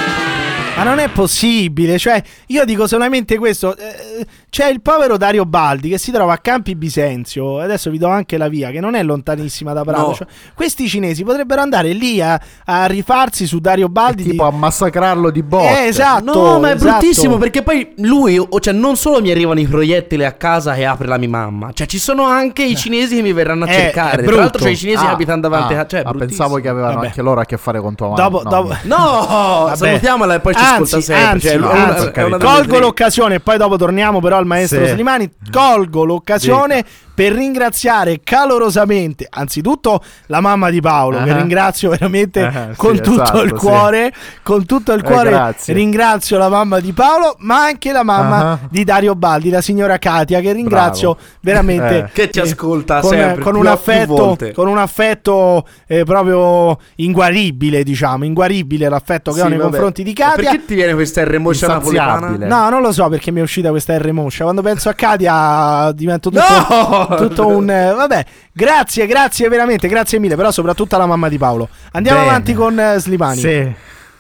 [SPEAKER 2] Ma non è possibile, cioè io dico solamente questo, eh, c'è il povero Dario Baldi che si trova a Campi Bisenzio, adesso vi do anche la via che non è lontanissima da Prato,
[SPEAKER 5] No.
[SPEAKER 2] cioè, questi cinesi potrebbero andare lì a, a rifarsi su Dario Baldi
[SPEAKER 4] Tipo
[SPEAKER 2] di-
[SPEAKER 4] a massacrarlo di botte.
[SPEAKER 2] Eh, esatto,
[SPEAKER 5] no, ma è
[SPEAKER 2] esatto.
[SPEAKER 5] bruttissimo perché poi lui, o cioè, non solo mi arrivano i proiettili a casa che apre la mia mamma, cioè ci sono anche i cinesi che mi verranno a
[SPEAKER 2] Eh,
[SPEAKER 5] cercare.
[SPEAKER 2] è
[SPEAKER 5] Tra
[SPEAKER 2] brutto.
[SPEAKER 5] l'altro c'è i cinesi che
[SPEAKER 4] Ah,
[SPEAKER 5] abitano davanti
[SPEAKER 4] ah,
[SPEAKER 5] a cioè, è
[SPEAKER 4] ah,
[SPEAKER 5] bruttissimo.
[SPEAKER 4] pensavo che avevano
[SPEAKER 2] Vabbè.
[SPEAKER 4] anche loro a che fare con tua mamma.
[SPEAKER 2] Dopo,
[SPEAKER 4] No,
[SPEAKER 2] dopo-
[SPEAKER 4] no.
[SPEAKER 5] No,
[SPEAKER 2] Vabbè.
[SPEAKER 5] salutiamola e poi ci ascolta
[SPEAKER 2] Anzi,
[SPEAKER 5] sempre.
[SPEAKER 2] anzi,
[SPEAKER 5] cioè, è
[SPEAKER 2] no,
[SPEAKER 5] una-
[SPEAKER 2] anzi,
[SPEAKER 5] è una delle
[SPEAKER 2] colgo
[SPEAKER 5] tre-
[SPEAKER 2] l'occasione e poi dopo torniamo però al maestro
[SPEAKER 4] Sì.
[SPEAKER 2] Slimani. Colgo l'occasione per ringraziare calorosamente anzitutto la mamma di Paolo, che
[SPEAKER 4] Ah.
[SPEAKER 2] ringrazio veramente
[SPEAKER 4] Ah,
[SPEAKER 2] con
[SPEAKER 4] sì,
[SPEAKER 2] tutto
[SPEAKER 4] esatto,
[SPEAKER 2] il
[SPEAKER 4] sì.
[SPEAKER 2] cuore, con tutto il
[SPEAKER 4] Eh,
[SPEAKER 2] cuore
[SPEAKER 4] grazie.
[SPEAKER 2] ringrazio la mamma di Paolo, ma anche la mamma
[SPEAKER 4] Ah.
[SPEAKER 2] di Dario Baldi, la signora Katia, che ringrazio
[SPEAKER 4] Bravo.
[SPEAKER 2] veramente
[SPEAKER 4] Eh.
[SPEAKER 5] Che ci ascolta
[SPEAKER 2] con,
[SPEAKER 5] sempre,
[SPEAKER 2] con
[SPEAKER 5] più-
[SPEAKER 2] un
[SPEAKER 5] più
[SPEAKER 2] affetto,
[SPEAKER 5] volte.
[SPEAKER 2] con un affetto eh, proprio inguaribile, diciamo, inguaribile l'affetto che
[SPEAKER 5] Sì,
[SPEAKER 2] ho nei
[SPEAKER 5] vabbè.
[SPEAKER 2] confronti di
[SPEAKER 5] Ma
[SPEAKER 2] Katia.
[SPEAKER 5] perché ti viene questa R moscia
[SPEAKER 4] Insaziabile.
[SPEAKER 5] napoletana?
[SPEAKER 2] No, non lo so perché mi è uscita questa R moscia. Quando penso a Katia divento tutto,
[SPEAKER 5] No!
[SPEAKER 2] tutto un... eh, vabbè, grazie, grazie veramente, grazie mille, però soprattutto alla mamma di Paolo. Andiamo
[SPEAKER 4] Bene.
[SPEAKER 2] avanti con eh, Slimani.
[SPEAKER 4] Sì.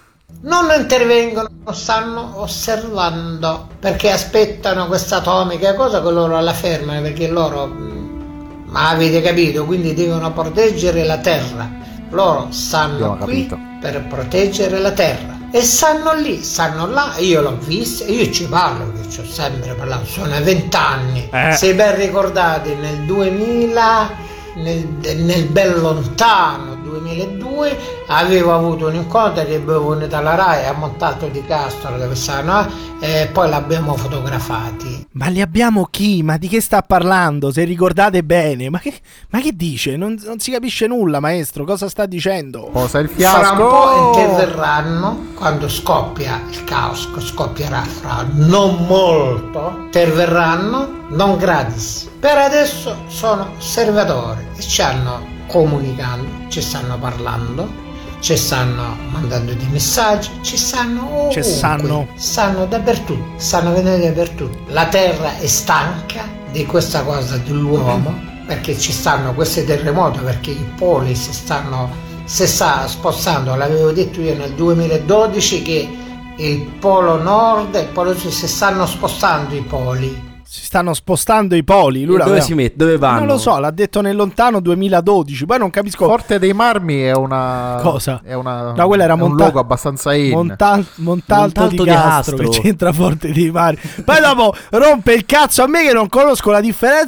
[SPEAKER 9] Non intervengono, stanno osservando perché aspettano questa atomica cosa che loro la fermano perché loro, mh, ma avete capito, quindi devono proteggere la terra. Loro stanno
[SPEAKER 4] Abbiamo
[SPEAKER 9] qui
[SPEAKER 4] capito.
[SPEAKER 9] per proteggere la terra e stanno lì, stanno là. Io l'ho visto, io ci parlo, che ci ho sempre parlato, sono vent'anni.
[SPEAKER 2] Eh.
[SPEAKER 9] Se ben ricordate, nel duemila, nel, nel bel lontano duemiladue, avevo avuto un incontro che avevo venuto alla Rai a Montalto di Castro dove stanno, eh, e poi l'abbiamo fotografati.
[SPEAKER 2] Ma li abbiamo chi? Ma di che sta parlando? Se ricordate bene. Ma che, ma che dice? Non, non si capisce nulla, maestro. Cosa sta dicendo?
[SPEAKER 4] Posa il
[SPEAKER 9] Fra un po'
[SPEAKER 4] fiasco.
[SPEAKER 9] interverranno quando scoppia il caos, scoppierà fra non molto, interverranno non gratis. Per adesso sono osservatori e ci hanno comunicando, ci stanno parlando, ci stanno mandando dei messaggi, ci stanno ovunque,
[SPEAKER 2] Ci stanno.
[SPEAKER 9] stanno dappertutto, stanno venendo dappertutto. La terra è stanca di questa cosa dell'uomo perché ci stanno questi terremoti, perché i poli si stanno si sta spostando. L'avevo detto io nel duemiladodici che il polo nord e il polo sud si stanno spostando i poli.
[SPEAKER 2] Si stanno spostando i poli. Lui
[SPEAKER 5] Dove
[SPEAKER 2] l'aveva-
[SPEAKER 5] si mette? Dove vanno?
[SPEAKER 2] Non lo so, l'ha detto nel lontano duemiladodici. Poi non capisco.
[SPEAKER 4] Forte dei Marmi è una
[SPEAKER 2] Cosa?
[SPEAKER 4] È una
[SPEAKER 2] No, quella era
[SPEAKER 4] è un
[SPEAKER 2] Monta-
[SPEAKER 4] luogo abbastanza in.
[SPEAKER 2] Montal- Montalto,
[SPEAKER 5] Montalto
[SPEAKER 2] di
[SPEAKER 5] di
[SPEAKER 2] Castro,
[SPEAKER 5] Castro.
[SPEAKER 2] che c'entra Forte dei Mari. Poi dopo rompe il cazzo a me che non conosco la differenza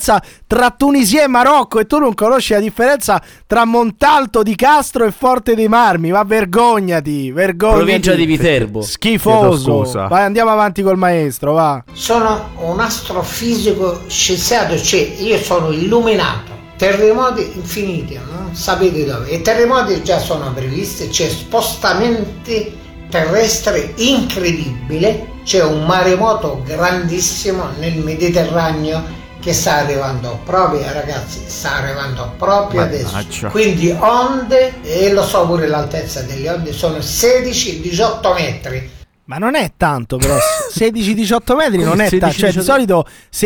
[SPEAKER 2] tra Tunisia e Marocco e tu non conosci la differenza tra Montalto di Castro e Forte dei Marmi. Ma vergognati, vergognati.
[SPEAKER 5] Provincia di Viterbo.
[SPEAKER 2] Schifoso. Vai, andiamo avanti col maestro, va.
[SPEAKER 9] Sono un astrofisico scienziato, cioè io sono illuminato. Terremoti infiniti, non sapete dove. I terremoti già sono previsti, c'è spostamenti terrestre incredibile, c'è un maremoto grandissimo nel Mediterraneo che sta arrivando proprio, ragazzi, sta arrivando proprio
[SPEAKER 4] Mannaggia.
[SPEAKER 9] adesso. Quindi onde, e lo so pure l'altezza delle onde, sono sedici diciotto metri.
[SPEAKER 2] Ma non è tanto, però sedici diciotto metri non è tanto. Cioè, di solito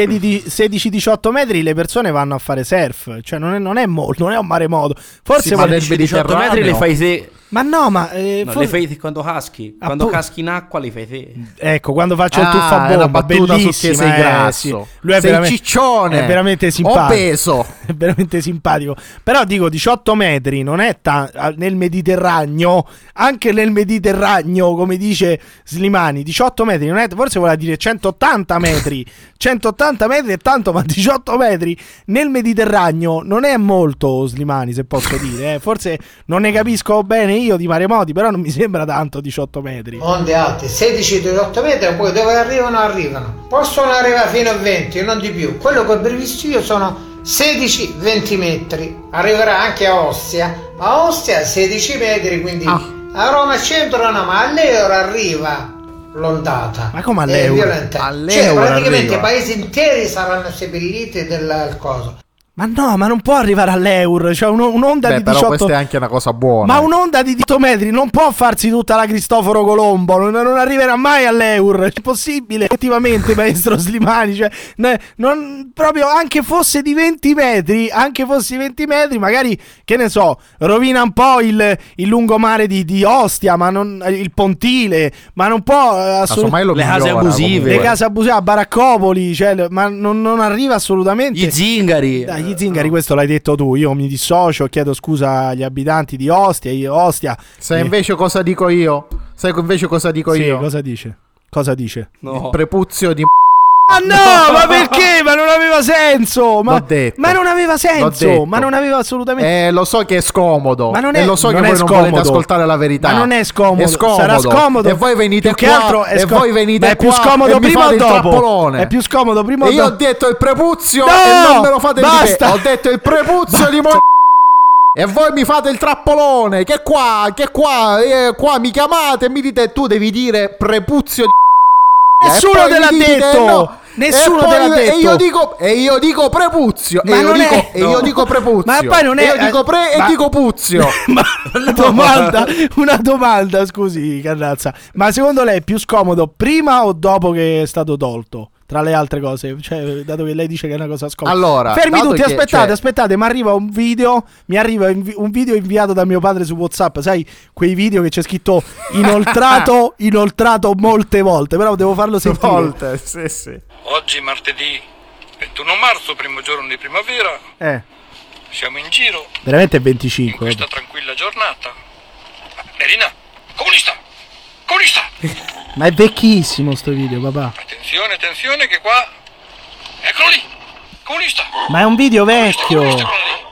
[SPEAKER 2] sedici diciotto metri le persone vanno a fare surf. Cioè, non è, non è molto, non è un maremoto. Forse
[SPEAKER 4] sì, ma nel diciotto
[SPEAKER 5] metri le fai se.
[SPEAKER 2] Ma no, ma eh,
[SPEAKER 5] no,
[SPEAKER 2] forse...
[SPEAKER 5] le fai quando caschi. Quando
[SPEAKER 2] Appu...
[SPEAKER 5] caschi in acqua li fai te.
[SPEAKER 2] Ecco, quando faccio il
[SPEAKER 4] ah,
[SPEAKER 2] tuffo a bomba, bellissima,
[SPEAKER 4] sei
[SPEAKER 2] eh,
[SPEAKER 4] grasso.
[SPEAKER 2] sì. Lui è
[SPEAKER 4] sei
[SPEAKER 2] veramente,
[SPEAKER 4] ciccione.
[SPEAKER 2] è veramente simpatico.
[SPEAKER 4] Obeso.
[SPEAKER 2] È veramente simpatico. Però dico, diciotto metri non è ta- nel Mediterraneo, anche nel Mediterraneo, come dice Slimani, diciotto metri non è, forse voleva dire centottanta metri. centottanta metri è tanto, ma diciotto metri nel Mediterraneo non è molto, Slimani, se posso dire. Eh. Forse non ne capisco bene io di maremoti, però non mi sembra tanto diciotto metri.
[SPEAKER 9] Onde alte sedici diciotto metri, poi dove arrivano arrivano. Possono arrivare fino a venti, non di più. Quello che ho previsto io sono sedici venti metri. Arriverà anche a Ostia. A Ostia sedici metri, quindi ah. a Roma centro no, ma all'euro arriva l'ondata.
[SPEAKER 2] Ma come all'euro?
[SPEAKER 9] all'euro cioè praticamente arriva. Paesi interi saranno seppelliti del coso.
[SPEAKER 2] Ma no, ma non può arrivare all'euro, cioè un, un'onda
[SPEAKER 4] Beh,
[SPEAKER 2] di
[SPEAKER 4] però
[SPEAKER 2] diciotto...
[SPEAKER 4] questa è anche una cosa buona.
[SPEAKER 2] Ma un'onda di diciotto metri non può farsi tutta la Cristoforo Colombo, non, non arriverà mai all'euro, è impossibile, effettivamente, maestro Slimani, cioè, non, proprio anche fosse di venti metri, anche fosse venti metri, magari, che ne so, rovina un po' il, il lungomare di, di Ostia, ma non il pontile, ma non può assolutamente...
[SPEAKER 5] Le case abusive.
[SPEAKER 2] Le case abusive a Baraccopoli, cioè, ma non, non arriva assolutamente...
[SPEAKER 5] Gli zingari.
[SPEAKER 2] Dai, gli zingari, questo l'hai detto tu, io mi dissocio, chiedo scusa agli abitanti di Ostia, io, Ostia.
[SPEAKER 4] Sai invece cosa dico io? Sai invece cosa dico
[SPEAKER 2] sì,
[SPEAKER 4] io?
[SPEAKER 2] cosa dice? Cosa dice?
[SPEAKER 4] No. Il prepuzio di
[SPEAKER 2] Ah no, no, ma perché? Ma non aveva senso. Ma,
[SPEAKER 4] L'ho detto.
[SPEAKER 2] ma non aveva senso. Ma non aveva assolutamente.
[SPEAKER 4] Eh, lo so che è scomodo.
[SPEAKER 2] Ma non è,
[SPEAKER 4] e lo so
[SPEAKER 2] non
[SPEAKER 4] che
[SPEAKER 2] è
[SPEAKER 4] voi non
[SPEAKER 2] scomodo.
[SPEAKER 4] volete ascoltare la verità.
[SPEAKER 2] Ma non è scomodo.
[SPEAKER 4] È scomodo.
[SPEAKER 2] Sarà scomodo.
[SPEAKER 4] E voi venite
[SPEAKER 2] più
[SPEAKER 4] qua.
[SPEAKER 2] Che altro è
[SPEAKER 4] e
[SPEAKER 2] scom-
[SPEAKER 4] voi venite
[SPEAKER 2] ma è più
[SPEAKER 4] qua
[SPEAKER 2] scomodo
[SPEAKER 4] e mi
[SPEAKER 2] prima
[SPEAKER 4] fate
[SPEAKER 2] o
[SPEAKER 4] il
[SPEAKER 2] dopo?
[SPEAKER 4] trappolone.
[SPEAKER 2] È più scomodo prima o
[SPEAKER 4] e
[SPEAKER 2] dopo?
[SPEAKER 4] io ho detto il prepuzio
[SPEAKER 2] no,
[SPEAKER 4] e non me lo fate
[SPEAKER 2] basta.
[SPEAKER 4] dire. Ho detto il prepuzio di mo- E voi mi fate il trappolone. Che qua, che qua, eh, qua mi chiamate e mi dite tu devi dire prepuzio di
[SPEAKER 2] Nessuno te l'ha detto.
[SPEAKER 4] No.
[SPEAKER 2] Nessuno
[SPEAKER 4] e poi,
[SPEAKER 2] te l'ha detto.
[SPEAKER 4] E io dico, e io dico prepuzio.
[SPEAKER 2] Ma
[SPEAKER 4] e, io
[SPEAKER 2] non
[SPEAKER 4] dico,
[SPEAKER 2] è,
[SPEAKER 4] e
[SPEAKER 2] no.
[SPEAKER 4] io dico prepuzio.
[SPEAKER 2] Ma poi non è.
[SPEAKER 4] E io dico pre
[SPEAKER 2] ma,
[SPEAKER 4] e dico puzio.
[SPEAKER 2] Ma una domanda, una domanda, scusi, Cannazza. Ma secondo lei è più scomodo prima o dopo che è stato tolto? Tra le altre cose, cioè, dato che lei dice che è una cosa scomoda.
[SPEAKER 4] Allora,
[SPEAKER 2] fermi tutti,
[SPEAKER 4] che,
[SPEAKER 2] aspettate,
[SPEAKER 4] cioè...
[SPEAKER 2] aspettate, mi arriva un video, mi arriva invi- un video inviato da mio padre su WhatsApp, sai, quei video che c'è scritto inoltrato, inoltrato molte volte, però devo farlo sentire.
[SPEAKER 4] Volte, sì, sì.
[SPEAKER 10] Oggi martedì ventuno marzo, primo giorno di primavera.
[SPEAKER 2] Eh.
[SPEAKER 10] Siamo in giro.
[SPEAKER 2] Veramente è venticinque.
[SPEAKER 10] In questa tranquilla giornata. Nerina, comunista! Comunista!
[SPEAKER 2] Ma è vecchissimo sto video, papà.
[SPEAKER 10] Attenzione, attenzione che qua... Eccolo lì! Comunista!
[SPEAKER 2] Ma è un video vecchio!
[SPEAKER 10] Comunista,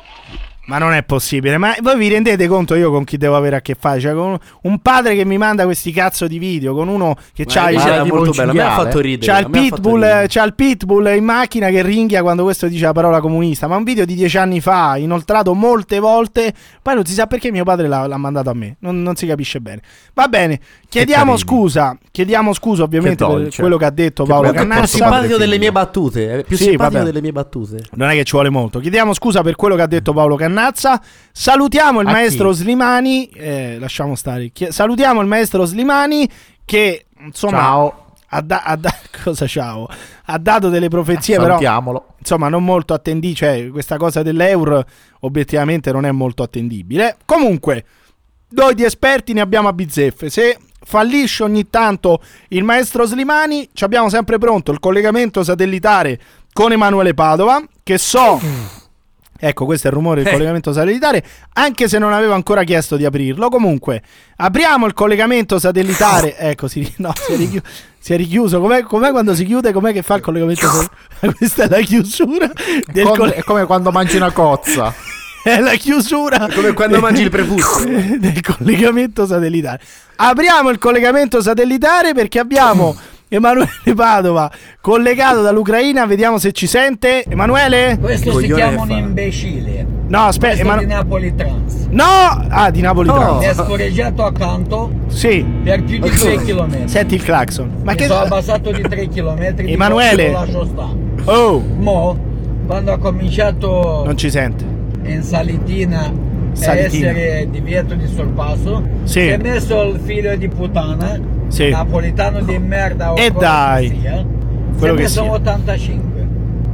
[SPEAKER 2] ma non è possibile, ma voi vi rendete conto io con chi devo avere a che fare? Cioè con un padre che mi manda questi cazzo di video, con uno che c'ha il,
[SPEAKER 5] era molto bello, a me ha fatto ridere.
[SPEAKER 2] C'ha il pitbull, c'ha il pitbull in macchina che ringhia quando questo dice la parola comunista, ma un video di dieci anni fa, inoltrato molte volte, poi non si sa perché mio padre l'ha, l'ha mandato a me, non, non si capisce bene. Va bene, chiediamo scusa, chiediamo scusa ovviamente per quello che ha detto Paolo Cannazza.
[SPEAKER 5] È più simpatico delle mie battute, è più
[SPEAKER 2] sì,
[SPEAKER 5] simpatico
[SPEAKER 2] vabbè.
[SPEAKER 5] delle mie battute.
[SPEAKER 2] Non è che ci vuole molto. Chiediamo scusa per quello che ha detto Paolo Cannazza. Salutiamo il
[SPEAKER 4] A
[SPEAKER 2] maestro
[SPEAKER 4] chi?
[SPEAKER 2] Slimani. Eh, lasciamo stare. Chi- salutiamo il maestro Slimani che insomma
[SPEAKER 4] Ciao.
[SPEAKER 2] ha, da- ha da- cosa ciao? Ha dato delle profezie, però
[SPEAKER 4] Salutiamolo.
[SPEAKER 2] insomma non molto attendibili. Cioè, questa cosa dell'euro obiettivamente non è molto attendibile. Comunque, noi di esperti ne abbiamo a bizzeffe. Se fallisce ogni tanto il maestro Slimani, ci abbiamo sempre pronto il collegamento satellitare con Emanuele Padova, che so Ecco, questo è il rumore del
[SPEAKER 5] Eh.
[SPEAKER 2] collegamento satellitare, anche se non avevo ancora chiesto di aprirlo. Comunque, apriamo il collegamento satellitare. Ecco, si, no, si è richiuso. Si è richiuso. Com'è, com'è quando si chiude? Com'è che fa il collegamento satellitare? Questa è la chiusura del
[SPEAKER 4] Con-
[SPEAKER 2] coll-
[SPEAKER 4] è come quando mangi una cozza.
[SPEAKER 2] è la chiusura
[SPEAKER 5] Come quando mangi il prepucio.
[SPEAKER 2] del collegamento satellitare. Apriamo il collegamento satellitare perché abbiamo Emanuele Padova collegato dall'Ucraina. Vediamo se ci sente. Emanuele?
[SPEAKER 11] Questo si
[SPEAKER 5] Coglione
[SPEAKER 11] chiama un
[SPEAKER 5] fa.
[SPEAKER 11] imbecille.
[SPEAKER 2] No, aspetta.
[SPEAKER 11] Questo
[SPEAKER 2] Emanu-
[SPEAKER 11] di Napoli Trans.
[SPEAKER 2] No! Ah, di Napoli Trans.
[SPEAKER 11] Mi è scorreggiato accanto
[SPEAKER 2] Sì.
[SPEAKER 11] per più di tre chilometri.
[SPEAKER 2] Senti il clacson. Ma
[SPEAKER 11] Mi
[SPEAKER 2] che
[SPEAKER 11] sono abbassato di tre chilometri.
[SPEAKER 2] Emanuele.
[SPEAKER 11] Lo lascio stare.
[SPEAKER 2] Oh,
[SPEAKER 11] Mo, quando ho cominciato
[SPEAKER 2] non ci sente.
[SPEAKER 11] in salitina,
[SPEAKER 2] Salitina.
[SPEAKER 11] a essere divieto di sorpasso,
[SPEAKER 2] Sì.
[SPEAKER 11] si è messo il figlio di puttana,
[SPEAKER 2] Sì.
[SPEAKER 11] napolitano di merda o
[SPEAKER 2] E
[SPEAKER 11] cosa
[SPEAKER 2] dai.
[SPEAKER 11] che sia, si
[SPEAKER 2] Quello
[SPEAKER 11] è
[SPEAKER 2] che
[SPEAKER 11] messo
[SPEAKER 2] sia.
[SPEAKER 11] ottantacinque.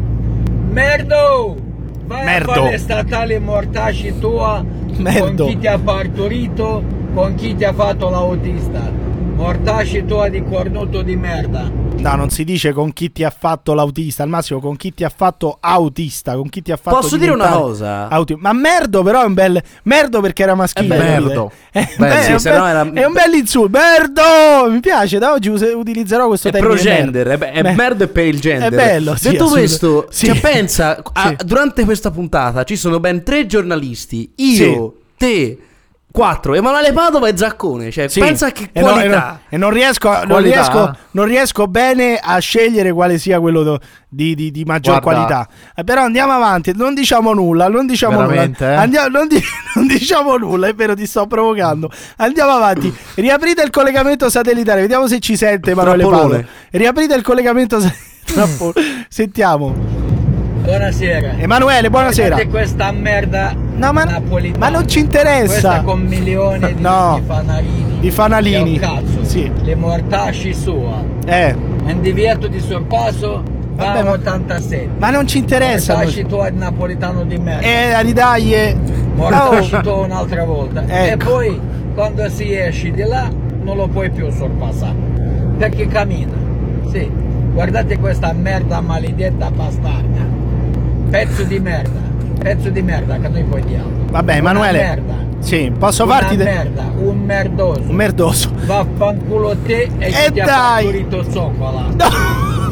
[SPEAKER 11] Merdo! Vai
[SPEAKER 2] Merdo.
[SPEAKER 11] a fare le statali mortacci tua
[SPEAKER 2] Merdo.
[SPEAKER 11] con chi ti ha partorito, con chi ti ha fatto l'autista. Mortacci tua di cornuto di merda.
[SPEAKER 2] No, non si dice con chi ti ha fatto l'autista, al massimo con chi ti ha fatto autista, con chi ti ha fatto
[SPEAKER 5] Posso dire una
[SPEAKER 2] diventare
[SPEAKER 5] cosa?
[SPEAKER 2] auti- Ma merdo però è un bel merdo perché era maschile.
[SPEAKER 4] È
[SPEAKER 2] capite?
[SPEAKER 4] merdo.
[SPEAKER 2] È,
[SPEAKER 4] Beh,
[SPEAKER 2] beh,
[SPEAKER 5] sì,
[SPEAKER 2] è un
[SPEAKER 5] se
[SPEAKER 2] bel-
[SPEAKER 5] no era-
[SPEAKER 2] è un bel insulto. Merdo! Mi piace, da oggi us- utilizzerò questo
[SPEAKER 5] È
[SPEAKER 2] termine.
[SPEAKER 5] pro gender, è,
[SPEAKER 2] merdo.
[SPEAKER 5] è
[SPEAKER 2] Beh,
[SPEAKER 5] merda e per il gender.
[SPEAKER 2] È bello, sì,
[SPEAKER 5] Detto
[SPEAKER 2] assolutamente.
[SPEAKER 5] questo,
[SPEAKER 2] Sì.
[SPEAKER 5] cioè, pensa, a-
[SPEAKER 2] Sì.
[SPEAKER 5] durante questa puntata ci sono ben tre giornalisti, io, te, quattro, Emanuele Padova e Zaccone. Cioè,
[SPEAKER 2] Sì.
[SPEAKER 5] pensa che
[SPEAKER 2] E no-
[SPEAKER 5] qualità.
[SPEAKER 2] e no- e non riesco, a- non,
[SPEAKER 4] Qualità?
[SPEAKER 2] riesco, non riesco bene a scegliere quale sia quello do- di, di- di maggior
[SPEAKER 4] Guarda.
[SPEAKER 2] qualità. Eh, però andiamo avanti, non diciamo nulla, non diciamo
[SPEAKER 4] Veramente,
[SPEAKER 2] nulla.
[SPEAKER 4] eh?
[SPEAKER 2] Andiamo- non, di- non diciamo nulla, è vero, ti sto provocando. Andiamo avanti. Riaprite il collegamento satellitare, vediamo se ci sente Emanuele
[SPEAKER 5] Trappolone.
[SPEAKER 2] Padova. Riaprite il collegamento satellitare. Sentiamo.
[SPEAKER 11] Buonasera.
[SPEAKER 2] Emanuele, buonasera.
[SPEAKER 11] Guardate questa merda
[SPEAKER 2] No, ma,
[SPEAKER 11] napolitana.
[SPEAKER 2] ma non ci interessa.
[SPEAKER 11] Questa con milioni di,
[SPEAKER 2] No.
[SPEAKER 11] di fanalini.
[SPEAKER 2] Di fanalini.
[SPEAKER 11] Che è un cazzo.
[SPEAKER 2] Sì.
[SPEAKER 11] Le mortacci sua.
[SPEAKER 2] Eh,
[SPEAKER 11] Un divieto di sorpasso va
[SPEAKER 2] Vabbè,
[SPEAKER 11] a
[SPEAKER 2] ma-
[SPEAKER 11] ottantasette.
[SPEAKER 2] ma non ci interessa.
[SPEAKER 11] Mortacci tua di napolitano di merda.
[SPEAKER 2] Eh, ridaglie.
[SPEAKER 11] Mortacci
[SPEAKER 2] Oh.
[SPEAKER 11] tua un'altra volta. E
[SPEAKER 2] Ecco.
[SPEAKER 11] poi quando si esci di là non lo puoi più sorpassare. Perché cammina. Sì. Guardate questa merda maledetta bastarda. Pezzo di merda. Pezzo di merda che noi poi diamo.
[SPEAKER 2] Vabbè,
[SPEAKER 11] Una
[SPEAKER 2] Emanuele.
[SPEAKER 11] merda.
[SPEAKER 2] Sì, posso
[SPEAKER 11] Una
[SPEAKER 2] farti de-
[SPEAKER 11] merda, un merdoso.
[SPEAKER 2] un merdoso.
[SPEAKER 11] Vaffanculo te e
[SPEAKER 2] E
[SPEAKER 11] chi ti ha
[SPEAKER 2] dai.
[SPEAKER 11] partorito zoccola.
[SPEAKER 2] No,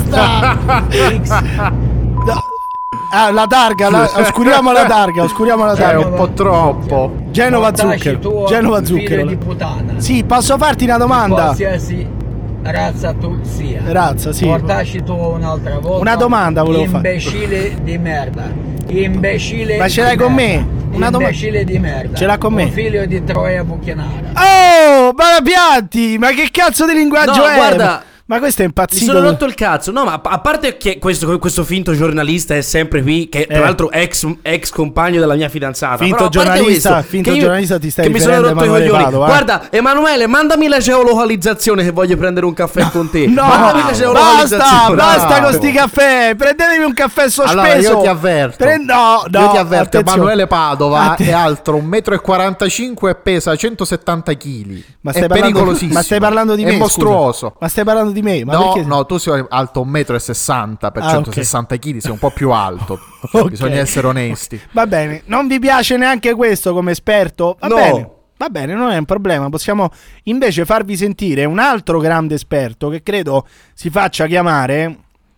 [SPEAKER 2] basta.
[SPEAKER 11] X.
[SPEAKER 2] No. Ah, la targa, la- oscuriamo la targa, oscuriamo la
[SPEAKER 4] Cioè, è
[SPEAKER 2] targa.
[SPEAKER 4] un po' troppo.
[SPEAKER 2] Genova
[SPEAKER 11] Mortacci
[SPEAKER 2] zucchero.
[SPEAKER 11] tuo,
[SPEAKER 2] Genova
[SPEAKER 11] figlio
[SPEAKER 2] zucchero.
[SPEAKER 11] di puttana.
[SPEAKER 2] Sì, posso farti una domanda?
[SPEAKER 11] Qualsiasi razza tu sia.
[SPEAKER 2] Razza, sì.
[SPEAKER 11] Mortacci tu un'altra volta.
[SPEAKER 2] Una domanda volevo fare.
[SPEAKER 11] Imbecille di merda. Imbecille
[SPEAKER 2] Ma ce
[SPEAKER 11] di
[SPEAKER 2] l'hai con
[SPEAKER 11] merda.
[SPEAKER 2] me? Una doma-
[SPEAKER 11] Imbecille di merda.
[SPEAKER 2] Ce l'ha con me?
[SPEAKER 11] Un figlio di Troia Buchinara.
[SPEAKER 2] Oh, ma la piatti, ma che cazzo di linguaggio
[SPEAKER 5] No,
[SPEAKER 2] è?
[SPEAKER 5] guarda,
[SPEAKER 2] ma questo è
[SPEAKER 5] Mi
[SPEAKER 2] impazzito.
[SPEAKER 5] sono rotto il cazzo. No, ma a a parte che questo, questo finto giornalista è sempre qui, che tra
[SPEAKER 2] Eh.
[SPEAKER 5] l'altro ex, ex compagno della mia fidanzata.
[SPEAKER 2] Finto
[SPEAKER 5] Però a parte
[SPEAKER 2] giornalista,
[SPEAKER 5] questo,
[SPEAKER 2] finto
[SPEAKER 5] che io-
[SPEAKER 2] giornalista ti stai
[SPEAKER 5] che mi sono
[SPEAKER 2] riferendo a
[SPEAKER 5] rotto i
[SPEAKER 2] Emanuele
[SPEAKER 5] coglioni.
[SPEAKER 2] Padova, eh?
[SPEAKER 5] Guarda, Emanuele, mandami la geolocalizzazione che voglio prendere un caffè con te.
[SPEAKER 2] No,
[SPEAKER 5] mandami la
[SPEAKER 2] basta,
[SPEAKER 5] geolocalizzazione.
[SPEAKER 2] basta
[SPEAKER 4] Bravo.
[SPEAKER 2] con sti caffè. Prendetevi un caffè sospeso.
[SPEAKER 4] Allora io ti avverto.
[SPEAKER 2] Pre- no, no,
[SPEAKER 4] Io ti avverto,
[SPEAKER 2] attenzione.
[SPEAKER 4] Emanuele Padova
[SPEAKER 2] Atten-
[SPEAKER 4] è altro un metro e quarantacinque e pesa centosettanta chili.
[SPEAKER 2] Ma
[SPEAKER 4] È
[SPEAKER 2] stai, parlando,
[SPEAKER 4] pericolosissimo.
[SPEAKER 2] ma stai parlando di me?
[SPEAKER 4] È
[SPEAKER 2] scusa?
[SPEAKER 4] mostruoso.
[SPEAKER 2] Ma stai parlando di me? Ma
[SPEAKER 4] No,
[SPEAKER 2] perché?
[SPEAKER 4] no, tu sei alto un metro e sessanta per
[SPEAKER 2] Ah,
[SPEAKER 4] centosessanta chili, sei un po' più alto.
[SPEAKER 2] Ok.
[SPEAKER 4] Bisogna essere onesti.
[SPEAKER 2] Va bene, non vi piace neanche questo come esperto? Va
[SPEAKER 5] No.
[SPEAKER 2] bene. Va bene, non è un problema. Possiamo invece farvi sentire un altro grande esperto che credo si faccia chiamare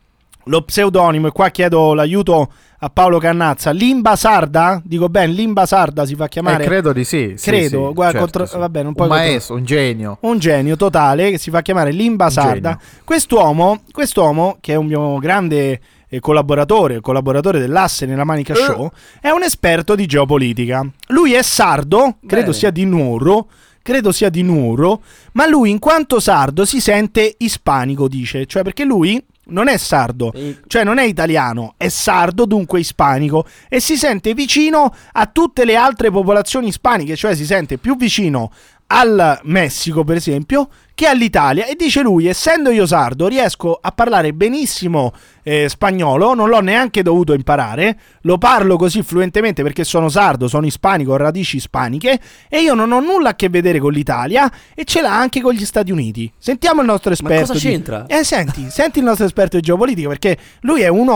[SPEAKER 2] lo pseudonimo, e qua chiedo l'aiuto a Paolo Cannazza. Limba Sarda? Dico bene, Limba Sarda si fa chiamare?
[SPEAKER 4] Eh, credo di sì. sì,
[SPEAKER 2] Credo,
[SPEAKER 4] sì,
[SPEAKER 2] guarda,
[SPEAKER 4] certo,
[SPEAKER 2] contro-
[SPEAKER 4] sì.
[SPEAKER 2] vabbè, non
[SPEAKER 4] un
[SPEAKER 2] puoi contro-
[SPEAKER 4] maestro, un genio.
[SPEAKER 2] Un genio totale che si fa chiamare Limba Sarda.
[SPEAKER 4] genio.
[SPEAKER 2] Quest'uomo, quest'uomo, che è un mio grande eh, collaboratore, collaboratore dell'Asse nella Manica Show, è un esperto di geopolitica. Lui è sardo, credo
[SPEAKER 5] Bene.
[SPEAKER 2] sia di Nuoro, credo sia di Nuoro, ma lui in quanto sardo si sente ispanico, dice, cioè perché lui non è sardo,
[SPEAKER 5] E-
[SPEAKER 2] cioè non è italiano, è sardo, dunque ispanico, e si sente vicino a tutte le altre popolazioni ispaniche, cioè si sente più vicino al Messico, per esempio, che all'Italia. E dice lui, essendo io sardo, riesco a parlare benissimo eh, spagnolo, non l'ho neanche dovuto imparare, lo parlo così fluentemente perché sono sardo, sono ispanico, ho radici ispaniche, e io non ho nulla a che vedere con l'Italia, e ce l'ha anche con gli Stati Uniti. Sentiamo il nostro esperto.
[SPEAKER 5] cosa
[SPEAKER 2] di-
[SPEAKER 5] c'entra?
[SPEAKER 2] Eh, senti, senti il nostro esperto di geopolitica, perché lui è uno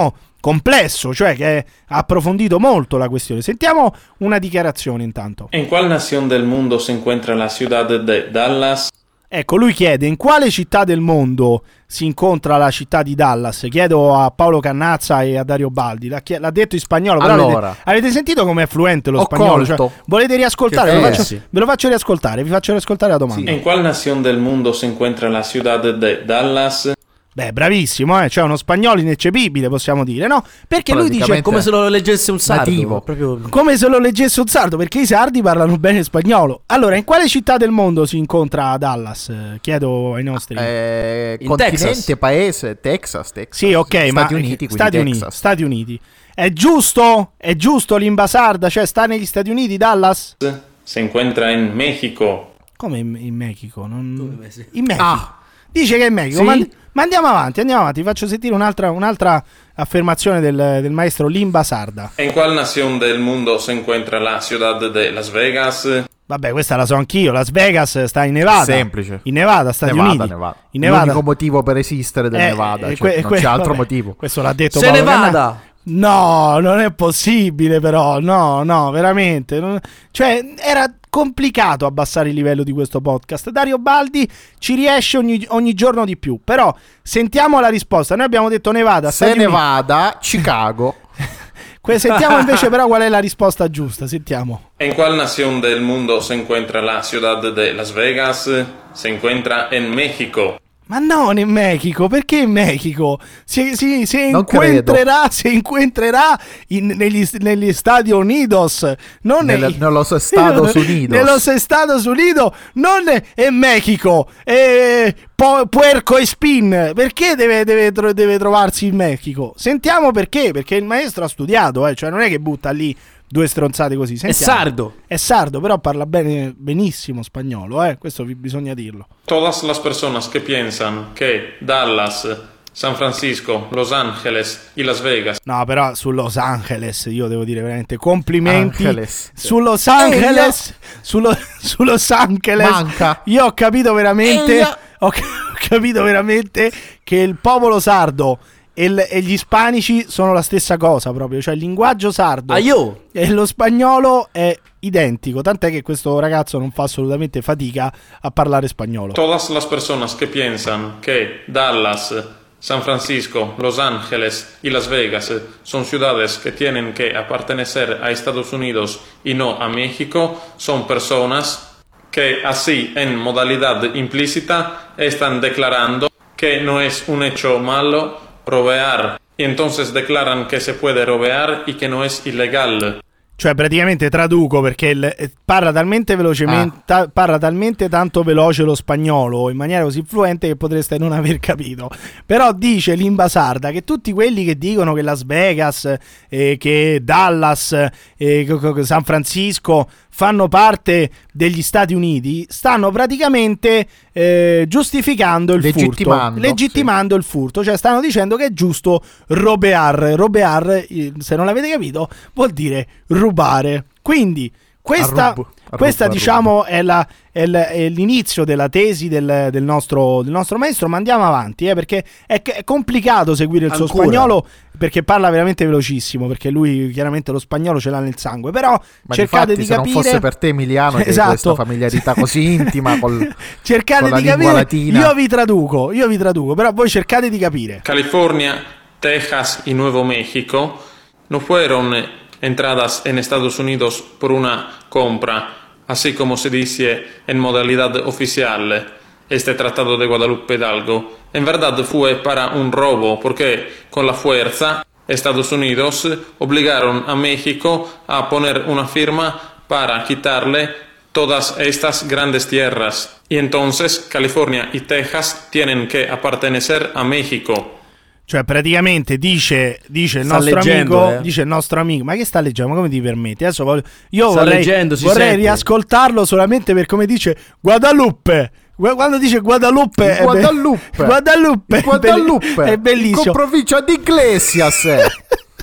[SPEAKER 2] complesso, cioè che ha approfondito molto la questione. Sentiamo una dichiarazione intanto.
[SPEAKER 12] ¿En cuál nación del mundo se encuentra la ciudad de Dallas?
[SPEAKER 2] Ecco, lui chiede in quale città del mondo si incontra la città di Dallas. Chiedo a Paolo Cannazza e a Dario Baldi. L'ha, l'ha detto in spagnolo, però
[SPEAKER 4] allora,
[SPEAKER 2] avete, avete sentito com'è fluente lo spagnolo? Cioè, volete riascoltare? Ve lo, faccio,
[SPEAKER 4] sì.
[SPEAKER 2] ve lo faccio riascoltare, vi faccio riascoltare la domanda.
[SPEAKER 12] ¿En cuál nación del mundo se encuentra la ciudad de Dallas?
[SPEAKER 2] Beh, bravissimo, eh? Cioè uno spagnolo ineccepibile, possiamo dire, no? Perché lui dice
[SPEAKER 5] come se lo leggesse un sardo,
[SPEAKER 4] nativo.
[SPEAKER 5] proprio...
[SPEAKER 2] come se lo leggesse un sardo, perché i sardi parlano bene spagnolo. Allora, in quale città del mondo si incontra Dallas? Chiedo ai nostri.
[SPEAKER 4] Eh,
[SPEAKER 5] In
[SPEAKER 4] continente,
[SPEAKER 5] Texas.
[SPEAKER 4] paese, Texas, Texas.
[SPEAKER 2] Sì, ok,
[SPEAKER 4] Stati
[SPEAKER 2] ma
[SPEAKER 4] Uniti, quindi
[SPEAKER 2] Stati Uniti,
[SPEAKER 4] Texas.
[SPEAKER 2] Stati Uniti. È giusto? È giusto l'Imba sarda? Cioè sta negli Stati Uniti Dallas?
[SPEAKER 12] Se encuentra en México.
[SPEAKER 2] Come in, in Mexico? Non...
[SPEAKER 5] Dove sei?
[SPEAKER 2] In Mexico.
[SPEAKER 4] Ah.
[SPEAKER 2] Dice che è in Mexico.
[SPEAKER 4] Sì?
[SPEAKER 2] Ma, ma andiamo avanti, andiamo avanti. Vi faccio sentire un'altra, un'altra affermazione del, del maestro Limba sarda.
[SPEAKER 12] ¿En cuál nación del mundo se encuentra la ciudad de Las Vegas?
[SPEAKER 2] Vabbè, questa la so anch'io. Las Vegas sta in Nevada.
[SPEAKER 4] Semplice.
[SPEAKER 2] In Nevada, Stati
[SPEAKER 4] Nevada,
[SPEAKER 2] Uniti.
[SPEAKER 4] Nevada.
[SPEAKER 2] In Nevada.
[SPEAKER 4] L'unico motivo per esistere del
[SPEAKER 2] Eh,
[SPEAKER 4] Nevada,
[SPEAKER 2] eh,
[SPEAKER 4] cioè,
[SPEAKER 2] que-
[SPEAKER 4] non
[SPEAKER 2] que-
[SPEAKER 4] c'è altro
[SPEAKER 2] vabbè,
[SPEAKER 4] motivo.
[SPEAKER 2] Questo l'ha detto
[SPEAKER 5] Se
[SPEAKER 2] Paolo
[SPEAKER 5] ne
[SPEAKER 2] Cannà.
[SPEAKER 5] vada!
[SPEAKER 2] No, non è possibile però, no, no, veramente. non- Cioè, era complicato abbassare il livello di questo podcast. Dario Baldi ci riesce ogni, ogni giorno di più, però sentiamo la risposta. Noi abbiamo detto Nevada,
[SPEAKER 4] Se
[SPEAKER 2] Stati
[SPEAKER 4] ne
[SPEAKER 2] Uniti.
[SPEAKER 4] vada, Chicago.
[SPEAKER 2] Que- Sentiamo invece però qual è la risposta giusta, sentiamo.
[SPEAKER 12] ¿En cuál nación del mundo se encuentra la ciudad de Las Vegas? Se encuentra en México.
[SPEAKER 2] Ma non in Mexico, perché in Mexico? Si, si, si
[SPEAKER 4] Non
[SPEAKER 2] incontrerà, si incontrerà in- negli, negli Stati Unidos, non
[SPEAKER 4] Nel-
[SPEAKER 2] nei-
[SPEAKER 4] nello Estados Unidos.
[SPEAKER 2] Nello Estados Unidos, non in Mexico. Eh, po- puerco e spin, perché deve, deve, tro- deve trovarsi in Mexico? Sentiamo perché, perché il maestro ha studiato, eh, cioè non è che butta lì due stronzate così.
[SPEAKER 5] È
[SPEAKER 2] Sentiamo.
[SPEAKER 5] sardo.
[SPEAKER 2] È sardo, però parla bene, benissimo spagnolo, eh? Questo vi- bisogna dirlo.
[SPEAKER 12] Todas las personas que piensan que Dallas, San Francisco, Los Ángeles y Las Vegas
[SPEAKER 2] No, però su Los Angeles io devo dire veramente complimenti.
[SPEAKER 4] Angeles.
[SPEAKER 2] Su Los Angeles, su, lo- su Los Angeles.
[SPEAKER 4] Manca.
[SPEAKER 2] Io ho capito veramente,
[SPEAKER 4] Eia.
[SPEAKER 2] ho, ca- ho capito veramente che il popolo sardo e, il- e gli ispanici sono la stessa cosa proprio, cioè il linguaggio sardo
[SPEAKER 5] Ah, io?
[SPEAKER 2] e lo spagnolo è identico, tant'è che questo ragazzo non fa assolutamente fatica a parlare spagnolo.
[SPEAKER 12] Todas las personas que piensan que Dallas, San Francisco, Los Ángeles y Las Vegas son ciudades que tienen que pertenecer a Estados Unidos y no a México son personas que así en modalidad implícita están declarando que no es un hecho malo robear y entonces declaran que se puede robear y que no es ilegal.
[SPEAKER 2] Cioè praticamente traduco perché il- eh, parla talmente velocemente ta- parla talmente tanto veloce lo spagnolo in maniera così fluente che potreste non aver capito. Però dice Limba sarda che tutti quelli che dicono che Las Vegas, eh, che Dallas, eh, che- che San Francisco fanno parte degli Stati Uniti stanno praticamente eh, giustificando il
[SPEAKER 4] Legittimando,
[SPEAKER 2] furto, legittimando il furto, cioè stanno dicendo che è giusto robear. Robear, eh, se non l'avete capito, vuol dire rubare. Quindi questa,
[SPEAKER 4] Arrubo, arrubo,
[SPEAKER 2] questa
[SPEAKER 4] arrubo.
[SPEAKER 2] diciamo è, la, è, l- è l'inizio della tesi del, del nostro, del nostro maestro, ma andiamo avanti, eh, perché è, è complicato seguire il suo
[SPEAKER 5] Ancora?
[SPEAKER 2] spagnolo, perché parla veramente velocissimo, perché lui chiaramente lo spagnolo ce l'ha nel sangue, però
[SPEAKER 4] Ma
[SPEAKER 2] cercate
[SPEAKER 4] difatti,
[SPEAKER 2] di
[SPEAKER 4] se
[SPEAKER 2] capire...
[SPEAKER 4] non fosse per te Emiliano, che hai
[SPEAKER 2] Esatto.
[SPEAKER 4] questa familiarità così intima col,
[SPEAKER 2] cercate
[SPEAKER 4] con la
[SPEAKER 2] di
[SPEAKER 4] lingua
[SPEAKER 2] capire,
[SPEAKER 4] latina.
[SPEAKER 2] io vi traduco, io vi traduco, però voi cercate di capire.
[SPEAKER 12] California, Texas y Nuevo México no fueron entradas en Estados Unidos por una compra, así como se dice en modalidad oficial este Tratado de Guadalupe Hidalgo. En verdad fue para un robo, porque con la fuerza Estados Unidos obligaron a México a poner una firma para quitarle todas estas grandes tierras. Y entonces California y Texas tienen que pertenecer a México.
[SPEAKER 2] Cioè praticamente dice, dice il
[SPEAKER 5] Sta
[SPEAKER 2] nostro
[SPEAKER 5] leggendo,
[SPEAKER 2] amico,
[SPEAKER 5] eh.
[SPEAKER 2] dice il nostro amico, ma che sta leggendo? Ma come ti permetti? Adesso voglio, io
[SPEAKER 5] Sta
[SPEAKER 2] vorrei,
[SPEAKER 5] leggendo, si
[SPEAKER 2] vorrei
[SPEAKER 5] sente.
[SPEAKER 2] riascoltarlo solamente per come dice Guadalupe. Gu- Quando dice Guadalupe, è be-
[SPEAKER 4] Guadalupe.
[SPEAKER 2] Guadalupe, è belli-
[SPEAKER 4] Guadalupe.
[SPEAKER 2] è bellissimo.
[SPEAKER 4] Con provincia di Iglesias.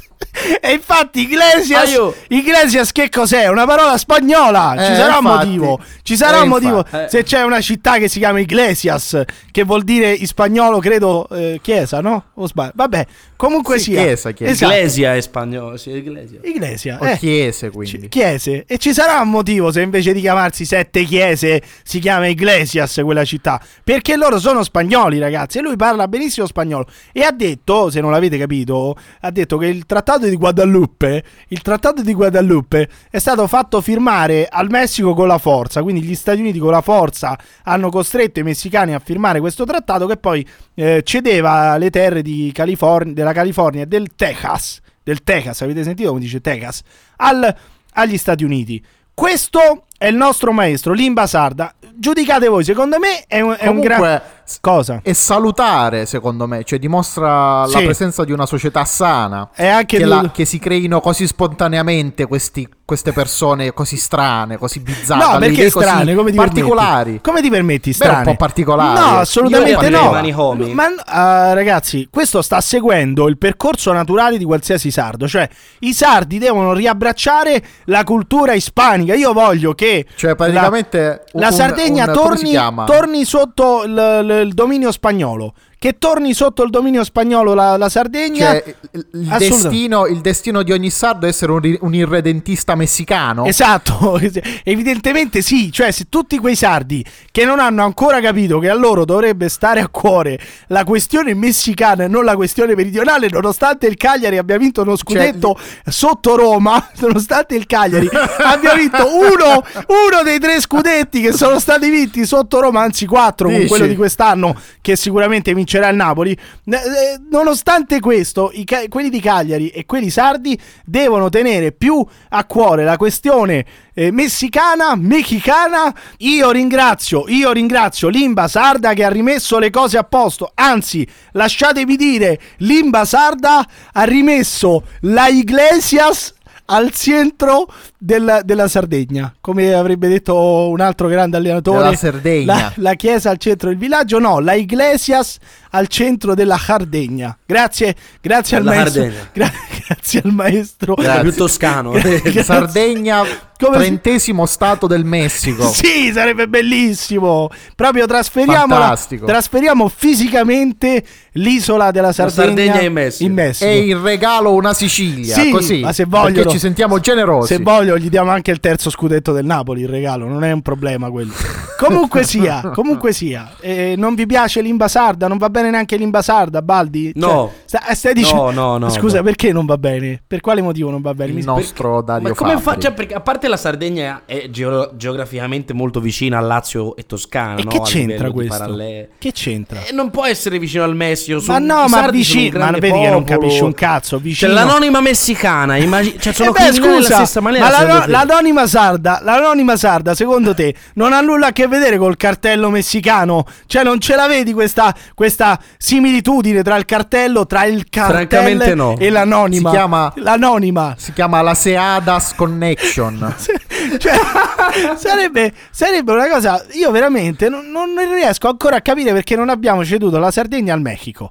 [SPEAKER 2] E infatti Iglesias,
[SPEAKER 5] Ah, io-
[SPEAKER 2] Iglesias che cos'è? Una parola spagnola. Ci
[SPEAKER 4] Eh,
[SPEAKER 2] sarà un
[SPEAKER 4] infatti.
[SPEAKER 2] motivo. Ci sarà
[SPEAKER 4] Eh,
[SPEAKER 2] un motivo
[SPEAKER 4] infatti.
[SPEAKER 2] se c'è una città che si chiama Iglesias, che vuol dire in spagnolo, credo, eh, chiesa, no? O sbaglio? Vabbè, comunque
[SPEAKER 4] Sì,
[SPEAKER 2] sia.
[SPEAKER 4] chiesa, chiesa.
[SPEAKER 2] Esatto.
[SPEAKER 5] Iglesia è spagnolo, sì, Iglesia.
[SPEAKER 2] Iglesia,
[SPEAKER 4] O
[SPEAKER 2] eh.
[SPEAKER 4] chiese, quindi.
[SPEAKER 2] Ci- chiese. E ci sarà un motivo se invece di chiamarsi Sette Chiese si chiama Iglesias quella città, perché loro sono spagnoli, ragazzi, e lui parla benissimo spagnolo. E ha detto, se non l'avete capito, ha detto che il trattato di Guadalupe, il trattato di Guadalupe è stato fatto firmare al Messico con la forza, quindi gli Stati Uniti con la forza hanno costretto i messicani a firmare questo trattato che poi eh, cedeva le terre di California, della California e del Texas, del Texas, avete sentito come dice Texas, al, agli Stati Uniti. Questo è il nostro maestro, Limba Sarda. Giudicate voi, secondo me è un, è un
[SPEAKER 4] Comunque,
[SPEAKER 2] gran... Cosa?
[SPEAKER 4] È salutare, secondo me, cioè dimostra
[SPEAKER 2] Sì.
[SPEAKER 4] la presenza di una società sana.
[SPEAKER 2] È anche
[SPEAKER 4] che,
[SPEAKER 2] di-
[SPEAKER 4] la- che si creino così spontaneamente questi, queste persone così strane, così bizzarre,
[SPEAKER 2] No,
[SPEAKER 4] dalle
[SPEAKER 2] perché
[SPEAKER 4] idee così
[SPEAKER 2] strane? Come ti
[SPEAKER 4] particolari.
[SPEAKER 2] permetti? Come ti permetti
[SPEAKER 4] Beh,
[SPEAKER 2] strane?
[SPEAKER 4] un po' particolari.
[SPEAKER 2] No,
[SPEAKER 4] Io
[SPEAKER 2] assolutamente
[SPEAKER 4] parlerei
[SPEAKER 2] no.
[SPEAKER 4] dei
[SPEAKER 5] manicomi.
[SPEAKER 2] Ma uh, ragazzi, questo sta seguendo il percorso naturale di qualsiasi sardo, cioè i sardi devono riabbracciare la cultura ispanica. Io voglio che
[SPEAKER 4] Cioè, praticamente
[SPEAKER 2] la, la
[SPEAKER 4] un-
[SPEAKER 2] Sardegna
[SPEAKER 4] un- come si
[SPEAKER 2] torni,
[SPEAKER 4] chiama?
[SPEAKER 2] torni sotto il, il- il dominio spagnolo. Che torni sotto il dominio spagnolo la, la Sardegna.
[SPEAKER 4] Cioè, il, il
[SPEAKER 2] Assolutamente.
[SPEAKER 4] destino, il destino di ogni sardo è essere un, ri- un irredentista messicano.
[SPEAKER 2] Esatto, evidentemente sì, cioè se tutti quei sardi che non hanno ancora capito che a loro dovrebbe stare a cuore la questione messicana e non la questione meridionale, nonostante il Cagliari abbia vinto uno scudetto sotto Roma, nonostante il Cagliari abbia vinto uno, uno dei tre scudetti che sono stati vinti sotto Roma, anzi quattro con
[SPEAKER 4] Dici?
[SPEAKER 2] quello di quest'anno che sicuramente vincerà il Napoli, eh, eh, nonostante questo i ca- quelli di Cagliari e quelli sardi devono tenere più a cuore la questione eh, messicana, mexicana. Io ringrazio, io ringrazio Limba Sarda che ha rimesso le cose a posto, anzi lasciatemi dire, Limba Sarda ha rimesso la Iglesias al centro del- della Sardegna, come avrebbe detto un altro grande allenatore.
[SPEAKER 4] Della Sardegna.
[SPEAKER 2] La, la chiesa al centro del villaggio, no, la Iglesias al centro della Sardegna. Grazie, grazie al
[SPEAKER 5] Della
[SPEAKER 2] maestro.
[SPEAKER 5] Sardegna.
[SPEAKER 2] gra- grazie al maestro.
[SPEAKER 5] È più toscano.
[SPEAKER 2] Grazie.
[SPEAKER 4] Sardegna,
[SPEAKER 2] Come si-
[SPEAKER 4] trentesimo stato del Messico.
[SPEAKER 2] Sì, sarebbe bellissimo. Proprio trasferiamo,
[SPEAKER 4] Fantastico.
[SPEAKER 2] trasferiamo fisicamente l'isola della Sardegna,
[SPEAKER 5] Sardegna in Messico.
[SPEAKER 2] in Messico.
[SPEAKER 4] E in regalo una Sicilia,
[SPEAKER 2] Sì,
[SPEAKER 4] così.
[SPEAKER 2] ma se vogliono-
[SPEAKER 4] perché ci sentiamo generosi.
[SPEAKER 2] Se voglio gli diamo anche il terzo scudetto del Napoli in regalo, non è un problema quello. Comunque sia, comunque sia. Eh, non vi piace l'Imba Sarda? Non va bene neanche l'Imba Sarda, Baldi?
[SPEAKER 5] No.
[SPEAKER 2] Cioè, sta- stai dicendo...
[SPEAKER 5] No, no, no,
[SPEAKER 2] Scusa,
[SPEAKER 5] no.
[SPEAKER 2] perché non va bene? Per quale motivo non va bene?
[SPEAKER 4] Il
[SPEAKER 2] Mi-
[SPEAKER 4] nostro Dario
[SPEAKER 5] Ma come fa?
[SPEAKER 4] Fabbri.
[SPEAKER 5] Cioè, perché a parte la Sardegna è geo- geograficamente molto vicina a Lazio e Toscana,
[SPEAKER 2] E
[SPEAKER 5] no?
[SPEAKER 2] che
[SPEAKER 5] A
[SPEAKER 2] c'entra
[SPEAKER 5] livello di
[SPEAKER 2] questo?
[SPEAKER 5] parallele.
[SPEAKER 2] Che c'entra?
[SPEAKER 5] E non può essere vicino al Messico.
[SPEAKER 2] Ma
[SPEAKER 5] sono-
[SPEAKER 2] no,
[SPEAKER 5] i
[SPEAKER 2] ma
[SPEAKER 5] sardi
[SPEAKER 2] vicino,
[SPEAKER 5] sono un
[SPEAKER 2] ma
[SPEAKER 5] grande
[SPEAKER 2] vedi che non
[SPEAKER 5] popolo.
[SPEAKER 2] capisci un cazzo. Vicino.
[SPEAKER 5] C'è l'anonima messicana, immagini- cioè sono
[SPEAKER 2] Eh beh,
[SPEAKER 5] criminali
[SPEAKER 2] scusa,
[SPEAKER 5] alla stessa maniera.
[SPEAKER 2] ma la-
[SPEAKER 5] secondo te.
[SPEAKER 2] l'anonima sarda, l'anonima sarda, secondo te, non ha nulla a che vedere col cartello messicano? Cioè, non ce la vedi questa, questa similitudine tra il cartello, tra il
[SPEAKER 5] Francamente
[SPEAKER 2] cartello
[SPEAKER 5] no.
[SPEAKER 2] e l'anonima?
[SPEAKER 4] Si chiama-
[SPEAKER 2] l'anonima.
[SPEAKER 4] Si chiama la Seadas Connection.
[SPEAKER 2] Cioè, sarebbe, sarebbe una cosa. Io veramente non, non riesco ancora a capire perché non abbiamo ceduto la Sardegna al Messico.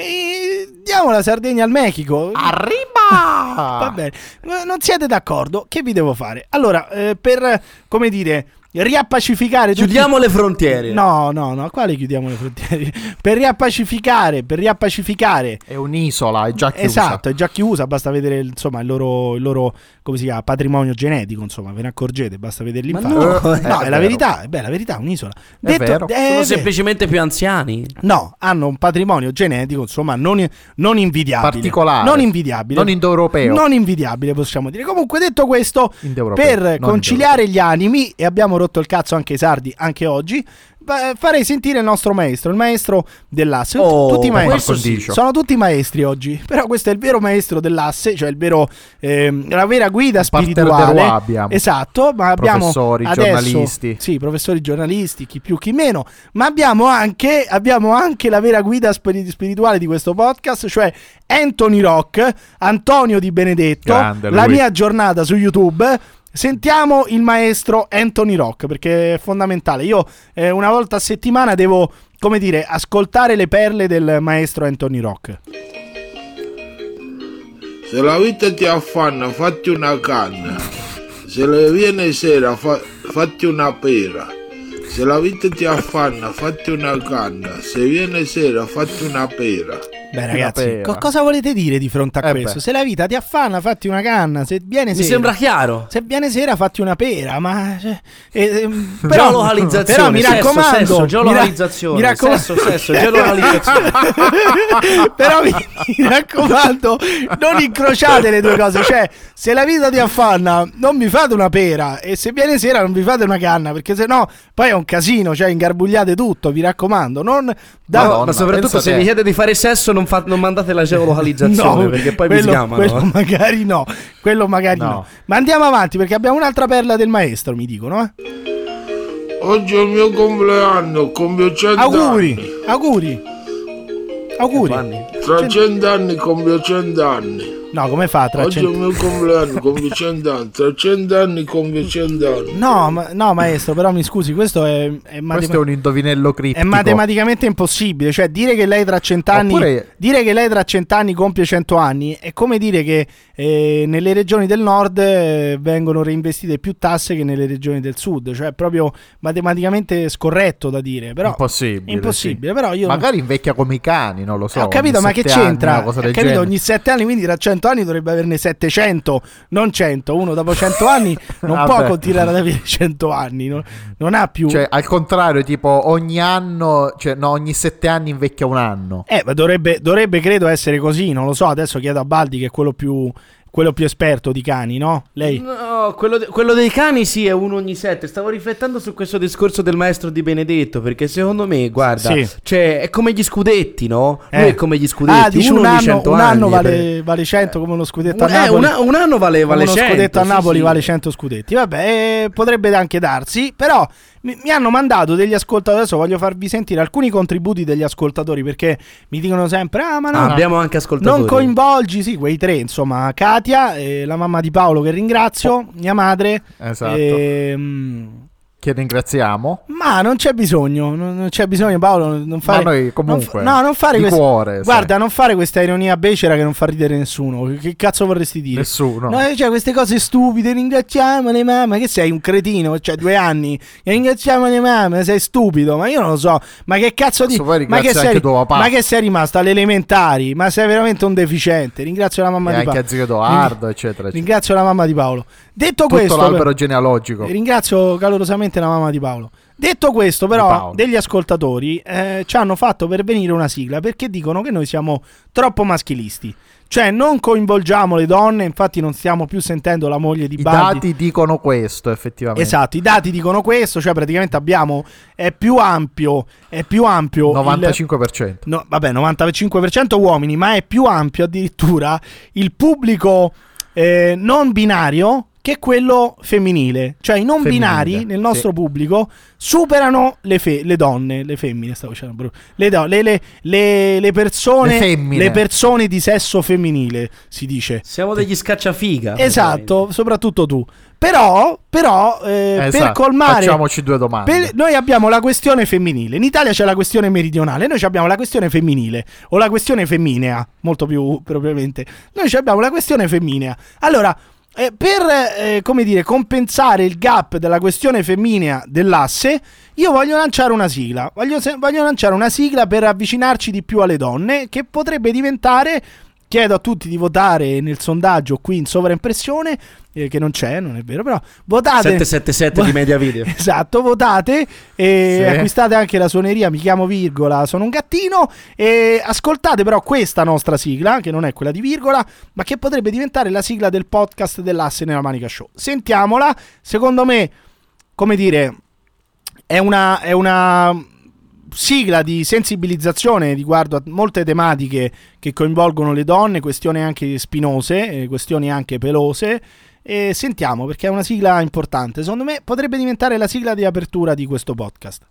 [SPEAKER 2] E diamo la Sardegna al Messico.
[SPEAKER 4] Arriba!
[SPEAKER 2] Va bene, non siete d'accordo? Che vi devo fare? Allora, eh, per come dire, riappacificare tutti-
[SPEAKER 5] Chiudiamo le frontiere.
[SPEAKER 2] No, no, no, quale chiudiamo le frontiere? Per riappacificare, per riappacificare.
[SPEAKER 4] È un'isola, è già chiusa.
[SPEAKER 2] Esatto, è già chiusa, basta vedere insomma il loro, il loro come si chiama, patrimonio genetico, insomma, ve ne accorgete, basta vedere
[SPEAKER 5] Ma
[SPEAKER 2] l'infanzia.
[SPEAKER 5] no,
[SPEAKER 2] no,
[SPEAKER 4] eh,
[SPEAKER 2] è,
[SPEAKER 4] è
[SPEAKER 2] la
[SPEAKER 4] vero.
[SPEAKER 2] verità, è beh, la verità, è un'isola.
[SPEAKER 4] È vero.
[SPEAKER 2] eh,
[SPEAKER 5] Sono
[SPEAKER 2] beh,
[SPEAKER 5] semplicemente più anziani.
[SPEAKER 2] no, hanno un patrimonio genetico, insomma, non, non invidiabile.
[SPEAKER 4] Particolare.
[SPEAKER 2] Non invidiabile.
[SPEAKER 4] Non indoeuropeo.
[SPEAKER 2] Non invidiabile, possiamo dire. Comunque, detto questo,
[SPEAKER 4] Indoeuropeo,
[SPEAKER 2] per
[SPEAKER 4] non
[SPEAKER 2] conciliare gli animi, e abbiamo rotto il cazzo anche i sardi, anche oggi, va- farei sentire il nostro maestro, il maestro dell'asse. Tut-
[SPEAKER 5] Oh,
[SPEAKER 2] tutti i
[SPEAKER 5] ma
[SPEAKER 2] maestri.
[SPEAKER 5] questo sì.
[SPEAKER 2] Sono tutti maestri oggi, però questo è il vero maestro dell'asse, cioè il vero, ehm, la vera guida
[SPEAKER 4] parterre de
[SPEAKER 2] spirituale.
[SPEAKER 4] roi abbiamo.
[SPEAKER 2] Esatto, ma abbiamo
[SPEAKER 4] Professori,
[SPEAKER 2] adesso,
[SPEAKER 4] giornalisti.
[SPEAKER 2] sì, professori, giornalisti, chi più chi meno, ma abbiamo anche, abbiamo anche la vera guida spiri- spirituale di questo podcast, cioè Anthony Rock, Antonio Di Benedetto,
[SPEAKER 4] Grande
[SPEAKER 2] la
[SPEAKER 4] lui.
[SPEAKER 2] mia giornata su YouTube. Sentiamo il maestro Anthony Rock, perché è fondamentale. Io eh, una volta a settimana devo, come dire, ascoltare le perle del maestro Anthony Rock.
[SPEAKER 13] Se la vita ti affanna, fatti una canna. Se le viene sera, fa- fatti una pera. Se la vita ti affanna, fatti una canna. Se viene sera, fatti una pera.
[SPEAKER 2] Beh ragazzi, co- cosa volete dire di fronte a
[SPEAKER 4] Eh
[SPEAKER 2] questo?
[SPEAKER 4] beh.
[SPEAKER 2] Se la vita ti affanna, fatti una canna. Se viene
[SPEAKER 5] Mi
[SPEAKER 2] sera,
[SPEAKER 5] sembra chiaro.
[SPEAKER 2] Se viene sera, fatti una pera. Ma cioè, eh, eh,
[SPEAKER 5] Geolocalizzazione,
[SPEAKER 2] però mi
[SPEAKER 5] sesso,
[SPEAKER 2] raccomando,
[SPEAKER 5] sesso,
[SPEAKER 2] mi ra-
[SPEAKER 5] geolocalizzazione,
[SPEAKER 2] mi raccomando,
[SPEAKER 5] sesso, sesso, geolocalizzazione.
[SPEAKER 2] però mi, mi raccomando, non incrociate le due cose. Cioè, se la vita ti affanna, non vi fate una pera, e se viene sera, non vi fate una canna, perché se no poi è un casino. Cioè, ingarbugliate tutto. Mi raccomando, non da-
[SPEAKER 5] No, ma soprattutto se vi chiede di fare sesso, non, fa- non mandate la geolocalizzazione,
[SPEAKER 2] No,
[SPEAKER 5] perché poi
[SPEAKER 2] quello,
[SPEAKER 5] vi sgamano.
[SPEAKER 2] quello
[SPEAKER 5] eh.
[SPEAKER 2] magari no, quello magari no.
[SPEAKER 4] No.
[SPEAKER 2] Ma andiamo avanti, perché abbiamo un'altra perla del maestro, mi dicono, eh?
[SPEAKER 13] Oggi è il mio compleanno, compio cento
[SPEAKER 2] Auguri,
[SPEAKER 13] anni.
[SPEAKER 2] auguri, auguri.
[SPEAKER 13] Tra cento anni compio cento anni.
[SPEAKER 2] No, come fa tra
[SPEAKER 13] Oggi è
[SPEAKER 2] cento...
[SPEAKER 13] il mio compleanno, compio cento anni. Tra cento anni compio cento anni.
[SPEAKER 2] No, ma, no, maestro, però mi scusi, questo è, è, matema-
[SPEAKER 4] Questo è un indovinello criptico.
[SPEAKER 2] è matematicamente impossibile. Cioè, dire che lei tra cent'anni
[SPEAKER 4] Oppure-
[SPEAKER 2] dire che lei tra cent'anni compie cento anni è come dire che eh, nelle regioni del nord eh, vengono reinvestite più tasse che nelle regioni del sud. Cioè, è proprio matematicamente scorretto da dire. Però
[SPEAKER 4] Impossibile.
[SPEAKER 2] impossibile,
[SPEAKER 4] sì.
[SPEAKER 2] però io
[SPEAKER 4] Magari invecchia come i cani, non lo so.
[SPEAKER 2] ho capito,
[SPEAKER 4] ogni
[SPEAKER 2] ma che
[SPEAKER 4] sette anni,
[SPEAKER 2] c'entra?
[SPEAKER 4] una cosa
[SPEAKER 2] Ho
[SPEAKER 4] del
[SPEAKER 2] capito,
[SPEAKER 4] genere.
[SPEAKER 2] ogni sette anni, quindi tra cento anni dovrebbe averne settecento, non cento. Uno dopo cento anni non
[SPEAKER 4] Vabbè.
[SPEAKER 2] può continuare ad avere cento anni, non, non ha più.
[SPEAKER 4] Cioè, al contrario, tipo ogni anno, cioè no, ogni sette anni invecchia un anno.
[SPEAKER 2] Eh, ma dovrebbe, dovrebbe credo essere così, non lo so. Adesso chiedo a Baldi, che è quello più, quello più esperto di cani, no? Lei?
[SPEAKER 5] No, quello, de- quello dei cani sì, è uno ogni sette. Stavo riflettendo su questo discorso del maestro Di Benedetto, perché secondo me, guarda,
[SPEAKER 2] Sì.
[SPEAKER 5] cioè, è come gli scudetti, no? Lui
[SPEAKER 2] Eh.
[SPEAKER 5] è come gli scudetti.
[SPEAKER 2] Ah, dici
[SPEAKER 5] uno
[SPEAKER 2] un
[SPEAKER 5] ogni
[SPEAKER 2] anno,
[SPEAKER 5] cento
[SPEAKER 2] un anno
[SPEAKER 5] anni,
[SPEAKER 2] vale, vale cento, come uno scudetto a
[SPEAKER 5] Eh,
[SPEAKER 2] Napoli.
[SPEAKER 5] una- un anno vale,
[SPEAKER 2] Come
[SPEAKER 5] vale
[SPEAKER 2] uno
[SPEAKER 5] cento,
[SPEAKER 2] scudetto a
[SPEAKER 5] sì,
[SPEAKER 2] Napoli
[SPEAKER 5] sì.
[SPEAKER 2] vale cento scudetti. Vabbè, eh, potrebbe anche darsi, però mi, mi hanno mandato degli ascoltatori. Adesso voglio farvi sentire alcuni contributi degli ascoltatori, perché mi dicono sempre: ah, ma no,
[SPEAKER 5] Ah, abbiamo anche ascoltatori.
[SPEAKER 2] non coinvolgi, sì, quei tre, insomma, Katia, eh, la mamma di Paolo che ringrazio, mia madre.
[SPEAKER 4] Esatto.
[SPEAKER 2] ehm,
[SPEAKER 4] Che ringraziamo.
[SPEAKER 2] ma non c'è bisogno, non, non c'è bisogno, Paolo, non fare,
[SPEAKER 4] Ma noi comunque,
[SPEAKER 2] non fa- no, non fare
[SPEAKER 4] di
[SPEAKER 2] questa-
[SPEAKER 4] cuore,
[SPEAKER 2] guarda, non fare questa ironia becera che non fa ridere nessuno. Che, che cazzo vorresti dire?
[SPEAKER 4] Nessuno.
[SPEAKER 2] No, cioè, queste cose stupide, ringraziamo le mamme. Che sei un cretino? Cioè, due anni. E ringraziamo le mamme, sei stupido. Ma io non lo so. Ma che cazzo di.
[SPEAKER 4] Posso poi
[SPEAKER 2] Ma che,
[SPEAKER 4] ringraziare
[SPEAKER 2] sei,
[SPEAKER 4] anche tuo papà.
[SPEAKER 2] ma che sei rimasto alle elementari? Ma sei veramente un deficiente. Ringrazio la mamma
[SPEAKER 4] E
[SPEAKER 2] di
[SPEAKER 4] anche
[SPEAKER 2] Paolo.
[SPEAKER 4] a zio Edoardo, eccetera, eccetera.
[SPEAKER 2] Ringrazio la mamma di Paolo. Detto
[SPEAKER 4] Tutto
[SPEAKER 2] questo,
[SPEAKER 4] l'albero genealogico.
[SPEAKER 2] ringrazio calorosamente la mamma di Paolo. Detto questo,
[SPEAKER 4] Di
[SPEAKER 2] però,
[SPEAKER 4] Paolo.
[SPEAKER 2] degli ascoltatori eh, ci hanno fatto pervenire una sigla, perché dicono che noi siamo troppo maschilisti. Cioè, non coinvolgiamo le donne. Infatti, non stiamo più sentendo la moglie di
[SPEAKER 4] I
[SPEAKER 2] Baldi.
[SPEAKER 4] dati dicono questo, effettivamente.
[SPEAKER 2] Esatto, i dati dicono questo. Cioè, praticamente abbiamo. È più ampio. È più ampio. il-
[SPEAKER 4] novantacinque per cento.
[SPEAKER 2] No, vabbè, novantacinque per cento uomini, ma è più ampio addirittura il pubblico eh, non binario che quello femminile. Cioè i non
[SPEAKER 4] Femminile,
[SPEAKER 2] binari nel nostro
[SPEAKER 4] sì.
[SPEAKER 2] pubblico superano le, fe- le donne, le femmine, stavo dicendo, bro. le, do- le, le, le, le persone,
[SPEAKER 4] Le femmine.
[SPEAKER 2] persone di sesso femminile, si dice.
[SPEAKER 5] Siamo degli scacciafiga.
[SPEAKER 2] Esatto, soprattutto tu. Però, però eh, per
[SPEAKER 4] Esatto.
[SPEAKER 2] colmare,
[SPEAKER 4] Facciamoci due domande.
[SPEAKER 2] per- noi abbiamo la questione femminile. In Italia c'è la questione meridionale, noi abbiamo la questione femminile o la questione femminea, molto più propriamente. Noi abbiamo la questione femminea. Allora, eh, per eh, come dire, compensare il gap della questione femminea dell'asse, io voglio lanciare una sigla. Voglio, se- voglio lanciare una sigla per avvicinarci di più alle donne, che potrebbe diventare. Chiedo a tutti di votare nel sondaggio qui in sovraimpressione, eh, che non c'è, non è vero, però votate.
[SPEAKER 5] sette sette sette di media video.
[SPEAKER 2] Esatto, votate e
[SPEAKER 5] Sì.
[SPEAKER 2] acquistate anche la suoneria Mi chiamo Virgola, sono un gattino, e ascoltate però questa nostra sigla, che non è quella di Virgola, ma che potrebbe diventare la sigla del podcast dell'Asse nella Manica Show. Sentiamola, secondo me, come dire, è una... È una sigla di sensibilizzazione riguardo a molte tematiche che coinvolgono le donne, questioni anche spinose, eh, questioni anche pelose. E sentiamo, perché è una sigla importante. Secondo me potrebbe diventare la sigla di apertura di questo podcast.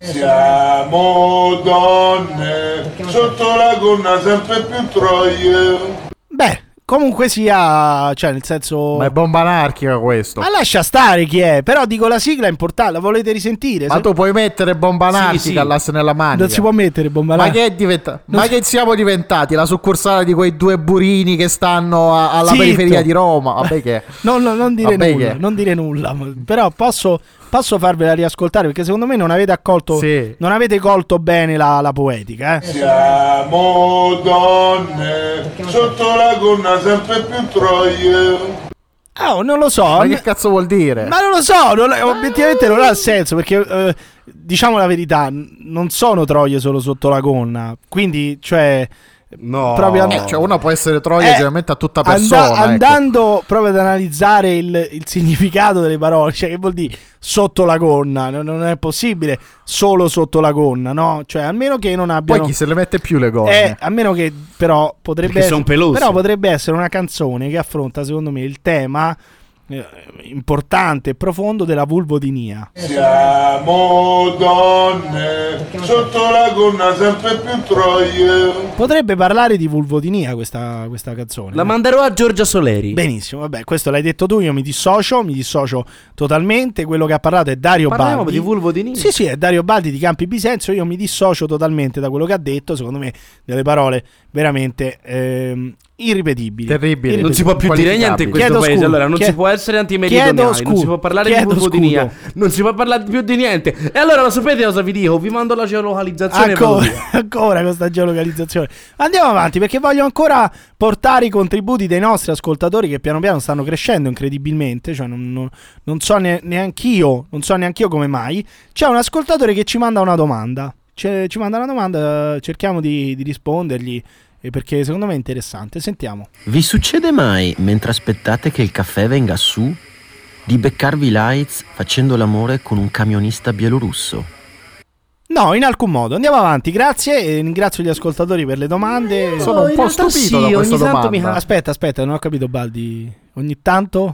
[SPEAKER 13] Siamo donne, sotto la gonna sempre più troie.
[SPEAKER 2] Beh, Comunque sia, cioè nel senso...
[SPEAKER 4] Ma è bomba anarchica questo.
[SPEAKER 2] Ma lascia stare chi è, però dico la sigla è importante, la volete risentire?
[SPEAKER 4] Ma
[SPEAKER 2] Se...
[SPEAKER 4] tu puoi mettere bomba anarchica
[SPEAKER 5] sì, sì.
[SPEAKER 4] all'asse nella manica?
[SPEAKER 2] Non si può mettere bomba
[SPEAKER 4] Ma
[SPEAKER 2] anarchica.
[SPEAKER 4] che, è diventa...
[SPEAKER 2] Non
[SPEAKER 4] Ma
[SPEAKER 2] si-
[SPEAKER 4] che siamo diventati? La succursale di quei due burini che stanno a- alla
[SPEAKER 2] Zitto.
[SPEAKER 4] periferia di Roma? Vabbè che...
[SPEAKER 2] No, no, non dire
[SPEAKER 4] Vabbè
[SPEAKER 2] nulla,
[SPEAKER 4] che-
[SPEAKER 2] non dire nulla, però posso, posso farvela riascoltare perché secondo me non avete accolto,
[SPEAKER 4] Sì.
[SPEAKER 2] non avete colto bene la, la poetica, eh.
[SPEAKER 13] Siamo donne, sotto la gonna sempre più troie.
[SPEAKER 2] Oh, non lo so.
[SPEAKER 4] Ma che cazzo vuol dire?
[SPEAKER 2] Ma non lo so, non- obiettivamente non ha senso perché eh, diciamo la verità, n- non sono troie solo sotto la gonna, quindi cioè
[SPEAKER 5] No.
[SPEAKER 2] proprio and-
[SPEAKER 4] Eh, cioè uno può essere troia
[SPEAKER 2] Eh,
[SPEAKER 4] generalmente a tutta
[SPEAKER 2] anda-
[SPEAKER 4] persona. ecco.
[SPEAKER 2] andando proprio ad analizzare il, il significato delle parole, cioè che vuol dire sotto la gonna, non, non è possibile solo sotto la gonna, no? Cioè almeno che non abbiano
[SPEAKER 4] Poi chi se le mette più le gonne?
[SPEAKER 2] eh, a meno che però potrebbe
[SPEAKER 5] Perché son
[SPEAKER 2] essere,
[SPEAKER 5] pelose.
[SPEAKER 2] però potrebbe essere una canzone che affronta secondo me il tema eh, importante e profondo della vulvodinia.
[SPEAKER 13] Siamo donne, sotto la gonna sempre più troie.
[SPEAKER 2] Potrebbe parlare di vulvodinia questa, questa canzone.
[SPEAKER 5] La manderò a Giorgia Soleri.
[SPEAKER 2] Benissimo, vabbè, questo l'hai detto tu, io mi dissocio, mi dissocio totalmente. Quello che ha parlato è Dario
[SPEAKER 5] Parliamo
[SPEAKER 2] Baldi.
[SPEAKER 5] di vulvodinia.
[SPEAKER 2] Sì, sì, è Dario Baldi di Campi Bisenzio. Io mi dissocio totalmente da quello che ha detto. Secondo me, delle parole veramente ehm, irripetibili.
[SPEAKER 4] Terribili.
[SPEAKER 5] Non si può più dire niente in questo
[SPEAKER 2] Chiedo
[SPEAKER 5] paese.
[SPEAKER 2] scusa,
[SPEAKER 5] Allora, non
[SPEAKER 2] chie-
[SPEAKER 5] si può essere
[SPEAKER 2] chiedo
[SPEAKER 5] antimeridionali,
[SPEAKER 2] scu-
[SPEAKER 5] non si può parlare
[SPEAKER 2] chiedo
[SPEAKER 5] di vulvodinia,
[SPEAKER 2] scudo.
[SPEAKER 5] non si può parlare più di niente. E allora lo sapete cosa vi dico? Vi mando la geolocalizzazione.
[SPEAKER 2] Ancora,
[SPEAKER 5] per lui.
[SPEAKER 2] ancora con sta geolocalizzazione. Andiamo avanti perché voglio ancora portare i contributi dei nostri ascoltatori che piano piano stanno crescendo incredibilmente. Cioè non, non- non so ne- neanch'io, non so neanch'io come mai. C'è un ascoltatore che ci manda una domanda. C'è- ci manda una domanda, eh, cerchiamo di, di rispondergli eh, perché secondo me è interessante. Sentiamo.
[SPEAKER 14] Vi succede mai, mentre aspettate che il caffè venga su, di beccarvi lights facendo l'amore con un camionista bielorusso?
[SPEAKER 2] No, in alcun modo. Andiamo avanti, grazie. E ringrazio gli ascoltatori per le domande.
[SPEAKER 4] Sono un
[SPEAKER 5] in
[SPEAKER 4] po'
[SPEAKER 5] realtà
[SPEAKER 4] stupito
[SPEAKER 5] sì,
[SPEAKER 4] da questa
[SPEAKER 5] ogni tanto
[SPEAKER 4] domanda.
[SPEAKER 5] mi-
[SPEAKER 2] Aspetta, aspetta, non ho capito Baldi. Ogni tanto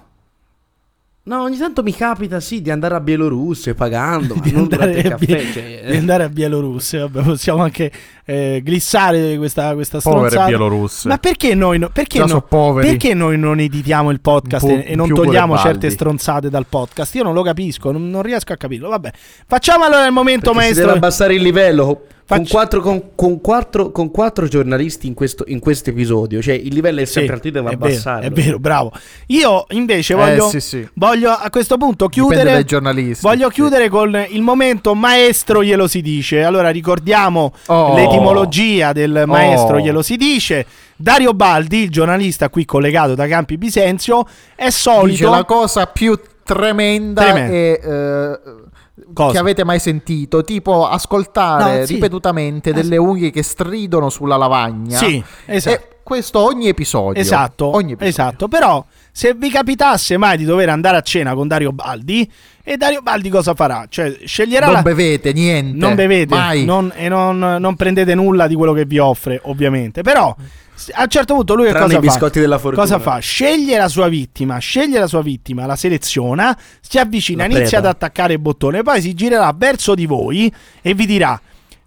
[SPEAKER 5] No, ogni tanto mi capita sì di andare a Bielorussia pagando, ma
[SPEAKER 2] di
[SPEAKER 5] non durante
[SPEAKER 2] andare,
[SPEAKER 5] il
[SPEAKER 2] a
[SPEAKER 5] caffè.
[SPEAKER 2] Bie-
[SPEAKER 5] cioè,
[SPEAKER 2] di andare a Bielorussia. Vabbè, possiamo anche eh, glissare questa, questa
[SPEAKER 4] Povere
[SPEAKER 2] stronzata.
[SPEAKER 4] bielorusse.
[SPEAKER 2] Ma perché noi, no- perché,
[SPEAKER 4] Già
[SPEAKER 2] no-
[SPEAKER 4] so poveri.
[SPEAKER 2] perché noi non editiamo il podcast
[SPEAKER 4] Un po'
[SPEAKER 2] e, e non
[SPEAKER 4] più pure
[SPEAKER 2] togliamo
[SPEAKER 4] Baldi.
[SPEAKER 2] certe stronzate dal podcast? Io non lo capisco, non, non riesco a capirlo. Vabbè, facciamo allora il momento
[SPEAKER 5] perché si
[SPEAKER 2] maestro.
[SPEAKER 5] deve abbassare il livello. Con
[SPEAKER 2] Faccio-
[SPEAKER 5] quattro, con, con quattro, con quattro giornalisti in questo in questo episodio, cioè il livello è
[SPEAKER 2] Sì,
[SPEAKER 5] sempre altito e va
[SPEAKER 2] è
[SPEAKER 5] abbassato.
[SPEAKER 2] vero, è vero, bravo. Io invece
[SPEAKER 4] Eh,
[SPEAKER 2] voglio,
[SPEAKER 4] sì, sì.
[SPEAKER 2] voglio a questo punto
[SPEAKER 4] Dipende
[SPEAKER 2] chiudere.
[SPEAKER 4] dai giornalisti.
[SPEAKER 2] Voglio chiudere con il momento maestro glielo si dice. Allora ricordiamo
[SPEAKER 4] Oh.
[SPEAKER 2] l'etimologia del maestro
[SPEAKER 4] Oh.
[SPEAKER 2] glielo si dice. Dario Baldi, il giornalista qui collegato da Campi Bisenzio, è solito.
[SPEAKER 4] Dice la cosa più tremenda,
[SPEAKER 2] Tremenda.
[SPEAKER 4] e eh,
[SPEAKER 2] Cosa?
[SPEAKER 4] che avete mai sentito, tipo ascoltare
[SPEAKER 2] No, sì.
[SPEAKER 4] ripetutamente
[SPEAKER 2] Eh,
[SPEAKER 4] delle unghie che stridono sulla lavagna.
[SPEAKER 2] Sì, esatto.
[SPEAKER 4] E questo ogni episodio.
[SPEAKER 2] Esatto,
[SPEAKER 4] Ogni episodio.
[SPEAKER 2] esatto. Però se vi capitasse mai di dover andare a cena con Dario Baldi, e Dario Baldi cosa farà? Cioè sceglierà
[SPEAKER 4] Non
[SPEAKER 2] la...
[SPEAKER 4] bevete niente.
[SPEAKER 2] non bevete
[SPEAKER 4] mai.
[SPEAKER 2] non- e non, non prendete nulla di quello che vi offre, ovviamente. Però s- a un certo punto lui che
[SPEAKER 5] Tranne
[SPEAKER 2] cosa
[SPEAKER 5] i biscotti
[SPEAKER 2] fa?
[SPEAKER 5] della fortuna.
[SPEAKER 2] Cosa fa? Sceglie la sua vittima, sceglie la sua vittima, la seleziona, si avvicina,
[SPEAKER 5] La
[SPEAKER 2] inizia ad
[SPEAKER 5] preda.
[SPEAKER 2] attaccare il bottone, poi si girerà verso di voi e vi dirà: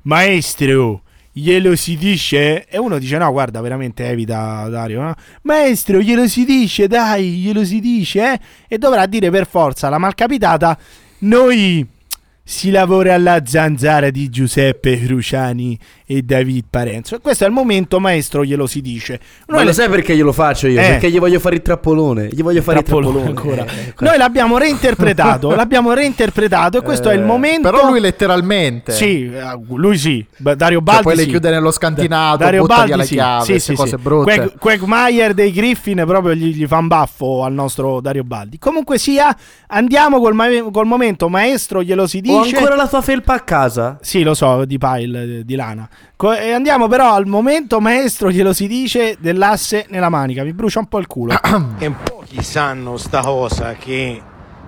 [SPEAKER 2] maestro, glielo si dice? E uno dice: no, guarda, veramente evita, Dario, no? Maestro, glielo si dice, dai, glielo si dice, eh? E dovrà dire per forza la malcapitata: noi si lavora alla zanzara di Giuseppe Cruciani e David Parenzo. Questo è il momento maestro glielo si dice.
[SPEAKER 5] Ma
[SPEAKER 2] Noi
[SPEAKER 5] lo
[SPEAKER 2] le-
[SPEAKER 5] sai perché glielo faccio io?
[SPEAKER 2] Eh.
[SPEAKER 5] Perché gli voglio fare il trappolone. Gli voglio fare
[SPEAKER 2] Trappolone
[SPEAKER 5] il trappolone
[SPEAKER 2] ancora.
[SPEAKER 5] Eh, ecco.
[SPEAKER 2] Noi l'abbiamo reinterpretato, l'abbiamo reinterpretato e questo è il
[SPEAKER 4] Eh,
[SPEAKER 2] momento.
[SPEAKER 4] Però lui letteralmente.
[SPEAKER 2] Sì, eh, lui sì. Beh, Dario
[SPEAKER 4] Cioè,
[SPEAKER 2] Baldi
[SPEAKER 4] poi le
[SPEAKER 2] sì.
[SPEAKER 4] chiude nello scantinato,
[SPEAKER 2] Dario
[SPEAKER 4] butta
[SPEAKER 2] Baldi
[SPEAKER 4] via le
[SPEAKER 2] sì.
[SPEAKER 4] chiavi,
[SPEAKER 2] Sì,
[SPEAKER 4] queste
[SPEAKER 2] sì,
[SPEAKER 4] cose
[SPEAKER 2] sì.
[SPEAKER 4] brutte.
[SPEAKER 2] Quag- Quagmire dei Griffin proprio gli, gli fa un baffo al nostro Dario Baldi. Comunque sia, andiamo col, ma- col momento maestro glielo si
[SPEAKER 5] Ho
[SPEAKER 2] dice.
[SPEAKER 5] ancora la tua felpa a casa?
[SPEAKER 2] Sì, lo so, di pile, eh, di lana. Co- e andiamo però al momento maestro glielo si dice dell'asse nella manica. Mi brucia un po' il culo.
[SPEAKER 15] E in pochi sanno sta cosa che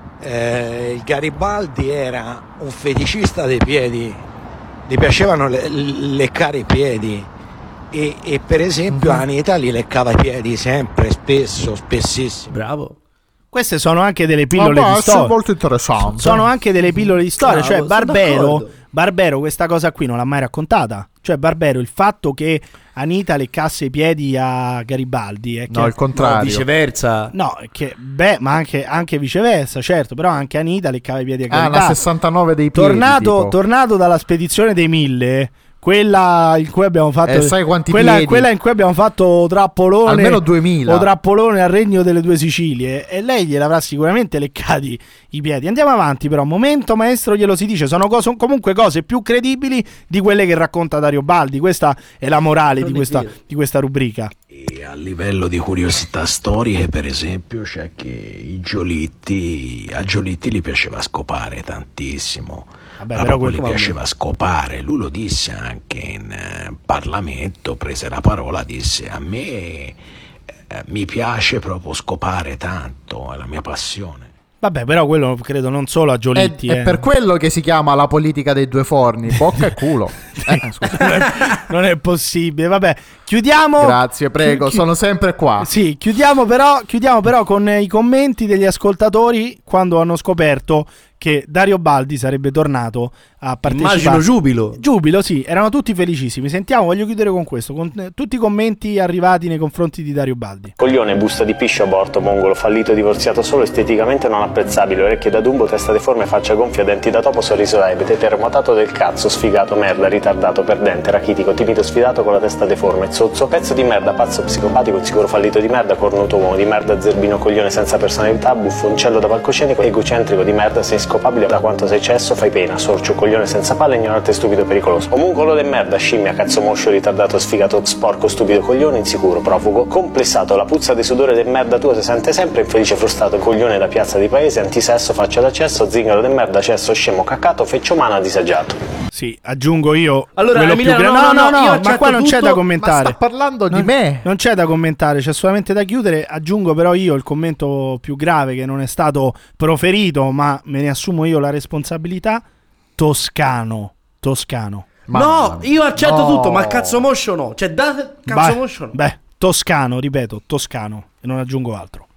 [SPEAKER 15] eh, il Garibaldi era un feticista dei piedi, gli piacevano le- leccare i piedi e, e per esempio Anita gli leccava i piedi sempre, spesso, spessissimo.
[SPEAKER 5] Bravo.
[SPEAKER 2] Queste sono anche delle pillole
[SPEAKER 4] Ma
[SPEAKER 2] di
[SPEAKER 4] beh,
[SPEAKER 2] storia.
[SPEAKER 4] molto interessante.
[SPEAKER 2] Sono anche delle pillole di storia.
[SPEAKER 5] Bravo,
[SPEAKER 2] Cioè,
[SPEAKER 5] sono
[SPEAKER 2] Barbero,
[SPEAKER 5] d'accordo.
[SPEAKER 2] Barbero questa cosa qui non l'ha mai raccontata. Cioè Barbero, il fatto che Anita leccasse i piedi a Garibaldi è che,
[SPEAKER 4] No, il contrario.
[SPEAKER 5] No, viceversa.
[SPEAKER 2] No, che beh, ma anche, anche viceversa, certo, però anche Anita leccava i piedi a
[SPEAKER 4] Ah,
[SPEAKER 2] Garibaldi.
[SPEAKER 4] la sessantanove dei piedi.
[SPEAKER 2] Tornato,
[SPEAKER 4] tipo.
[SPEAKER 2] tornato dalla spedizione dei mille, quella in cui abbiamo fatto
[SPEAKER 4] Eh, sai quanti
[SPEAKER 2] quella,
[SPEAKER 4] piedi?
[SPEAKER 2] quella in cui abbiamo fatto trappolone,
[SPEAKER 4] Almeno duemila.
[SPEAKER 2] o trappolone al Regno delle Due Sicilie, e lei gliel'avrà sicuramente leccati i piedi. Andiamo avanti, però momento maestro glielo si dice, sono cose, comunque cose più credibili di quelle che racconta Dario Baldi. Questa è la morale di questa, di questa rubrica.
[SPEAKER 16] E a livello di curiosità storiche, per esempio, c'è che i Giolitti, a Giolitti gli piaceva scopare tantissimo.
[SPEAKER 2] Vabbè,
[SPEAKER 16] Ma
[SPEAKER 2] però
[SPEAKER 16] proprio
[SPEAKER 2] quello-
[SPEAKER 16] gli piaceva scopare, lui lo disse anche in eh, Parlamento, prese la parola, disse: a me eh, mi piace proprio scopare tanto, è la mia passione.
[SPEAKER 2] Vabbè, però quello credo non solo a
[SPEAKER 4] È,
[SPEAKER 2] Giolitti.
[SPEAKER 4] è
[SPEAKER 2] eh.
[SPEAKER 4] per quello che si chiama la politica dei due forni, bocca e culo. Eh, scusa.
[SPEAKER 2] Non è possibile. Vabbè, chiudiamo.
[SPEAKER 4] Grazie, prego,
[SPEAKER 2] Chi- chi-
[SPEAKER 4] sono sempre qua.
[SPEAKER 2] Sì, chiudiamo però, chiudiamo però con i commenti degli ascoltatori quando hanno scoperto che Dario Baldi sarebbe tornato a partecipare.
[SPEAKER 5] Immagino giubilo.
[SPEAKER 2] Giubilo, sì, erano tutti felicissimi. Sentiamo, voglio chiudere con questo, con eh, tutti i commenti arrivati nei confronti di Dario Baldi.
[SPEAKER 17] Coglione, busta di piscio, aborto, mongolo, fallito, divorziato solo, esteticamente non apprezzabile, orecchie da dumbo, testa deforme, faccia gonfia, denti da topo, sorriso ebete, terremotato del cazzo, sfigato, merda, ritardato, perdente, rachitico, timido, sfidato con la testa deforme, zozzo, pezzo di merda, pazzo, psicopatico, sicuro fallito di merda, cornuto uomo di merda, zerbino, coglione senza personalità, buffoncello da palcoscenico, egocentrico di merda, sei scopabile da quanto sei cesso, fai pena, sorcio, coglione senza palle, ignorante, stupido, pericoloso, omuncolo de merda, scimmia, cazzo moscio, ritardato, sfigato, sporco, stupido, coglione, insicuro, profugo, complessato, la puzza di sudore de merda tua si sente sempre, infelice, frustrato, coglione da piazza di paese, antisesso, faccia d'accesso, zingaro de merda, cesso, scemo, caccato, feccio umano, disagiato.
[SPEAKER 2] Sì, aggiungo io.
[SPEAKER 5] Allora,
[SPEAKER 2] quello
[SPEAKER 5] Emiliano,
[SPEAKER 2] più
[SPEAKER 5] no,
[SPEAKER 2] gra-
[SPEAKER 5] no, no, io
[SPEAKER 2] ma
[SPEAKER 5] accetto
[SPEAKER 2] qua non c'è
[SPEAKER 5] tutto,
[SPEAKER 2] da
[SPEAKER 5] ma
[SPEAKER 2] commentare.
[SPEAKER 4] Sta parlando di
[SPEAKER 2] Non-
[SPEAKER 4] me.
[SPEAKER 2] Non c'è da commentare, c'è solamente da chiudere. Aggiungo però io il commento più grave che non è stato proferito, ma me ne assumo io la responsabilità. Toscano, Toscano.
[SPEAKER 5] No, io accetto
[SPEAKER 4] No.
[SPEAKER 5] tutto, ma cazzo moscio no. Cioè, date cazzo
[SPEAKER 2] Beh,
[SPEAKER 5] moscio no.
[SPEAKER 2] beh, Toscano, ripeto, Toscano, e non aggiungo altro.